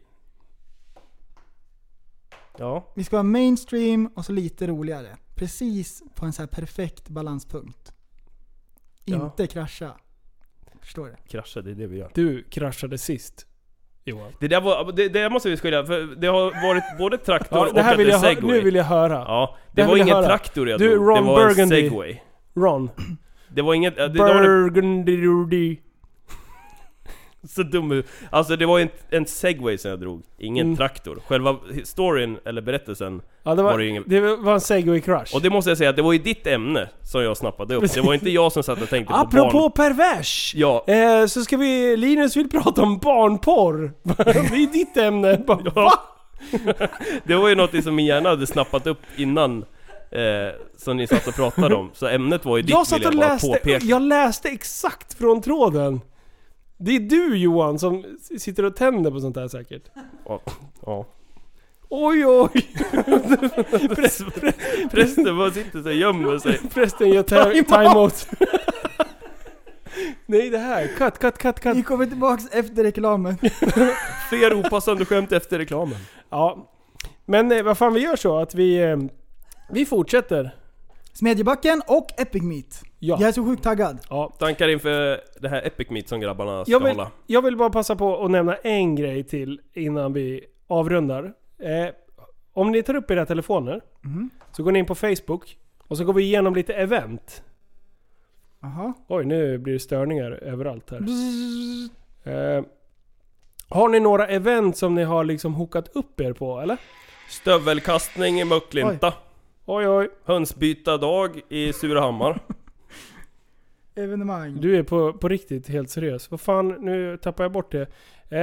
Ja. Vi ska vara mainstream och så lite roligare. Precis på en så här perfekt balanspunkt. Inte krascha. Förstår du? Krascha, det är det vi gör. Du kraschade sist, Johan. Det måste vi skilja, för det har varit både traktor och här vill en segway. Nu vill jag höra. Ja, det var ingen traktor jag tror. Ron det var Burgundy. en segway. Ron. Det var inget... Burgundy. Så dum. Alltså det var en segway som jag drog. Ingen traktor. Själva storyn eller berättelsen var det ingen... Det var en segway crash. Och det måste jag säga, det var ju ditt ämne som jag snappade upp. Det var inte jag som satt och tänkte på barn. Apropå pervers! Ja. Så ska vi... Linus vill prata om barnporr. Det är ditt ämne. Va? Det var ju något som min hjärna hade snappat upp innan som ni satt och pratade om. Så ämnet var ju ditt, vill jag bara påpeka. Jag läste exakt från tråden. Det är du, Johan, som sitter och tänder på sånt här säkert. Ja. Oj. Prästen bara sitter sig och gömmer sig. Prästen gör time-out. Nej, det här. Cut. Vi kommer tillbaks efter reklamen. Fler opassande skämt efter reklamen. Ja. Men vad fan, vi gör så att vi fortsätter. Smedjebacken och Epic Meet. Ja. Jag är så sjukt taggad. Ja. Tankar inför det här Epic Meet som grabbarna ska hålla. Jag vill bara passa på att nämna en grej till innan vi avrundar. Om ni tar upp era telefoner så går ni in på Facebook och så går vi igenom lite event. Aha. Oj, nu blir det störningar överallt här. Har ni några event som ni har liksom hookat upp er på, eller? Stövelkastning i Möcklinta. Oj. Hönsbyta dag i Surahammar. Evenemang. Du är på riktigt helt seriös. Vad fan, nu tappar jag bort det.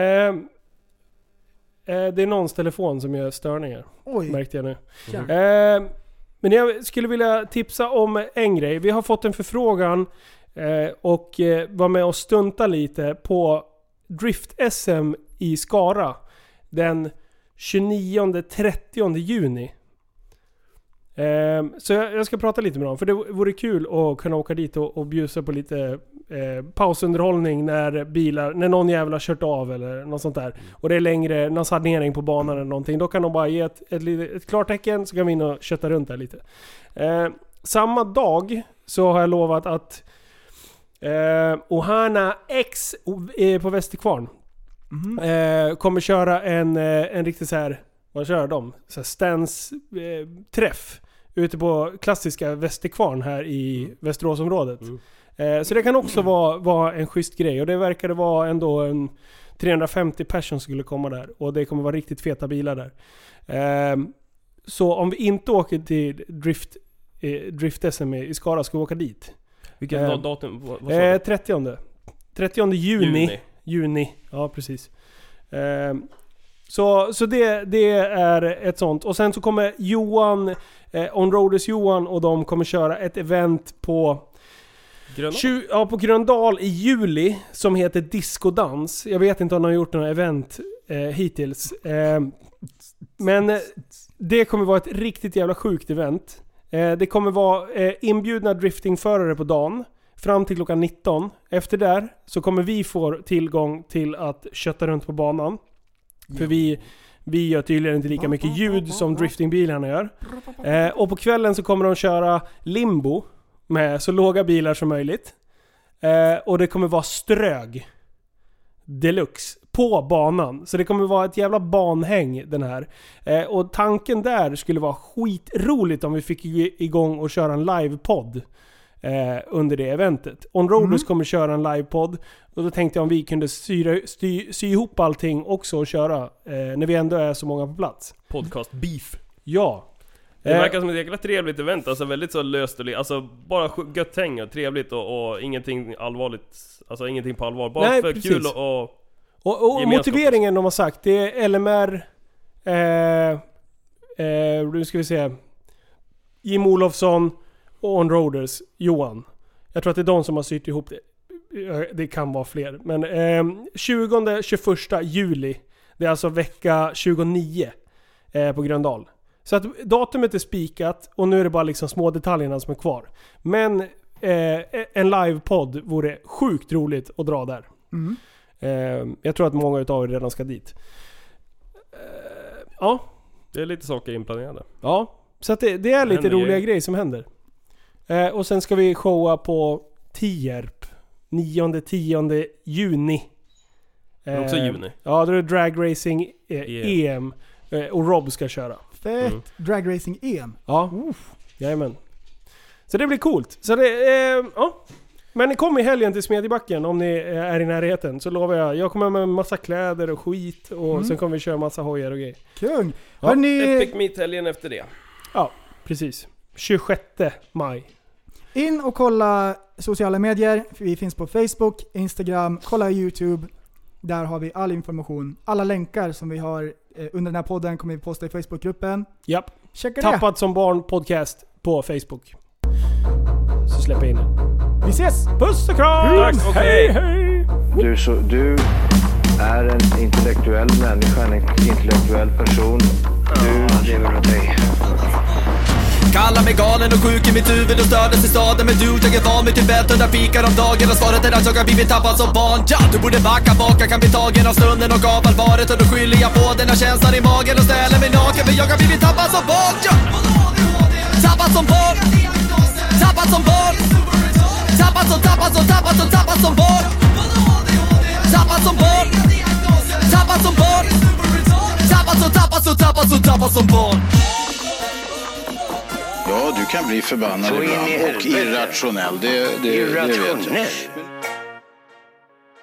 Det är någons telefon som gör störningar. Oj. Märkte jag nu. Men jag skulle vilja tipsa om en grej. Vi har fått en förfrågan och var med och stunta lite på Drift-SM i Skara den 29-30 juni. Så jag ska prata lite med dem, för det vore kul att kunna åka dit och bjussa på lite pausunderhållning när någon jävla kört av eller något sånt där. Och det är längre, någon sanering på banan eller någonting. Då kan de bara ge ett klartecken, så kan vi in och kötta runt där lite. Samma dag så har jag lovat att Ohana X på Västerkvarn kommer köra en riktigt så här, vad kör de? Så här stans träff ute på klassiska Västerkvarn här i Västeråsområdet. Så det kan också vara en schysst grej, och det verkade vara ändå en 350 personer skulle komma där, och det kommer vara riktigt feta bilar där. Så om vi inte åker till Drift SM i Skara, ska vi åka dit. Vilket datum? 30 juni. Ja, precis. Så det är ett sånt. Och sen så kommer Johan, Onroaders Johan, och de kommer köra ett event på Gröndal? På Gröndal i juli som heter Discodans. Jag vet inte om de har gjort några event hittills. Men det kommer vara ett riktigt jävla sjukt event. Det kommer vara inbjudna driftingförare på dagen fram till klockan 19. Efter där så kommer vi få tillgång till att kötta runt på banan. För vi gör tydligen inte lika mycket ljud som driftingbilarna gör. Och på kvällen så kommer de köra limbo med så låga bilar som möjligt. Och det kommer vara strög deluxe på banan. Så det kommer vara ett jävla banhäng den här. Och tanken där skulle vara skitroligt om vi fick igång och köra en livepodd under det eventet. Onroaders kommer köra en livepodd. Och då tänkte jag om vi kunde sy ihop allting också och köra när vi ändå är så många på plats. Podcast beef. Ja. Det verkar som ett jäkla trevligt event, alltså väldigt så löst och alltså bara gött häng och trevligt och ingenting allvarligt, alltså ingenting på allvar, bara för precis. Kul och motiveringen de har sagt, det är LMR nu ska vi se, Jim Olofsson och Onroaders Johan. Jag tror att det är de som har sytt ihop det. Det kan vara fler, men 20-21 juli, det är alltså vecka 29 på Gröndal. Så att datumet är spikat och nu är det bara liksom små detaljerna som är kvar. Men en livepodd vore sjukt roligt att dra där. Jag tror att många utav er redan ska dit. Ja. Det är lite saker inplanerade. Ja, så att det är lite roliga grejer som händer. Och sen ska vi showa på Tierp 9-10 juni. Också juni. Ja, då är det Drag Racing EM. Och Rob ska köra. Fett. Drag Racing EM. Ja. Jajamän. Så det blir coolt. Så det, ja. Men ni kommer i helgen till Smedjebacken om ni är i närheten. Så lovar jag kommer med massa kläder och skit. Och sen kommer vi köra massa hojar och grejer. Kung. Ja. Epic Meet helgen efter det. Ja, precis. 26 maj. In och kolla sociala medier. Vi finns på Facebook, Instagram, kolla YouTube. Där har vi all information. Alla länkar som vi har under den här podden kommer vi posta i Facebookgruppen. Japp. Checka det. Tappat som barn podcast på Facebook. Så släpper in det. Vi ses! Puss och kram! Tack, okej. Hej. Du är en intellektuell människa, en intellektuell person. Du lever åt dig. Kallar mig galen och sjuk i mitt huvud och stördes i staden. Men du, jag är van vid Tibet under fikar om dagen. Och svaret är att jag har blivit tappad som barn. Ja, du borde backa bak, jag kan bli tagen av stunden och av allvaret. Och då skyller jag på den här känslan i magen och ställer mig naken. För jag har blivit tappad som barn. Ja. Tappad som barn. Tappad som barn. Tappad som barn. Tappad som barn. Tappad som barn. Tappad som barn. Ja, du kan bli förbannad ibland och irrationell, det vet jag.